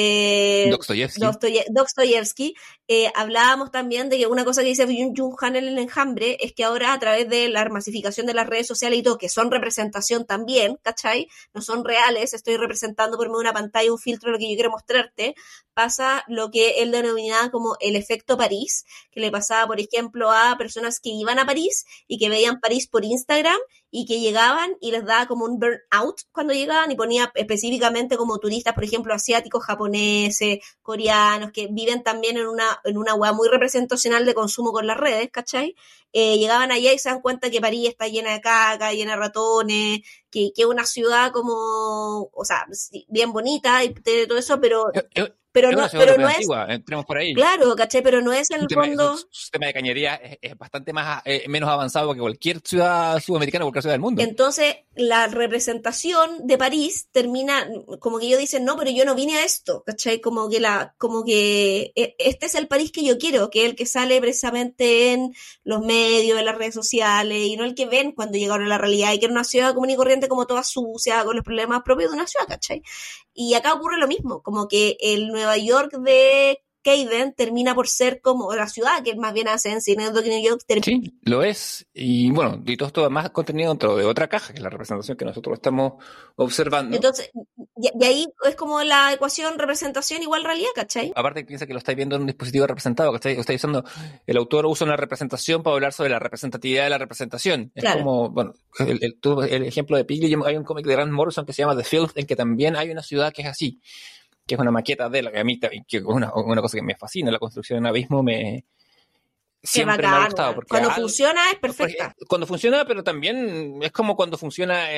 Eh,
Dostoyevsky.
Dostoye- Dostoyevsky. Eh, hablábamos también de que una cosa que dice Byung-Chul Han en el enjambre es que ahora a través de la masificación de las redes sociales y todo, que son representación también, ¿cachai? No son reales, estoy representando por medio de una pantalla un filtro lo que yo quiero mostrarte, pasa lo que él denominaba como el efecto París, que le pasaba, por ejemplo, a personas que iban a París y que veían París por Instagram y que llegaban y les daba como un burnout cuando llegaban y ponía específicamente como turistas, por ejemplo, asiáticos, japoneses, coreanos, que viven también en una, en una hueá muy representacional de consumo con las redes, ¿cachai? Eh, llegaban allá y se dan cuenta que París está llena de caca, llena de ratones, que es una ciudad como, o sea, bien bonita y todo eso, pero...
Yo, yo,
pero
es
no,
una ciudad
pero no
antigua,
es,
entremos por ahí.
claro, ¿cachai? Pero no es en
Su
el
tema,
fondo...
su, su tema de cañería es, es bastante más eh, menos avanzado que cualquier ciudad sudamericana o cualquier ciudad del mundo.
Entonces, la representación de París termina, como que ellos dicen, no, pero yo no vine a esto, ¿cachai? Como que la, como que este es el París que yo quiero, que es el que sale precisamente en los medios, en las redes sociales, y no el que ven cuando llegaron a la realidad, y que era una ciudad común y corriente como toda sucia, con los problemas propios de una ciudad, ¿cachai? Y acá ocurre lo mismo, como que el Nueva York de Cayden termina por ser como la ciudad que más bien hace en cine de New York. Termina...
Sí, lo es. Y bueno, y todo esto más contenido dentro de otra caja, que es la representación que nosotros estamos observando.
Entonces, de ahí es como la ecuación representación igual realidad, ¿cachai?
Aparte piensa que lo estáis viendo en un dispositivo representado, ¿cachai? Lo estáis usando, el autor usa una representación para hablar sobre la representatividad de la representación. Es
claro.
como, bueno, el, el, el ejemplo de Piglia, hay un cómic de Grant Morrison que se llama The Filth, en que también hay una ciudad que es así, que es una maqueta de la que a mí, que es una, una cosa que me fascina, la construcción de un abismo me... Siempre
bacán,
me ha gustado. Porque
cuando
algo,
funciona es perfecta.
Cuando funciona, pero también es como cuando funciona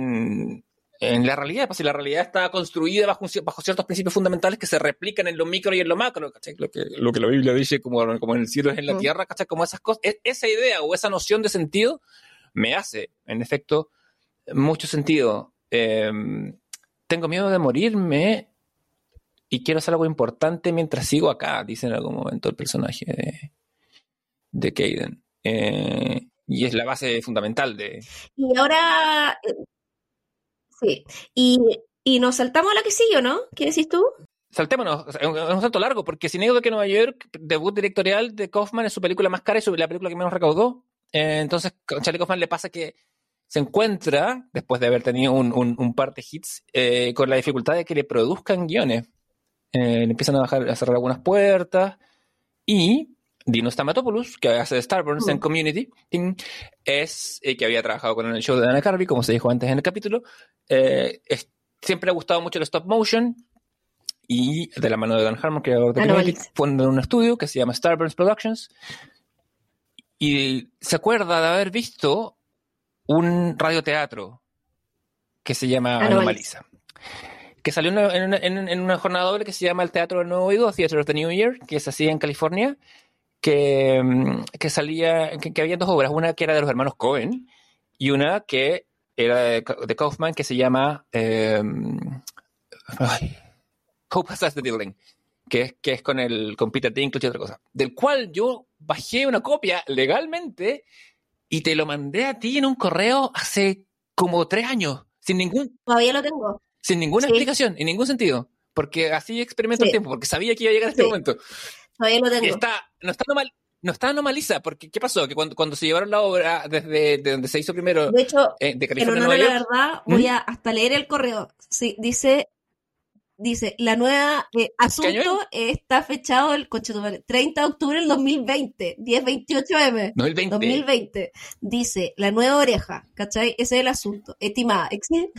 en, en la realidad. Pues si la realidad está construida bajo, bajo ciertos principios fundamentales que se replican en lo micro y en lo macro, ¿cachai? Lo que, lo que la Biblia dice como, como en el cielo es en la mm. tierra, ¿cachai? Como esas cosas. Esa idea o esa noción de sentido me hace, en efecto, mucho sentido. Eh, tengo miedo de morirme y quiero hacer algo importante mientras sigo acá, dice en algún momento el personaje de... de Cayden. Eh, y es la base fundamental de...
Y ahora... Sí. Y, y nos saltamos a la que sigue, ¿no? ¿Qué decís tú?
Saltémonos, es un, un salto largo, porque sin duda que Nueva York, debut directorial de Kaufman, es su película más cara y su, la película que menos recaudó. Eh, entonces, a Charlie Kaufman le pasa que se encuentra, después de haber tenido un, un, un par de hits, eh, con la dificultad de que le produzcan guiones. Eh, le empiezan a, bajar, a cerrar algunas puertas y... Dino Stamatopoulos, que hace de Starburns uh-huh. en Community, es eh, que había trabajado con el show de Dana Carvey, como se dijo antes en el capítulo. Eh, es, siempre ha gustado mucho el stop motion y de la mano de Dan Harmon, creador de Community, fundó un estudio que se llama Starburns Productions y se acuerda de haber visto un radioteatro que se llama Anomalisa. que salió en una, en, una, en una jornada doble que se llama el Teatro del Nuevo Oído, Theater of the New Year, que se hacía en California, que, que salía, que, que había dos obras, una que era de los hermanos Coen y una que era de, de Kaufman, que se llama eh, ay, Hope Has the Building, que es, que es con, el, con Peter Dinklage y otra cosa, del cual yo bajé una copia legalmente y te lo mandé a ti en un correo hace como tres años, sin ningún...
Todavía lo tengo.
Sin ninguna
sí.
explicación, en ningún sentido. Porque así experimento sí. el tiempo, porque sabía que iba a llegar a este
sí.
momento.
Todavía lo tengo.
Y está, no está normal, no está anomaliza, porque ¿qué pasó? Que cuando, cuando se llevaron la obra desde de donde se hizo primero,
de hecho,
eh, de California,
en honor a la
York,
verdad, voy a hasta leer el correo. Sí, dice... Dice, la nueva eh, asunto eh, está fechado el coche treinta de octubre del dos mil veinte, diez veintiocho eme.
dos mil veinte.
dos mil veinte. Dice, la nueva oreja, ¿cachai? Ese es el asunto. Estimada, existe...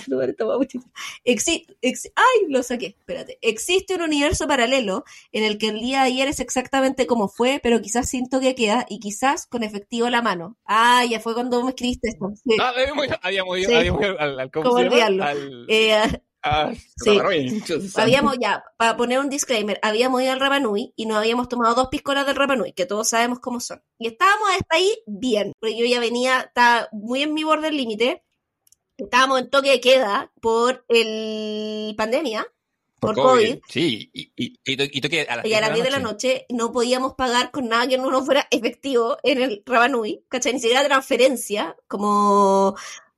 Exi... Exi... Ay, lo saqué, espérate. Existe un universo paralelo en el que el día de ayer es exactamente como fue, pero quizás sin toque queda y quizás con efectivo a la mano. Ah, ya fue cuando me escribiste esto. Sí.
Ah, habíamos ido,
sí.
habíamos ido al, al,
¿cómo olvidarlo? Al... Eh,
Ah,
sí. Habíamos ya, para poner un disclaimer, habíamos ido al Rapa Nui y nos habíamos tomado dos piscolas del Rapa Nui, que todos sabemos cómo son. Y estábamos hasta ahí bien, porque yo ya venía, estaba muy en mi borde del límite, estábamos en toque de queda por el pandemia, por, por COVID. COVID.
Sí, y, y, y, y toque a las
y a las diez de la noche no podíamos pagar con nada que no nos fuera efectivo en el Rapa Nui, ¿cachai? Ni siquiera transferencia, como...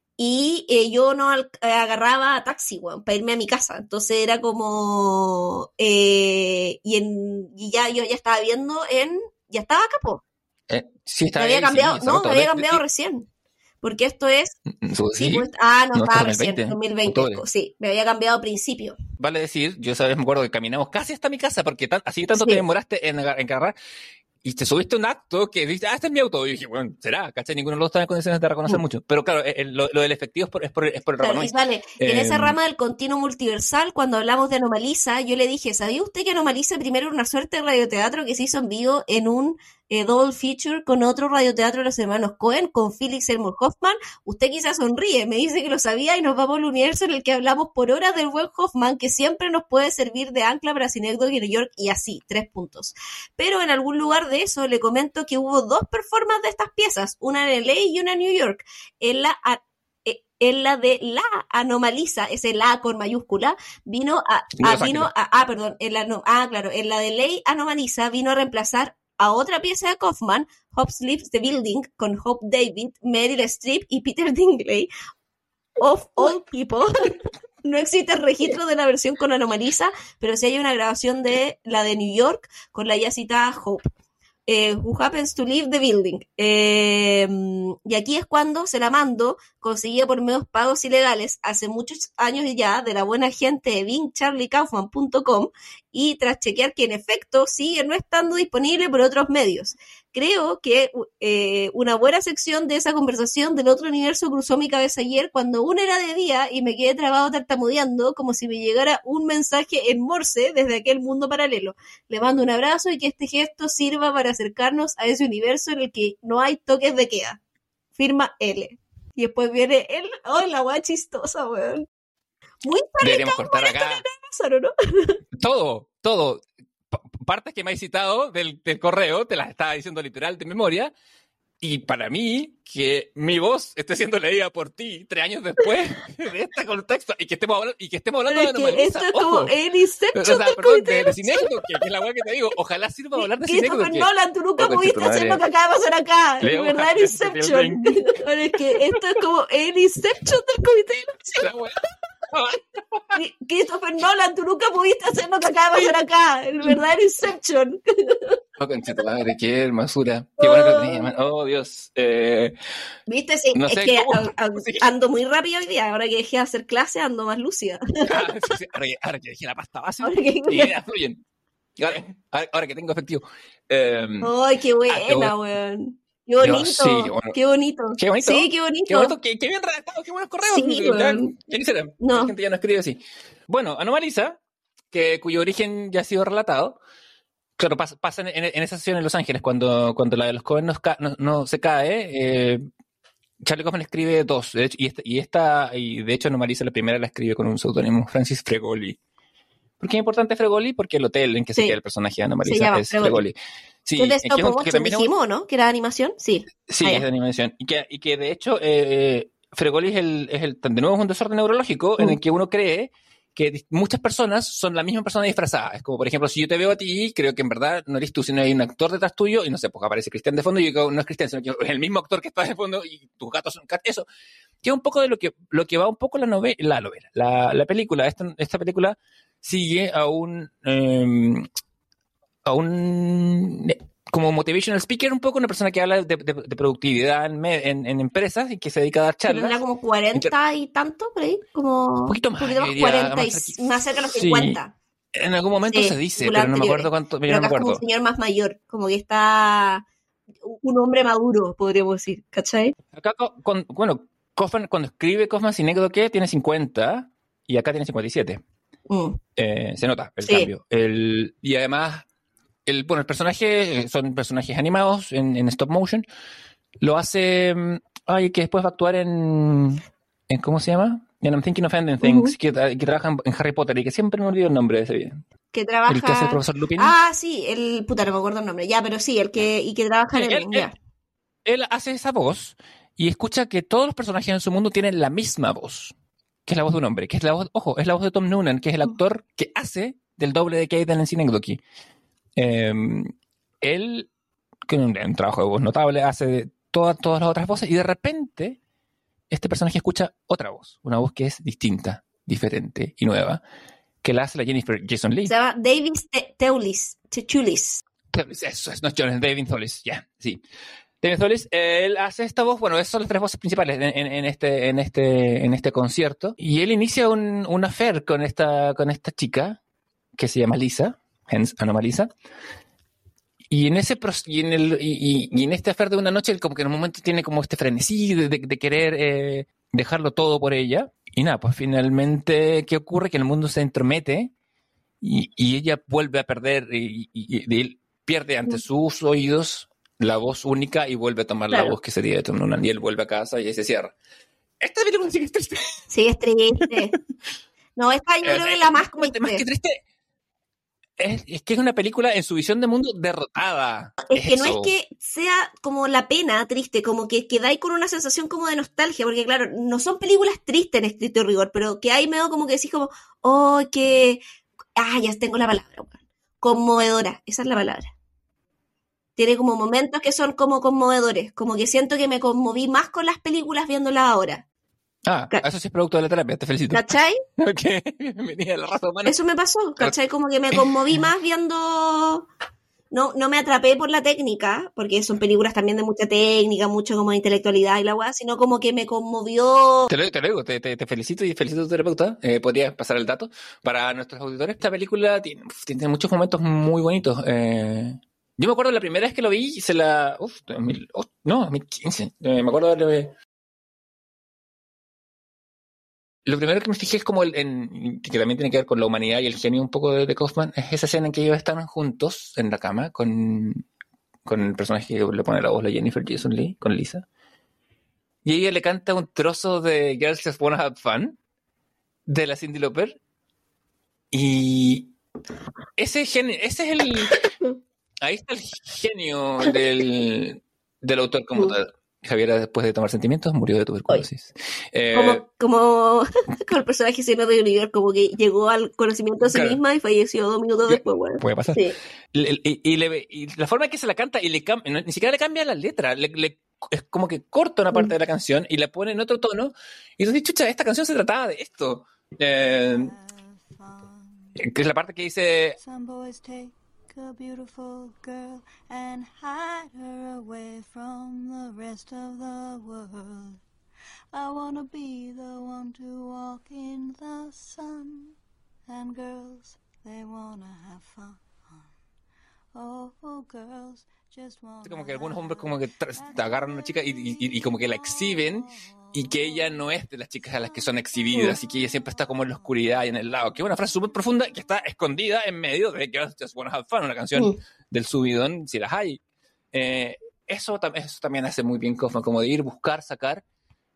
Y eh, yo no al- agarraba taxi, bueno, para irme a mi casa. Entonces era como... Eh, y, en, y ya yo ya estaba viendo en... Ya estaba acá, po.
Eh, sí, está
me había
ahí,
cambiado,
sí,
no, me había cambiado
sí.
recién. Porque esto es...
Sí,
sí pues, ah, no,
no
estaba
dos mil veinte,
recién, dos mil veinte.
octubre.
Sí, me había cambiado a principio.
Vale decir, yo sabes, me acuerdo que caminamos casi hasta mi casa, porque tan, así tanto
Sí.
te demoraste en, en agarrar, y te subiste a un acto que dices, ah, este es mi auto. Y dije, bueno, será, ¿cachai? Ninguno de los dos está en condiciones de reconocer
Mm.
mucho. Pero claro, el- lo, lo del efectivo es por, es por, es por el
Claro,
Rapa
y
Nui.
vale, en
Eh,
esa rama del continuo multiversal, cuando hablamos de Anomaliza, yo le dije, ¿sabía usted que Anomaliza primero era una suerte de radioteatro que se hizo en vivo en un eh, double feature con otro radioteatro de los hermanos Cohen, con Felix Seymour Hoffman? Usted quizás sonríe, me dice que lo sabía y nos vamos al universo en el que hablamos por horas del buen Hoffman, que siempre nos puede servir de ancla para Cinécdoque y New York, y así, tres puntos. Pero en algún lugar de eso le comento que hubo dos performances de estas piezas, una en L A y una en New York. En la en la de la Anomaliza, ese la con mayúscula, vino a, a vino a, ah, perdón, en la no, ah, claro, en la de Ley Anomaliza vino a reemplazar a otra pieza de Kaufman, Hope Leaves the Building, con Hope David, Meryl Streep y Peter Dinklage, of all people. No existe el registro de la versión con Anomaliza, pero sí hay una grabación de la de New York con la ya citada Hope. Eh, who happens to leave the building. Eh, y aquí es cuando se la mando, conseguida por medios pagos ilegales, hace muchos años ya, de la buena gente de bing charlie kaufman punto com, y tras chequear que en efecto sigue no estando disponible por otros medios. Creo que eh, una buena sección de esa conversación del otro universo cruzó mi cabeza ayer cuando aún era de día y me quedé trabado tartamudeando como si me llegara un mensaje en Morse desde aquel mundo paralelo. Le mando un abrazo y que este gesto sirva para acercarnos a ese universo en el que no hay toques de queda. Firma L. Y después viene el... ¡Oh, la weá chistosa, weón! Muy
Deberíamos cortar acá.
Pasaron, ¿no?
Todo, todo. P- partes que me has citado del, del correo, te las estaba diciendo literal de memoria. Y para mí, que mi voz esté siendo leída por ti tres años después de este contexto y que estemos hablando, y que estemos hablando
Pero
de
es que
Anomaliza.
esto es
Ojo.
como el Inception
O sea,
del
perdón,
comité
de,
de
de Cinécdoque, que es la weá que te digo. Ojalá sirva para hablar de
Christopher
Cinécdoque.
Nolan, tú nunca
Oh,
pudiste
concha tu
hacer lo que
madre.
acaba de pasar acá.
Leo,
El verdadero
ojalá,
Inception. Pero es que esto es como el Inception del comité de elección.
La weá.
Christopher Nolan, tú nunca pudiste hacer lo que acaba de pasar acá. El verdadero Inception.
Oh, concha tu madre, qué hermosura. Qué bueno que lo tenía, man. Oh, Dios. Eh,
¿Viste? Sí,
no
es
sé
que
cómo.
a- a-
Sí.
ando muy rápido hoy día. Ahora que dejé de hacer clase, ando más lúcida.
Ah, sí, sí. Ahora, que, ahora que dejé la pasta base
Ahora que-
y ya fluyen. Y ahora, ahora- ahora que tengo efectivo. Eh,
¡Ay, qué buena,
Ah, qué bueno.
weón! ¡Qué bonito!
Yo, sí, qué bueno.
¡Qué bonito!
Qué bonito.
Sí, qué bonito.
Qué, bonito, qué, qué bien redactado, qué buenos correos.
Sí,
ya,
weón.
ya quisiera.
No.
La gente ya no escribe así. Bueno, Anomaliza, que, cuyo origen ya ha sido relatado. Claro, pasa, pasa en, en esa sesión en Los Ángeles, cuando, cuando la de los Cohen no, no, no se cae. Eh, Charlie Kaufman escribe dos, de hecho, y esta, y esta, y de hecho Anomalisa la primera la escribe con un seudónimo, Francis Fregoli. ¿Por qué es importante Fregoli? Porque el hotel en que sí. se queda el personaje de Anomalisa es Fregoli. Fregoli. Sí,
que es de stop
que,
motion,
que también
dijimos, ¿no? ¿Que era de animación? Sí.
Sí, ah, es de animación. Y que, y que de hecho, eh, Fregoli es el, es el, de nuevo es un desorden neurológico mm. en el que uno cree que muchas personas son la misma persona disfrazada. Es como, por ejemplo, si yo te veo a ti, creo que en verdad no eres tú, sino hay un actor detrás tuyo, y no sé, pues aparece Cristian de fondo, y yo digo, no es Cristian, sino que es el mismo actor que está de fondo, y tus gatos son gatos. Eso, que es un poco de lo que, lo que va un poco la novela, la novela, la, la película. Esta, esta película sigue a un, eh, a un, como motivational speaker, un poco, una persona que habla de, de, de productividad en, en, en empresas y que se dedica a dar charlas.
¿Tendrá como cuarenta y tanto por ahí? Como
un poquito más.
Un poquito más,
diría,
cuarenta
más,
y más cerca de los
sí.
cincuenta.
En algún momento
sí,
se dice, pero no me acuerdo cuánto. Mira,
pero
no me
acá
acuerdo.
Es como un señor más mayor, como que está un hombre maduro, podríamos decir, ¿cachai?
Acá, con, bueno, Kaufman, cuando escribe Kaufman Sinécdoque, tiene cincuenta y acá tiene cincuenta y siete. Mm. Eh, se nota el sí. cambio. El, y además, el, bueno, el personaje, son personajes animados en, en stop motion. Lo hace, ay, que después va a actuar en, en ¿cómo se llama? En I'm Thinking of Ending Things, uh-huh. que, que trabaja en Harry Potter y que siempre me olvido el nombre de ese bien.
Que trabaja...
El que hace el profesor Lupin.
Ah, sí, el... Puta, no me acuerdo el nombre. Ya, pero sí, el que... Y que trabaja sí, en el...
Él, él, él hace esa voz y escucha que todos los personajes en su mundo tienen la misma voz, que es la voz de un hombre, que es la voz... Ojo, es la voz de Tom Noonan, que es el actor que hace del doble de Caden en Synecdoche. Eh, él, que es un, un trabajo de voz notable, hace todas, todas las otras voces y de repente este personaje escucha otra voz, una voz que es distinta, diferente y nueva, que la hace la Jennifer Jason Leigh.
Se llama David Thewlis. Techulis.
Eso es, no es John, David Thewlis, ya, yeah, sí. David Thewlis, eh, él hace esta voz, bueno, esas son las tres voces principales en, en, en, este, en, este, en este concierto, y él inicia un, un affair con esta, con esta chica, que se llama Lisa, hence Anomalisa. Y en ese y en el y, y en este affair de una noche, él como que en un momento tiene como este frenesí de, de, de querer eh, dejarlo todo por ella. Y nada, pues finalmente, ¿qué ocurre? Que el mundo se entromete y, y ella vuelve a perder y, y, y él pierde ante sus oídos la voz única y vuelve a tomar claro. la voz que sería de Tom Noonan. Y él vuelve a casa y ahí se cierra. Esta película sí que es triste.
Sí, es triste. No, esta yo creo que es la más triste.
Más que triste. Es, es que es una película en su visión de mundo derrotada.
Es, es que eso. No es que sea como la pena triste, como que quedáis con una sensación como de nostalgia, porque claro, no son películas tristes en estricto rigor, pero que hay medio como que decís como, oh, que, ah, ya tengo la palabra, conmovedora, esa es la palabra. Tiene como momentos que son como conmovedores, como que siento que me conmoví más con las películas viéndolas ahora.
Ah, eso sí es producto de la terapia, te felicito.
¿Cachai?
Ok, bienvenida a la raza humana.
Eso me pasó, ¿cachai? Como que me conmoví más viendo... No, no me atrapé por la técnica, porque son películas también de mucha técnica, mucho como de intelectualidad y la weá, sino como que me conmovió...
Te lo digo, te, lo digo, te, te, te felicito y felicito a tu terapeuta. Eh, ¿Podrías pasar el dato para nuestros auditores? Esta película tiene, tiene muchos momentos muy bonitos. Eh... Yo me acuerdo la primera vez que lo vi, se la... Uf, dos mil, oh, no, dos mil quince. Eh, me acuerdo de... Lo primero que me fijé es como el, en, que también tiene que ver con la humanidad y el genio un poco de, de Kaufman, es esa escena en que ellos están juntos en la cama con, con el personaje que le pone la voz, la Jennifer Jason Leigh, con Lisa. Y ella le canta un trozo de Girls Just Wanna Have Fun de la Cyndi Lauper. Y ese genio, ese es el... Ahí está el genio del, del autor como tal. Javiera, después de tomar sentimientos, murió de tuberculosis.
Eh, como, como, como el personaje se de New York, como que llegó al conocimiento de sí claro. misma y falleció dos minutos después. Bueno.
Puede pasar. Sí. Y, y, y, le, y la forma en que se la canta, y le cambia, no, ni siquiera le cambia la letra, le, le, es como que corta una parte mm. de la canción y la pone en otro tono. Y entonces, chucha, esta canción se trataba de esto. Eh, que es la parte que dice...
A beautiful girl and hide her away from the rest of the world. I wanna be the one to walk in the sun, and girls, they wanna have fun. Oh, oh girls just wanna...
Como que algunos hombres como que tra- agarran a una chica y, y, y como que la exhiben y que ella no es de las chicas a las que son exhibidas y que ella siempre está como en la oscuridad y en el lado, que es una frase súper profunda que está escondida en medio de Girls Just Wanna Have Fun, una canción uh. del subidón, si las hay. Eh, eso, eso también hace muy bien Kaufman, como de ir buscar, sacar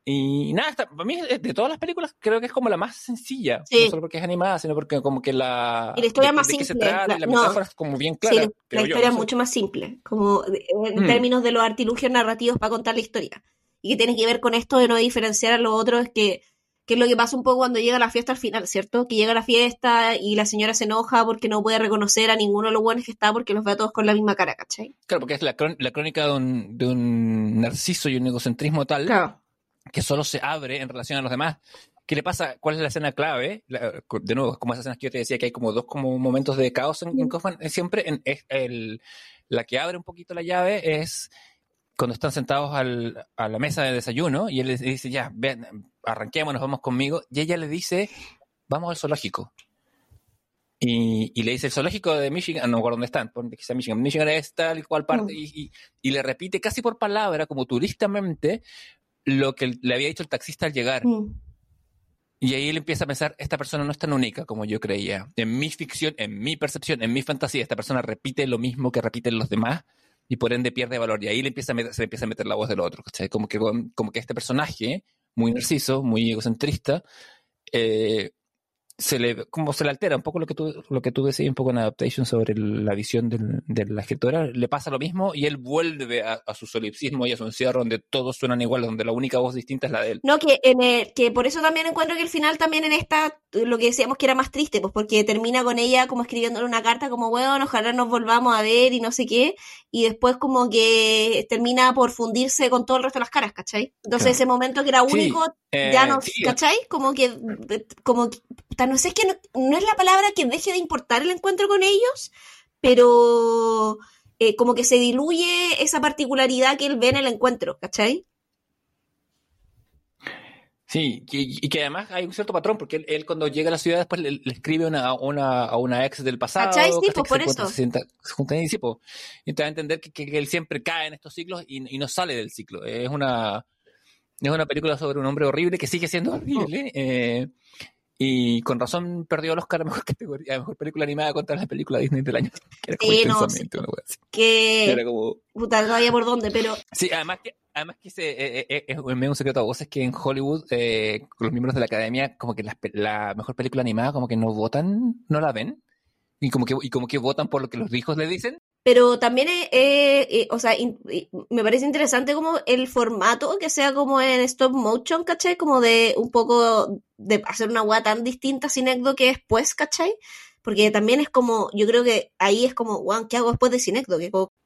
Y nada, esta, para mí, de todas las películas, creo que es como la más sencilla.
Sí.
No solo porque es animada, sino porque como que la...
Y la historia
de,
más
de qué se
simple.
trata
La-
y la
no.
metáfora es como bien
Sí,
clara,
la
creo yo,
historia
no
es
sé.
mucho más simple, como de- en
Mm.
términos de los artilugios narrativos para contar la historia. Y que tiene que ver con esto de no diferenciar a lo otro, es que, que es lo que pasa un poco cuando llega la fiesta al final, ¿cierto? Que llega la fiesta y la señora se enoja porque no puede reconocer a ninguno de los buenos que está porque los ve a todos con la misma cara, ¿cachai?
Claro, porque es la, crón- la crónica de un, de un narciso y un egocentrismo tal
Claro.
que solo se abre en relación a los demás. ¿Qué le pasa? ¿Cuál es la escena clave? La- de nuevo, es como esas escenas que yo te decía, que hay como dos como momentos de caos en, en Kaufman. Es siempre en, es el, la que abre un poquito la llave es cuando están sentados al, a la mesa de desayuno y él le dice, ya, ven, arranquémonos, vamos conmigo. Y ella le dice, vamos al zoológico. Y, y le dice, el zoológico de Michigan, no me acuerdo dónde están, ponte que sea Michigan, Michigan es tal y cual parte,
Mm.
y, y, y le repite casi por palabra, como turistamente, lo que le había dicho el taxista al llegar.
Mm.
Y ahí él empieza a pensar, esta persona no es tan única como yo creía. En mi ficción, en mi percepción, en mi fantasía, esta persona repite lo mismo que repiten los demás y por ende pierde valor. Y ahí le empieza a meter, se le empieza a meter la voz del otro, ¿cachai? Como que, como que este personaje, muy narciso, muy egocentrista, eh, se le, como se le altera un poco lo que tú, lo que tú decías un poco en Adaptation sobre el- la visión del- de la escritora, le pasa lo mismo y él vuelve a, a su solipsismo y a su encierro donde todos suenan igual, donde la única voz distinta es la de él.
No, que, en el- que por eso también encuentro que el final también en esta, lo que decíamos que era más triste, pues porque termina con ella como escribiéndole una carta como, bueno, ojalá nos volvamos a ver y no sé qué, y después como que termina por fundirse con todo el resto de las caras, ¿cachai? Entonces
Claro.
ese momento que era
Sí,
único,
eh,
ya no,
sí,
¿cachai? Como que, como que, puta, no sé, es que no, no es la palabra que deje de importar el encuentro con ellos, pero eh, como que se diluye esa particularidad que él ve en el encuentro, ¿cachai?
sí, y, y que además hay un cierto patrón, porque él, él cuando llega a la ciudad después le, le escribe una, una, a una ex del
¿Cachai?
pasado,
Sí,
¿cachai?
pues
Que
por
se encuentra,
eso.
se sienta, se juntan y sí, po. Y te da a entender que, que- que él siempre cae en estos ciclos y, y no sale del ciclo. Es una, es una película sobre un hombre horrible que sigue siendo horrible, eh, y con razón perdió el Oscar a mejor categoría, a mejor película animada contra la película Disney del año, que era como
Sí, no, sí,
intensamente una wea así.
que
Era como...
puta, no sabía por dónde, pero
Sí, además que, además que ese, eh, eh, es medio un secreto a voces que en Hollywood eh, los miembros de la academia como que las pe- la mejor película animada como que no votan, no la ven y como que y como que votan por lo que los hijos le dicen.
pero también eh, eh, eh, o sea, in- y- me parece interesante como el formato que sea como en stop motion, ¿cachai? Como de un poco de hacer una weá tan distinta sin Cinecdo que después, ¿cachai? Porque también es como, yo creo que ahí es como, weón, ¿qué hago después de Cinecdo? Que como-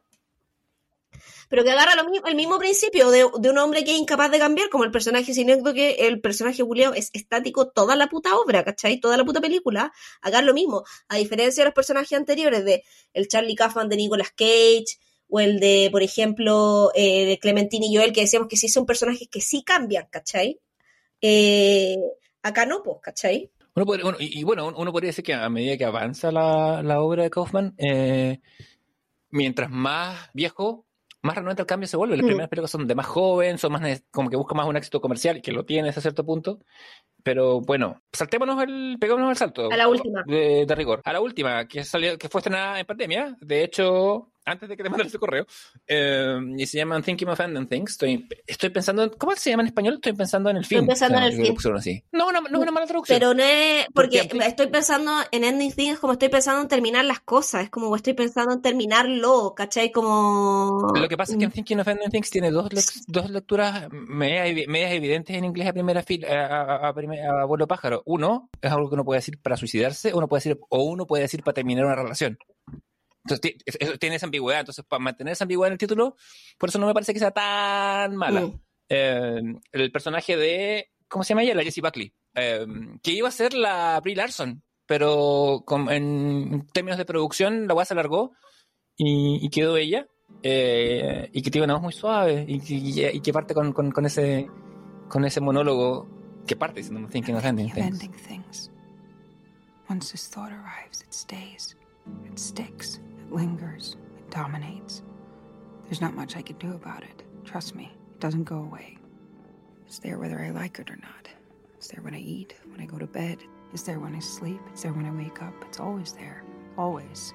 pero que agarra lo mismo, el mismo principio de, de un hombre que es incapaz de cambiar, como el personaje Cinecdo, que el personaje Julián es estático toda la puta obra, ¿cachai? Toda la puta película, agarra lo mismo, a diferencia de los personajes anteriores, de el Charlie Kaufman de Nicolas Cage, o el de, por ejemplo, eh, de Clementine y Joel, que decíamos que sí son personajes que sí cambian, ¿cachai? Eh, acá no, pues, ¿cachai?
Uno podría- uno- y, y bueno, uno podría decir que a medida que avanza la, la obra de Kaufman, eh, mientras más viejo, más renuente al cambio se vuelve. Las
Mm.
primeras películas son de más joven, son más ne- como que busca más un éxito comercial, que lo tiene hasta cierto punto. Pero bueno, saltémonos el, pegámonos el salto
A la última.
de, de rigor. A la última, que salió, que fue estrenada en pandemia. De hecho, antes de que te mandaras ese correo, eh, y se llama Thinking of Ending Things. Estoy, estoy pensando en, ¿cómo se llama en español? Estoy pensando en el fin.
Estoy pensando
o sea,
en el
que
fin.
lo pusieron así. No, no, no es una mala traducción.
Pero no es, porque
Porque-
estoy pensando en ending things como estoy pensando en terminar las cosas, es como estoy pensando en terminarlo, ¿cachai? Como...
Lo que pasa es que en Thinking of Ending Things tiene dos, lec- dos lecturas medias, evi- medias evidentes en inglés a primera fila, a, a, a, primer- a vuelo pájaro. Uno es algo que uno puede decir para suicidarse, uno puede decir, o uno puede decir para terminar una relación. Entonces ti- eso tiene esa ambigüedad. Entonces, para mantener esa ambigüedad en el título, por eso no me parece que sea tan mala.
Mm.
Eh, el personaje de, ¿cómo se llama ella? La Jessie Buckley, eh, que iba a ser la Brie Larson, pero con- en términos de producción la weá se alargó y, y quedó ella, eh, y que tiene una voz muy suave y, y- y que parte con, con, con ese con ese monólogo que parte diciendo Thinking of Ending
Of
Things.
ending things. Once this thought arrives, it stays. It sticks. It lingers. It dominates. There's not much I can do about it. Trust me, it doesn't go away. It's there whether I like it or not. It's there when I eat, when I go to bed. It's there when I sleep. It's there when I wake up. It's always there. Always.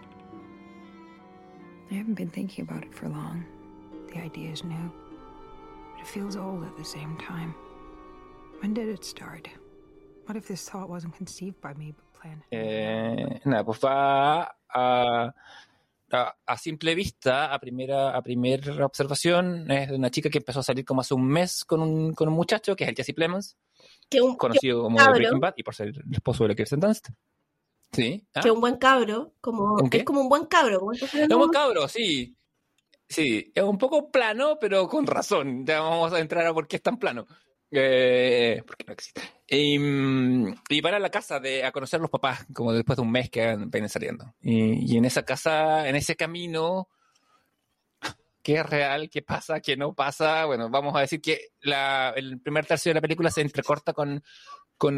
I haven't been thinking about it for long. The idea is new. But it feels old at the same time.
When did it start? What if this thought wasn't conceived by me but planned?
Eh, nada, pues va a, a, a simple vista, a primera, a primera observación, es de una chica que empezó a salir como hace un mes con un, con un muchacho, que es el Jesse Plemons,
Que un, que
conocido
un
como de
cabro,
Breaking Bad y por ser el esposo de la Kirsten Dunst. Sí. ¿Ah?
que un buen cabro, como,
¿Un qué?
es como un buen cabro. Como estos
Es un buen cabro, sí. Sí, es un poco plano, pero con razón. Ya vamos a entrar a por qué es tan plano. Eh, porque no existe. Y, mm, y van a la casa de, a conocer a los papás, como después de un mes que vienen saliendo. Y, y en esa casa, en ese camino, qué es real, qué pasa, qué no pasa. Bueno, vamos a decir que la, el primer tercio de la película se entrecorta con, con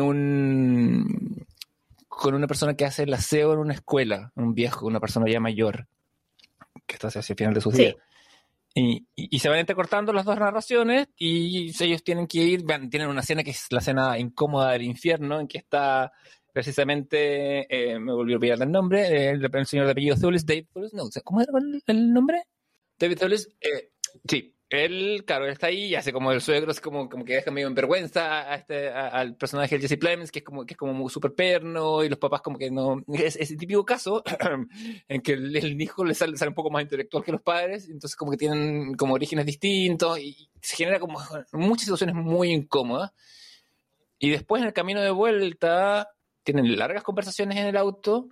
un con una persona que hace el aseo en una escuela, un viejo, una persona ya mayor, que está hacia el final de sus
Sí.
días. Y, y, y se van entrecortando las dos narraciones y ellos tienen que ir, van, tienen una escena que es la escena incómoda del infierno, en que está precisamente, eh, me volví a olvidar el nombre, eh, el, el señor de apellido Thewlis, David Thewlis, no, ¿cómo era el, el nombre? David Thewlis, eh, sí, él, claro, él está ahí y hace como el suegro, es como, como que deja medio en vergüenza a este, a, al personaje de Jesse Plemons, que es como, que es como súper perno, y los papás como que no, es ese típico caso en que el, el hijo le sale, sale un poco más intelectual que los padres, entonces como que tienen como orígenes distintos, y se genera como muchas situaciones muy incómodas, y después en el camino de vuelta tienen largas conversaciones en el auto,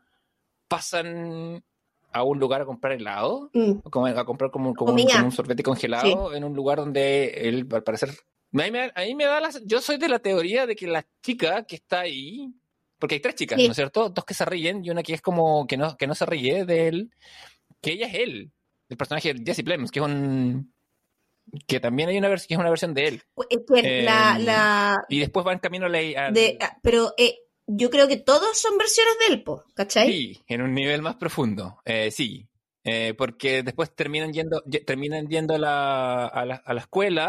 pasan a un lugar a comprar helado,
Mm.
como a comprar como, como, un,
Comida.
como un sorbete congelado, en un lugar donde él, al parecer, a mí me, a mí me da la, yo soy de la teoría de que la chica que está ahí, porque hay tres chicas,
Sí.
¿no es cierto? Dos que se ríen y una que es como que no, que no se ríe de él, que ella es él, el personaje de Jesse Plemons, que es un que también hay una versión, que es una versión de él.
Es que
Eh,
la, la
y después va en camino a la, al,
de, ah, pero eh, yo creo que todos son versiones de él, po, ¿cachai?
sí, en un nivel más profundo, eh, sí. Eh, porque después terminan yendo, ye- terminan yendo a la, a la, a la escuela.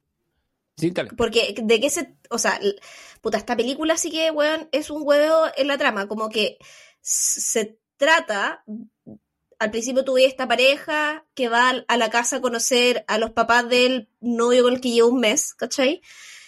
Sí, dale.
Porque de qué se, o sea, l- puta, esta película sí que, weón, es un huevo en la trama, como que s- se trata, al principio tuve esta pareja que va al- a la casa a conocer a los papás del novio con el que lleva un mes, ¿cachai?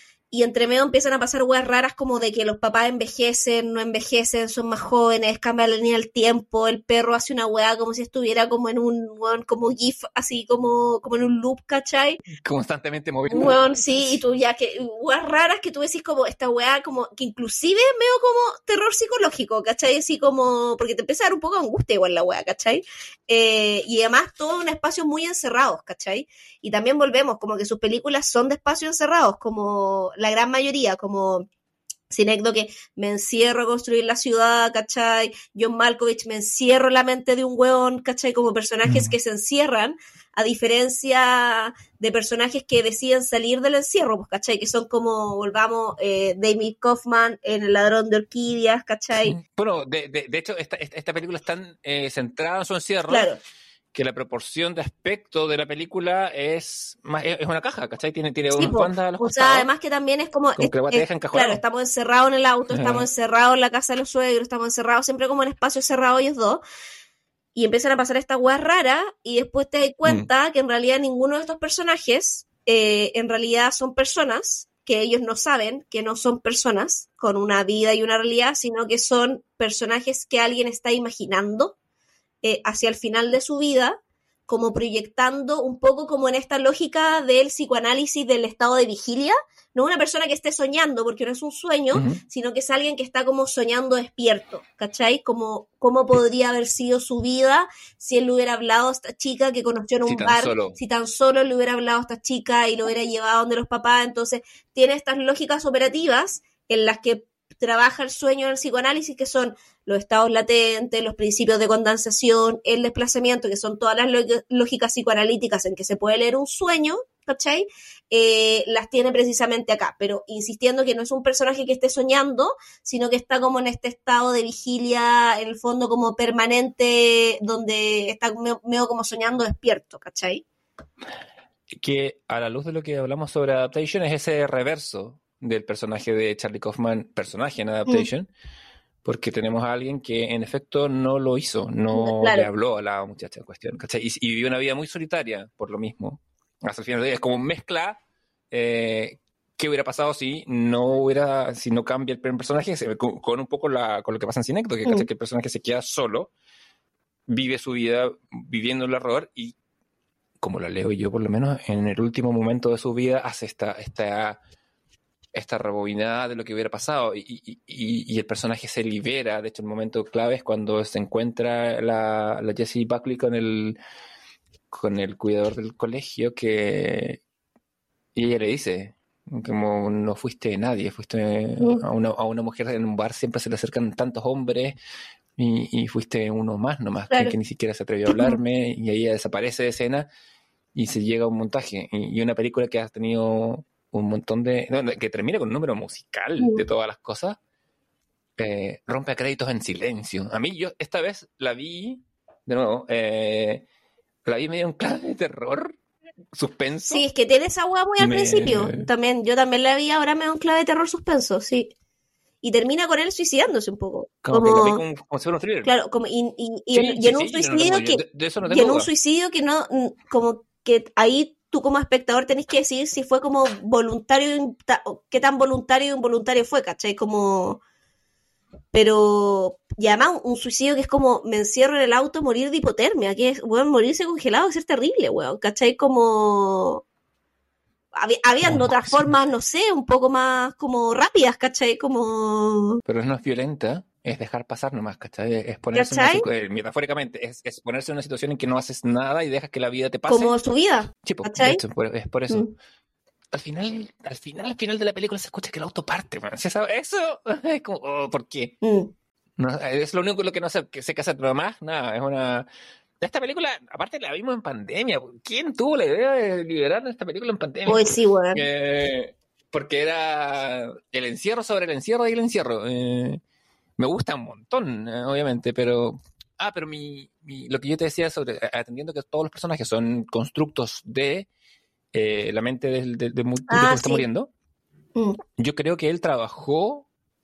Y entre medio empiezan a pasar weas raras como de que los papás envejecen, no envejecen, son más jóvenes, cambia la línea del tiempo, el perro hace una wea como si estuviera como en un, weón, como GIF, así como, como en un loop, ¿cachai?
Constantemente moviendo.
Weón, sí, y tú ya que, weas raras que tú decís como esta wea como, que inclusive es medio como terror psicológico, ¿cachai? Así como, porque te empieza a dar un poco de angustia igual la wea, ¿cachai? Eh, y además todo en espacios muy encerrados, ¿cachai? Y también volvemos, como que sus películas son de espacios encerrados, como la gran mayoría, como Cinecdo que me encierro a construir la ciudad, ¿cachai? John Malkovich me encierro en la mente de un hueón, ¿cachai? Como personajes
Mm.
que se encierran, a diferencia de personajes que deciden salir del encierro, pues, ¿cachai? Que son como, volvamos, eh, David Kaufman en El ladrón de orquídeas, ¿cachai?
Bueno, de, de, de hecho, esta, esta, esta película es tan eh, centrada en su encierro
Claro.
que la proporción de aspecto de la película es más, es, es una caja, ¿cachai? Tiene, tiene
Sí,
unas
po.
bandas a los
O
costados.
sea, además que también es como,
Como
es-
que la weá te
es-
deja encajonado.
claro, estamos encerrados en el auto,
Ajá.
estamos encerrados en la casa de los suegros, estamos encerrados siempre como en espacios cerrados ellos dos, y empiezan a pasar estas weas raras, y después te das cuenta que en realidad ninguno de estos personajes, eh, en realidad son personas, que ellos no saben que no son personas con una vida y una realidad, sino que son personajes que alguien está imaginando eh, hacia el final de su vida, como proyectando un poco como en esta lógica del psicoanálisis del estado de vigilia, no una persona que esté soñando, porque no es un sueño,
Ujú.
sino que es alguien que está como soñando despierto, ¿cachai? Como cómo podría haber sido su vida si él le hubiera hablado a esta chica que conoció en un
Si tan
bar,
solo.
si tan solo le hubiera hablado a esta chica y lo hubiera llevado donde los papás, entonces tiene estas lógicas operativas en las que trabaja el sueño en el psicoanálisis, que son los estados latentes, los principios de condensación, el desplazamiento, que son todas las log- lógicas psicoanalíticas en que se puede leer un sueño, ¿cachai? Eh, las tiene precisamente acá, pero insistiendo que no es un personaje que esté soñando, sino que está como en este estado de vigilia, en el fondo como permanente, donde está medio, medio como soñando despierto, ¿cachai?
Que a la luz de lo que hablamos sobre Adaptation es ese reverso del personaje de Charlie Kaufman, personaje en Adaptation, porque tenemos a alguien que en efecto no lo hizo, no
Claro.
le habló a la muchacha en cuestión, ¿cachai? Y, y vivió una vida muy solitaria por lo mismo. Hasta el final del día es como mezcla, eh, ¿qué hubiera pasado si no hubiera, si no cambia el primer personaje? Con, con un poco la, con lo que pasa en Cinecto, que,
Mm.
que el personaje se queda solo, vive su vida viviendo el error y, como lo leo yo por lo menos, en el último momento de su vida hace esta, esta, esta rebobinada de lo que hubiera pasado y, y, y, y el personaje se libera. De hecho, el momento clave es cuando se encuentra la, la Jessie Buckley con el, con el cuidador del colegio, que y ella le dice, como no fuiste nadie, fuiste
Mm.
a una, a una mujer en un bar, siempre se le acercan tantos hombres y, y fuiste uno más nomás, que,
Claro.
que ni siquiera se atrevió a hablarme, y ahí ella desaparece de escena y se llega a un montaje. Y, y una película que ha tenido un montón de... no, no, que termina con un número musical
Mm.
de todas las cosas, eh, rompe a créditos en silencio. A mí yo esta vez la vi, de nuevo, eh, la vi medio en clave de terror, suspenso.
Sí, es que tiene esa hueá muy al
Me-
principio. También, yo también la vi ahora me da un clave de terror suspenso, sí. Y termina con él suicidándose un poco.
Como,
Como,
que la vi como, como si fuera un thriller.
claro, como y, y, y
Sí,
en, y
sí,
en un
sí, yo no
suicidio
tengo- yo
que
de, de eso no
y
tengo
en un
duda.
suicidio que no mm, como que ahí tú como espectador tenés que decir si fue como voluntario in- ta- o qué tan voluntario o involuntario fue, ¿cachai? Como pero y además un suicidio que es como me encierro en el auto, morir de hipotermia, que es, weón, morirse congelado es ser terrible, weón, ¿cachai? Como Había, habían
Como-
otras formas, no sé, un poco más como rápidas, ¿cachai? Como,
Pero no es violenta, es dejar pasar nomás, ¿cachai? Es ponerse en una
¿cachai?
situ- eh, metafóricamente, es, es ponerse en una situación en que no haces nada y dejas que la vida te pase.
Como su vida,
Sí, po, de
¿cachai?
hecho, por- es por eso.
Mm.
Al final, al final, al final de la película se escucha que el auto parte, man. ¿Sí sabe? Eso es como, oh, ¿por qué?
Mm.
No, es lo único con lo que no sé, que sé que hacer, pero más, nada, es una... Esta película, aparte la vimos en pandemia. ¿Quién tuvo la idea de liberar esta película en pandemia?
Pues sí, weón.
Eh, porque era el encierro sobre el encierro y el encierro. Eh, me gusta un montón, eh, obviamente, pero... Ah, pero mi, mi- lo que yo te decía sobre, atendiendo que todos los personajes son constructos de eh, la mente del, del, del mu- del
Ah,
viejo que está
sí.
muriendo,
Mm.
yo creo que él trabajó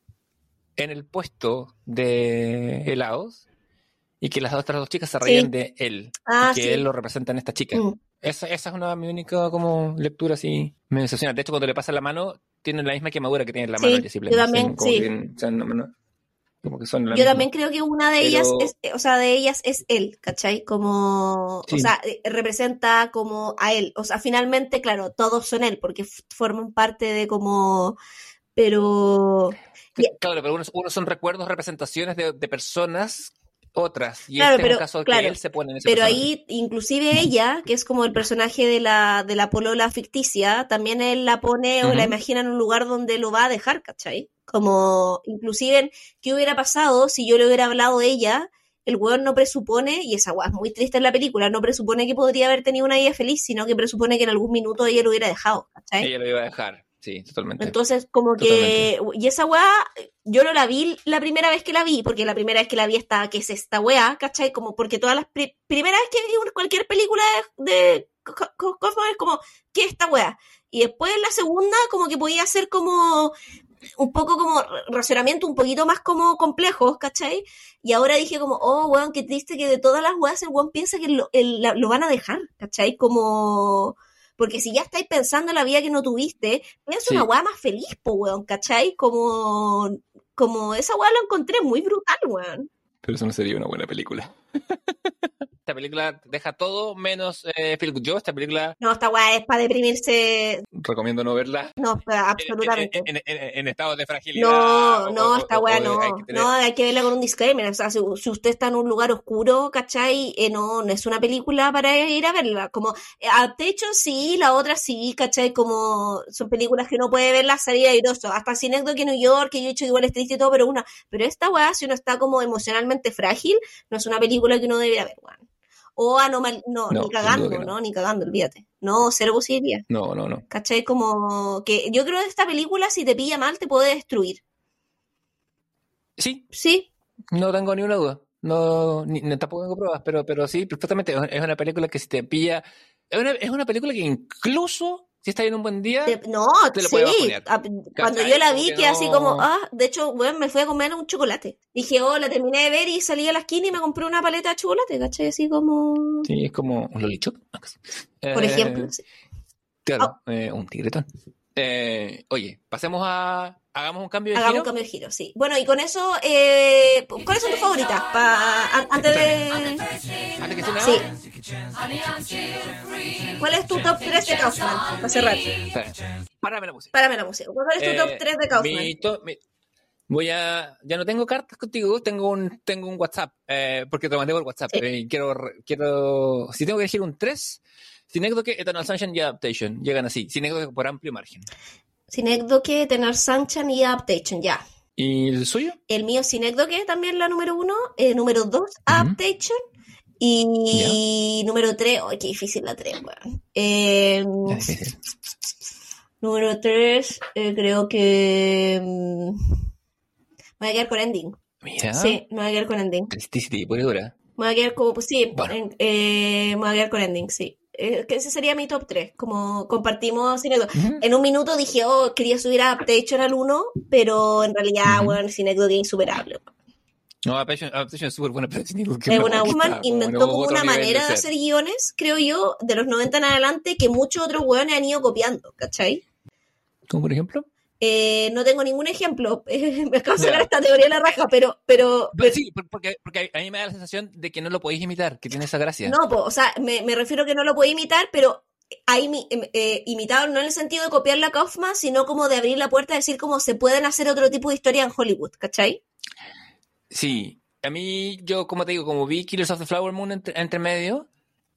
en el puesto de helados y que las otras dos chicas se reían
Sí.
de él
Ah,
y que
sí.
él lo representa en esta chica.
Mm.
Esa, esa es una mi única como lectura así me decepciona. De hecho, cuando le pasa la mano, tiene la misma quemadura que tiene en la
Sí,
mano el Jesse
yo
Plemons.
también,
Como
sí.
que tienen- son, no, no, como que son la
Yo
misma.
también creo que una de ellas
Pero
es, o sea, de ellas es él, ¿cachai? Como, o
sí,
sea, eh, representa como a él. O sea, finalmente, claro, todos son él, porque f- forman parte de como, pero, y-
claro, pero unos, unos son recuerdos, representaciones de, de personas, otras. Y
claro,
este es un
pero,
caso de que
claro,
él se pone en ese
pero
personaje.
ahí, inclusive ella, que es como el personaje de la, de la polola ficticia, también él la pone o la
Ujú.
imagina en un lugar donde lo va a dejar, ¿cachai? Como, inclusive, ¿qué hubiera pasado si yo le hubiera hablado a ella? El weón no presupone, y esa weá es muy triste en la película, no presupone que podría haber tenido una vida feliz, sino que presupone que en algún minuto ella lo hubiera dejado, ¿cachai?
Ella lo iba a dejar. Sí, totalmente.
Entonces, como que, y esa weá, yo no la vi la primera vez que la vi, porque la primera vez que la vi estaba, ¿qué es esta weá? ¿Cachai? Como porque todas las, pri- primera vez que vi una- cualquier película de, de Co- Co- Kaufman es como, ¿qué es esta weá? Y después en la segunda, como que podía ser como, un poco como racionamiento un poquito más como complejos, ¿cachai? Y ahora dije como, oh, weón, qué triste que de todas las weas el weón piensa que lo, el- la- lo van a dejar, ¿cachai? Como... Porque si ya estáis pensando en la vida que no tuviste, piensa
Sí.
una weá más feliz, po, weón, ¿cachai? Como... Como esa weá la encontré muy brutal, weón.
Pero eso no sería una buena película. Esta película deja todo menos eh, feel good. Yo esta película
No, esta weá es para deprimirse.
recomiendo no verla
No, absolutamente.
en, en, en, en estados de fragilidad.
No,
o-
no,
o-
esta
o-
weá
o
no.
hay que tener-
No, hay que verla con un disclaimer. O sea, si, si usted está en un lugar oscuro, ¿cachai? Eh, no, no es una película para ir a verla. Como, eh, Adaptation sí, la otra sí, ¿cachai? Como son películas que uno puede verla salir airoso. Hasta Synecdoche en New York, que yo he dicho que igual es triste y todo, pero una. Pero esta weá, si uno está como emocionalmente frágil, no es una película que uno debería ver, weón. O anomal, no,
No,
ni
sin
cagando,
duda que
no.
no.
ni cagando, olvídate. No, cero posibilidad.
No, no, no.
¿Cachai? Como que yo creo que esta película, si te pilla mal, te puede destruir.
Sí,
Sí,
no tengo ni una duda. No, ni, ni tampoco tengo pruebas, pero, pero sí, perfectamente. Es una película que si te pilla. Es una, es una película que incluso si estás en un buen día,
te- no,
te lo
sí.
puede bajonear.
A- Cuando
¿Cachai?
yo la
Como
vi,
que
que así como,
no-
ah, de hecho, bueno, me fui a comer un chocolate. Dije, oh, la terminé de ver y salí a la esquina y me compré una paleta de chocolate, ¿cachai? Así como,
Sí, es como un lolichop.
por
Eh,
ejemplo. Sí.
Claro, eh, un tigretón. Eh, oye, pasemos a... Hagamos un cambio de
Hagamos
giro.
un cambio de giro, sí. Bueno, y con eso, eh, ¿cuáles son tus favoritas? Pa, an- antes de...
Antes que se me
Sí.
haga.
¿Cuál es tu top tres de Kaufman? Para cerrar.
Espera, Párame la música.
Párame la música. ¿Cuál es tu
Eh,
top tres de Kaufman?
mi to- mi- Voy a... Ya no tengo cartas contigo, tengo un, tengo un WhatsApp, eh, porque te lo mandé por WhatsApp.
Sí.
Eh, quiero, re- quiero... Si tengo que elegir un tres, Synecdoche, Eternal Sunshine y Adaptation. Llegan así. Synecdoche por amplio margen.
Synecdoche, Tener Sunshine y Adaptation, ya.
¿Y el suyo?
El mío es Synecdoche, también la número uno. Eh, número dos, Adaptation. Y número tres, ¡ay, qué difícil la tres, weón! Eh,
Ya, difícil.
número tres, eh, creo que... mm, me voy a quedar con Ending.
Mira.
Sí, me voy a quedar con Ending.
Tristicity, pura y dura.
Me voy a quedar como, pues sí,
Bueno.
en- eh, me voy a quedar con Ending, sí. Eh, que ese sería mi top tres, como compartimos Synecdoche.
Ujú.
En un minuto dije, oh, quería subir a Adaptation al uno, pero en realidad,
Ujú.
bueno, Synecdoche es insuperable.
No, Adaptation, Adaptation es súper buena, pero Synecdoche
Es
me
una
gusta,
Kaufman inventó
bueno,
como
otro
una
nivel
manera de
ser.
hacer guiones, creo yo, de los noventa en adelante, que muchos otros hueones han ido copiando, ¿cachai?
¿Cómo por ejemplo?
Eh, no tengo ningún ejemplo, me acabo de sacar
Ya.
esta teoría de la raja, pero, pero,
Pero sí, por- porque, porque a mí me da la sensación de que no lo podéis imitar, que tiene esa gracia.
no, po, o sea, me, me refiero que no lo puedo imitar, pero hay mi- em- eh, imitado no en el sentido de copiar la Kaufman, sino como de abrir la puerta y decir cómo se pueden hacer otro tipo de historia en Hollywood, ¿cachai?
Sí, a mí, yo como te digo, como vi Killers of the Flower Moon entre, entre medio,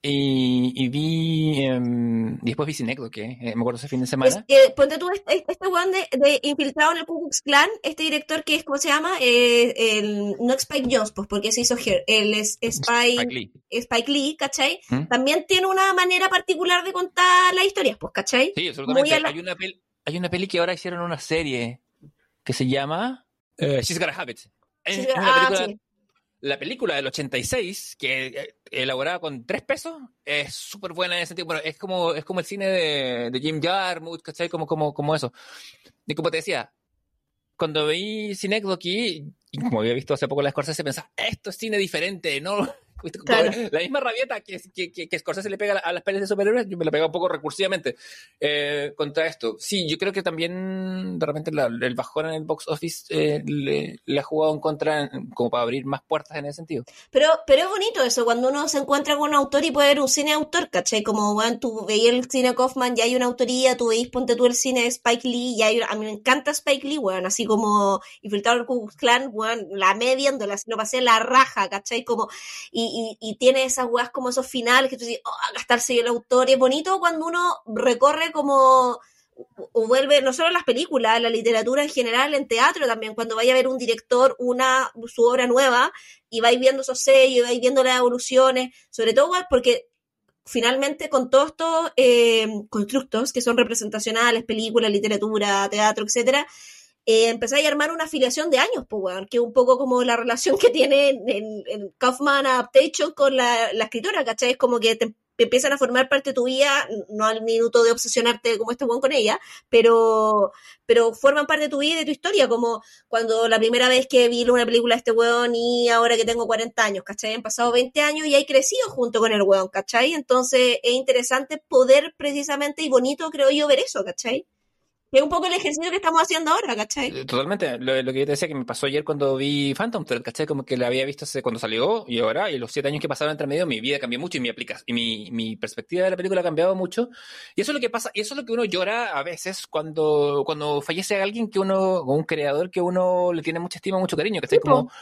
y, y vi, em, y después vi Synecdoche, eh, me acuerdo ese fin de
Es
semana.
que, ponte tú, este, este weón de, de infiltrado en el Ku Klux Klan, este director que es, ¿cómo se llama? Eh, el, no Spike Jonze, pues porque se hizo Her, él es Spike,
Spike Lee.
Spike Lee, ¿cachai?
¿Mm?
También tiene una manera particular de contar las historias, pues, ¿cachai?
Sí, absolutamente.
Muy a la-
Hay una peli, hay una peli que ahora hicieron una serie que se llama eh, She's Gotta Have It. Es,
Sí,
es una
ah,
película,
sí.
la película del ochenta y seis, que eh, elaborada con tres pesos, es súper buena en ese sentido. Bueno, es como, es como el cine de, de Jim Jarmusch, ¿cachai? Como, como, como eso. Y como te decía, cuando veí Synecdoche, y como había visto hace poco la Scorsese, pensaba, esto es cine diferente, ¿no?
Claro.
La misma rabieta que, que, que, que Scorsese le pega a las pelis de superhéroes, yo me la pego un poco recursivamente eh, contra esto. Sí, yo creo que también de repente la, el bajón en el box office eh, le, le ha jugado en contra en- como para abrir más puertas en ese sentido.
Pero, pero es bonito eso, cuando uno se encuentra con un autor y puede ver un cine de autor, ¿cachai? Como, bueno, tú veías el cine Kaufman, ya hay una autoría, tú veís, ponte tú el cine de Spike Lee, y hay una- a mí me encanta Spike Lee, weón, así como infiltrado en el Ku Klux Klan, weón, la media, donde la- lo pasé la raja, ¿cachai? Como, y, y, y tiene esas weas como esos finales que tú dices, oh, gastarse el autor, y es bonito cuando uno recorre como... o vuelve, no solo en las películas, en la literatura en general, en teatro también, cuando vaya a ver un director una su obra nueva y vais viendo esos sellos, vais viendo las evoluciones, sobre todo igual porque finalmente con todos estos eh, constructos que son representacionales, películas, literatura, teatro, etcétera, eh, empezáis a armar una afiliación de años, pues, weón, que es un poco como la relación que tiene en, en, en Kaufman Adaptation con la, la escritora, ¿cachai? Es como que te empiezan a formar parte de tu vida, no al minuto de obsesionarte como este weón con ella, pero, pero forman parte de tu vida y de tu historia, como cuando la primera vez que vi una película de este weón y ahora que tengo cuarenta años, ¿cachai? Han pasado veinte años y he crecido junto con el weón, ¿cachai? Entonces es interesante poder precisamente y bonito, creo yo, ver eso, ¿cachai? Es un poco el ejercicio que estamos haciendo ahora, ¿cachai?
Eh, Totalmente, lo, lo que yo te decía que me pasó ayer cuando vi Phantom Thread, ¿cachai? Como que la había visto hace cuando salió y ahora, y los siete años que pasaron entre medio, mi vida cambió mucho y mi aplica y mi, mi perspectiva de la película ha cambiado mucho. Y eso es lo que pasa, y eso es lo que uno llora a veces cuando, cuando fallece alguien que uno, o un creador que uno le tiene mucha estima, mucho cariño, ¿cachai?
Sí, po.
Como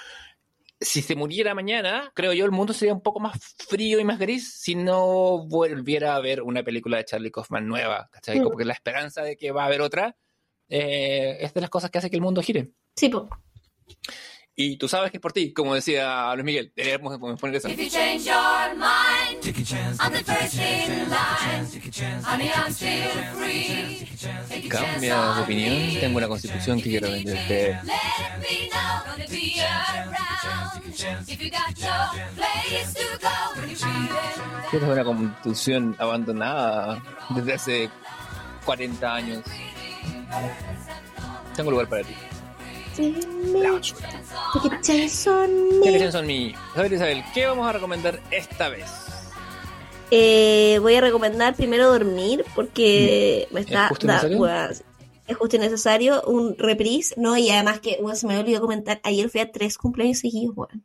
si se muriera mañana, creo yo, el mundo sería un poco más frío y más gris si no volviera a ver una película de Charlie Kaufman nueva, ¿cachai?
Mm.
Como que la esperanza de que va a haber otra eh, es de las cosas que hace que el mundo gire.
Sí, po.
Y tú sabes que es por ti, como decía Luis Miguel. Deberíamos poner eso.
If you change your mind, I'm the first in line. Honey, I'm still free. Take a chance
Cambia de
on
opinión.
me.
Tengo una constitución que quiero venderte.
Let me know, gonna be around. If you got no place to go, when you're feeling
Tienes una constitución abandonada desde hace cuarenta años. Tengo lugar para ti. La basura.
Take a chance on
¿Qué
me.
lecciones son mi? A ver, Isabel, ¿qué vamos a recomendar esta vez?
Eh, voy a recomendar primero dormir porque me está...
¿Es justo y
da-
necesario?
weón, es justo y necesario. Un reprise, ¿no? Y además que, weón, se me olvidó comentar, ayer fui a tres cumpleaños seguidos, weón.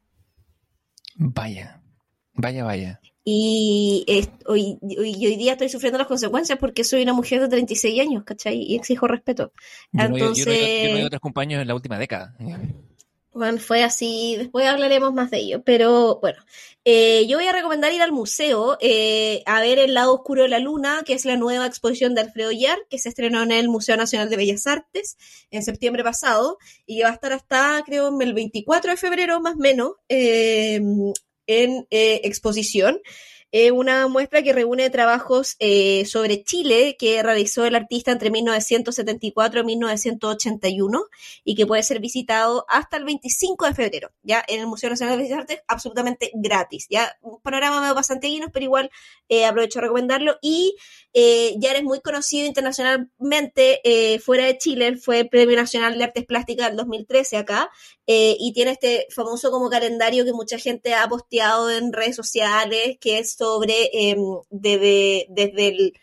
Vaya, vaya, vaya.
Y es- hoy, hoy, y hoy día estoy sufriendo las consecuencias porque soy una mujer de treinta y seis años, ¿cachai? Y exijo respeto.
Yo no, he ido- yo no, he ido- yo no he ido a
Entonces,
otros compañeros en la última década.
bueno, fue así. Después hablaremos más de ello. Pero bueno, eh, yo voy a recomendar ir al museo eh, a ver El lado oscuro de la luna, que es la nueva exposición de Alfredo Yar, que se estrenó en el Museo Nacional de Bellas Artes en septiembre pasado y que va a estar hasta, creo, el veinticuatro de febrero más o menos eh, en eh, exposición. Eh, una muestra que reúne trabajos eh, sobre Chile que realizó el artista entre mil novecientos setenta y cuatro y mil novecientos ochenta y uno y que puede ser visitado hasta el veinticinco de febrero, ya en el Museo Nacional de Bellas Artes, absolutamente gratis, ya un panorama medio pasanteguinos, pero igual eh, aprovecho a recomendarlo. Y eh, ya eres muy conocido internacionalmente eh, fuera de Chile, fue Premio Nacional de Artes Plásticas del dos mil trece acá, eh, y tiene este famoso como calendario que mucha gente ha posteado en redes sociales, que es sobre eh, desde, desde el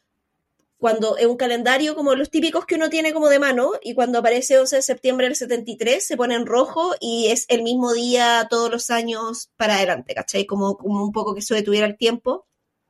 cuando es un calendario como los típicos que uno tiene como de mano, y cuando aparece once de septiembre del setenta y tres se pone en rojo y es el mismo día todos los años para adelante, ¿cachai? Como, como un poco que eso detuviera el tiempo.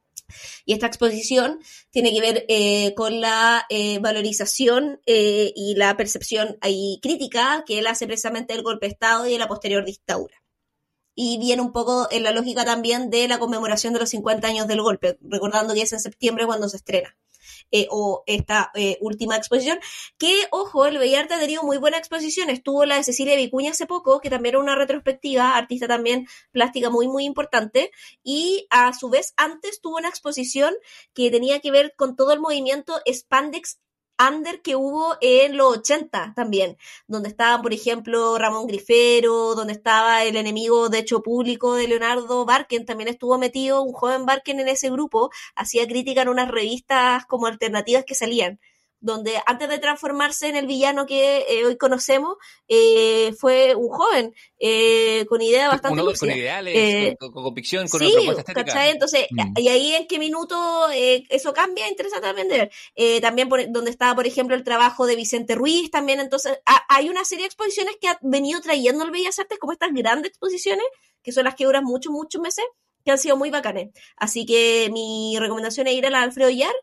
Y esta exposición tiene que ver eh, con la eh, valorización eh, y la percepción ahí crítica que él hace precisamente del golpe de Estado y de la posterior dictadura. Y viene un poco en la lógica también de la conmemoración de los cincuenta años del golpe, recordando que es en septiembre cuando se estrena. Eh, o esta eh, última exposición, que, ojo, el Bellarta ha tenido muy buena exposición. Estuvo la de Cecilia Vicuña hace poco, que también era una retrospectiva, artista también plástica muy, muy importante, y a su vez antes tuvo una exposición que tenía que ver con todo el movimiento Spandex under que hubo en los ochenta también, donde estaban, por ejemplo, Ramón Grifero, donde estaba el enemigo de hecho público de Leonardo Barken, también estuvo metido un joven Barken en ese grupo, hacía crítica en unas revistas como alternativas que salían, donde antes de transformarse en el villano que eh, hoy conocemos, eh, fue un joven eh, con ideas bastante
Uno con
lúcidas.
ideales,
Eh,
con, con convicción, con una
Sí,
propuesta estética.
¿cachai? Entonces,
Mm.
y ahí en qué minuto eh, eso cambia, interesante también de ver. Eh, también por, donde estaba, por ejemplo, el trabajo de Vicente Ruiz, también, entonces, a, hay una serie de exposiciones que ha venido trayendo el Bellas Artes, como estas grandes exposiciones, que son las que duran muchos, muchos meses, que han sido muy bacanes. Así que mi recomendación es ir a la Alfredo Yar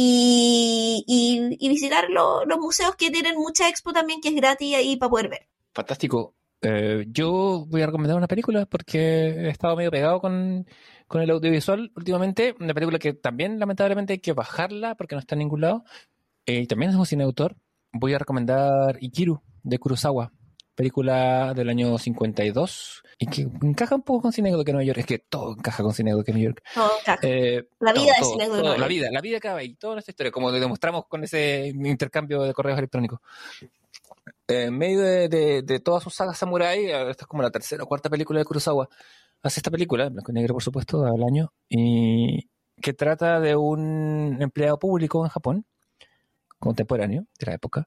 y, y, y visitar lo, los museos que tienen mucha expo también, que es gratis ahí para poder ver.
Fantástico. Eh, yo voy a recomendar una película porque he estado medio pegado con, con el audiovisual últimamente. Una película que también, lamentablemente, hay que bajarla porque no está en ningún lado. Eh, también es un cine de autor. Voy a recomendar Ikiru, de Kurosawa. Película del año cincuenta y dos y que encaja un poco con Cinégodo que Nueva York. Es que todo encaja con Cinégodo que Nueva York.
Todo encaja.
Eh,
La vida
todo,
es Cinégodo de
todo,
Nueva
la
York.
vida, la vida acaba ahí, toda nuestra historia, como lo demostramos con ese intercambio de correos electrónicos. Eh, en medio de, de, de todas sus sagas samurai, esta es como la tercera o cuarta película de Kurosawa. Hace esta película, en blanco y negro por supuesto, al año, y que trata de un empleado público en Japón, contemporáneo de la época,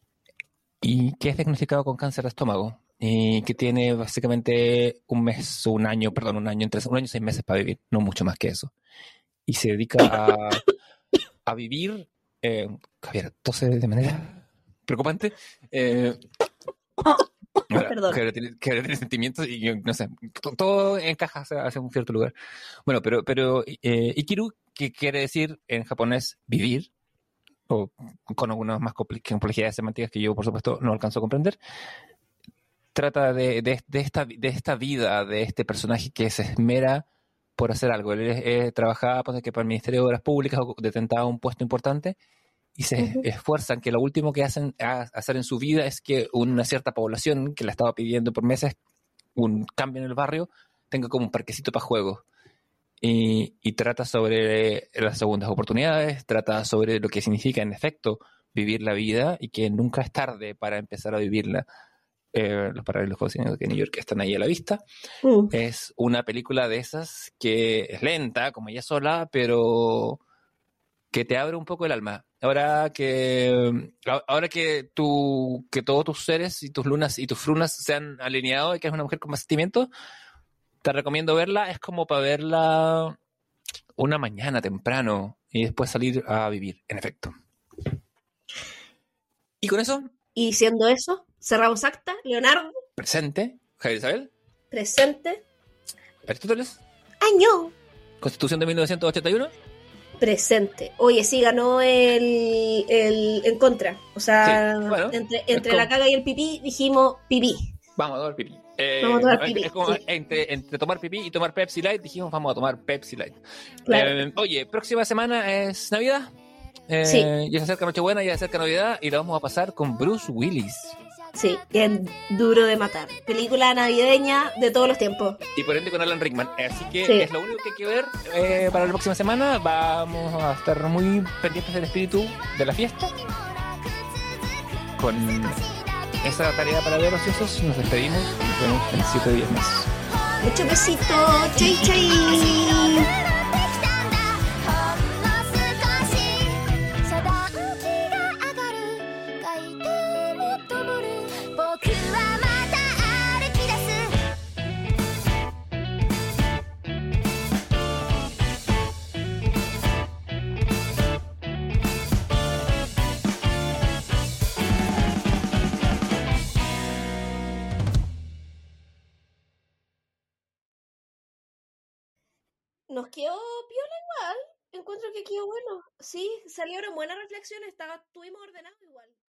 y que es diagnosticado con cáncer de estómago, y que tiene básicamente un mes, un año, perdón, un año, entre un año y seis meses para vivir, no mucho más que eso. Y se dedica a, a vivir, eh, Javier, tose de manera preocupante. Eh, ahora,
Perdón.
Javier tiene, Javier tiene sentimientos y yo no sé, to- todo encaja hacia, hacia un cierto lugar. Bueno, pero, pero eh, Ikiru, que quiere decir en japonés vivir, o con algunas más compl- complejidades semánticas que yo, por supuesto, no alcanzo a comprender, trata de, de, de, esta, de esta vida, de este personaje que se esmera por hacer algo. Él eh, trabajaba pues, que para el Ministerio de Obras Públicas o detentaba un puesto importante y se
Ujú.
esfuerzan que lo último que hacen a hacer en su vida es que una cierta población que la estaba pidiendo por meses un cambio en el barrio tenga como un parquecito para juegos. Y, y trata sobre las segundas oportunidades, trata sobre lo que significa en efecto vivir la vida y que nunca es tarde para empezar a vivirla. Eh, los paralelos con Cine de New York están ahí a la vista.
Mm.
Es una película de esas que es lenta, como ella sola, pero que te abre un poco el alma. Ahora que ahora que tú, que todos tus seres y tus lunas y tus frunas se han alineado y que eres una mujer con más sentimientos, te recomiendo verla. Es como para verla una mañana temprano y después salir a vivir, en efecto. Y con eso,
Y siendo eso, cerramos acta. Leonardo,
presente, Javier Isabel,
presente.
Aristóteles,
Año,
Constitución de mil novecientos ochenta y uno.
presente. Oye, sí, ganó el, el en contra. O sea,
Sí, bueno,
entre,
es
entre
como-
la caga y el pipí, dijimos pipí.
Vamos a tomar pipí. Eh,
Vamos a tomar
es-
pipí,
es como
sí.
entre, entre tomar pipí y tomar Pepsi Light, dijimos vamos a tomar Pepsi Light.
Claro.
Eh, oye, próxima semana es Navidad. Eh,
Sí.
Ya se acerca Nochebuena, ya se acerca Navidad y la vamos a pasar con Bruce Willis.
Sí, es Duro de Matar. Película navideña de todos los tiempos.
Y por ende con Alan Rickman. Así que
Sí.
es lo único que hay que ver eh, para la próxima semana. Vamos a estar muy pendientes del espíritu de la fiesta. Con esa tarea para ver ociosos, nos despedimos. Nos vemos en siete días más.
Mucho besito. Chay, chay.
遮断機が上がる海底を灯る僕はまた歩き出す
Nos quedó piola igual. Encuentro que quedó bueno. Sí, salieron buenas reflexiones. Estaba, estuvimos ordenados igual.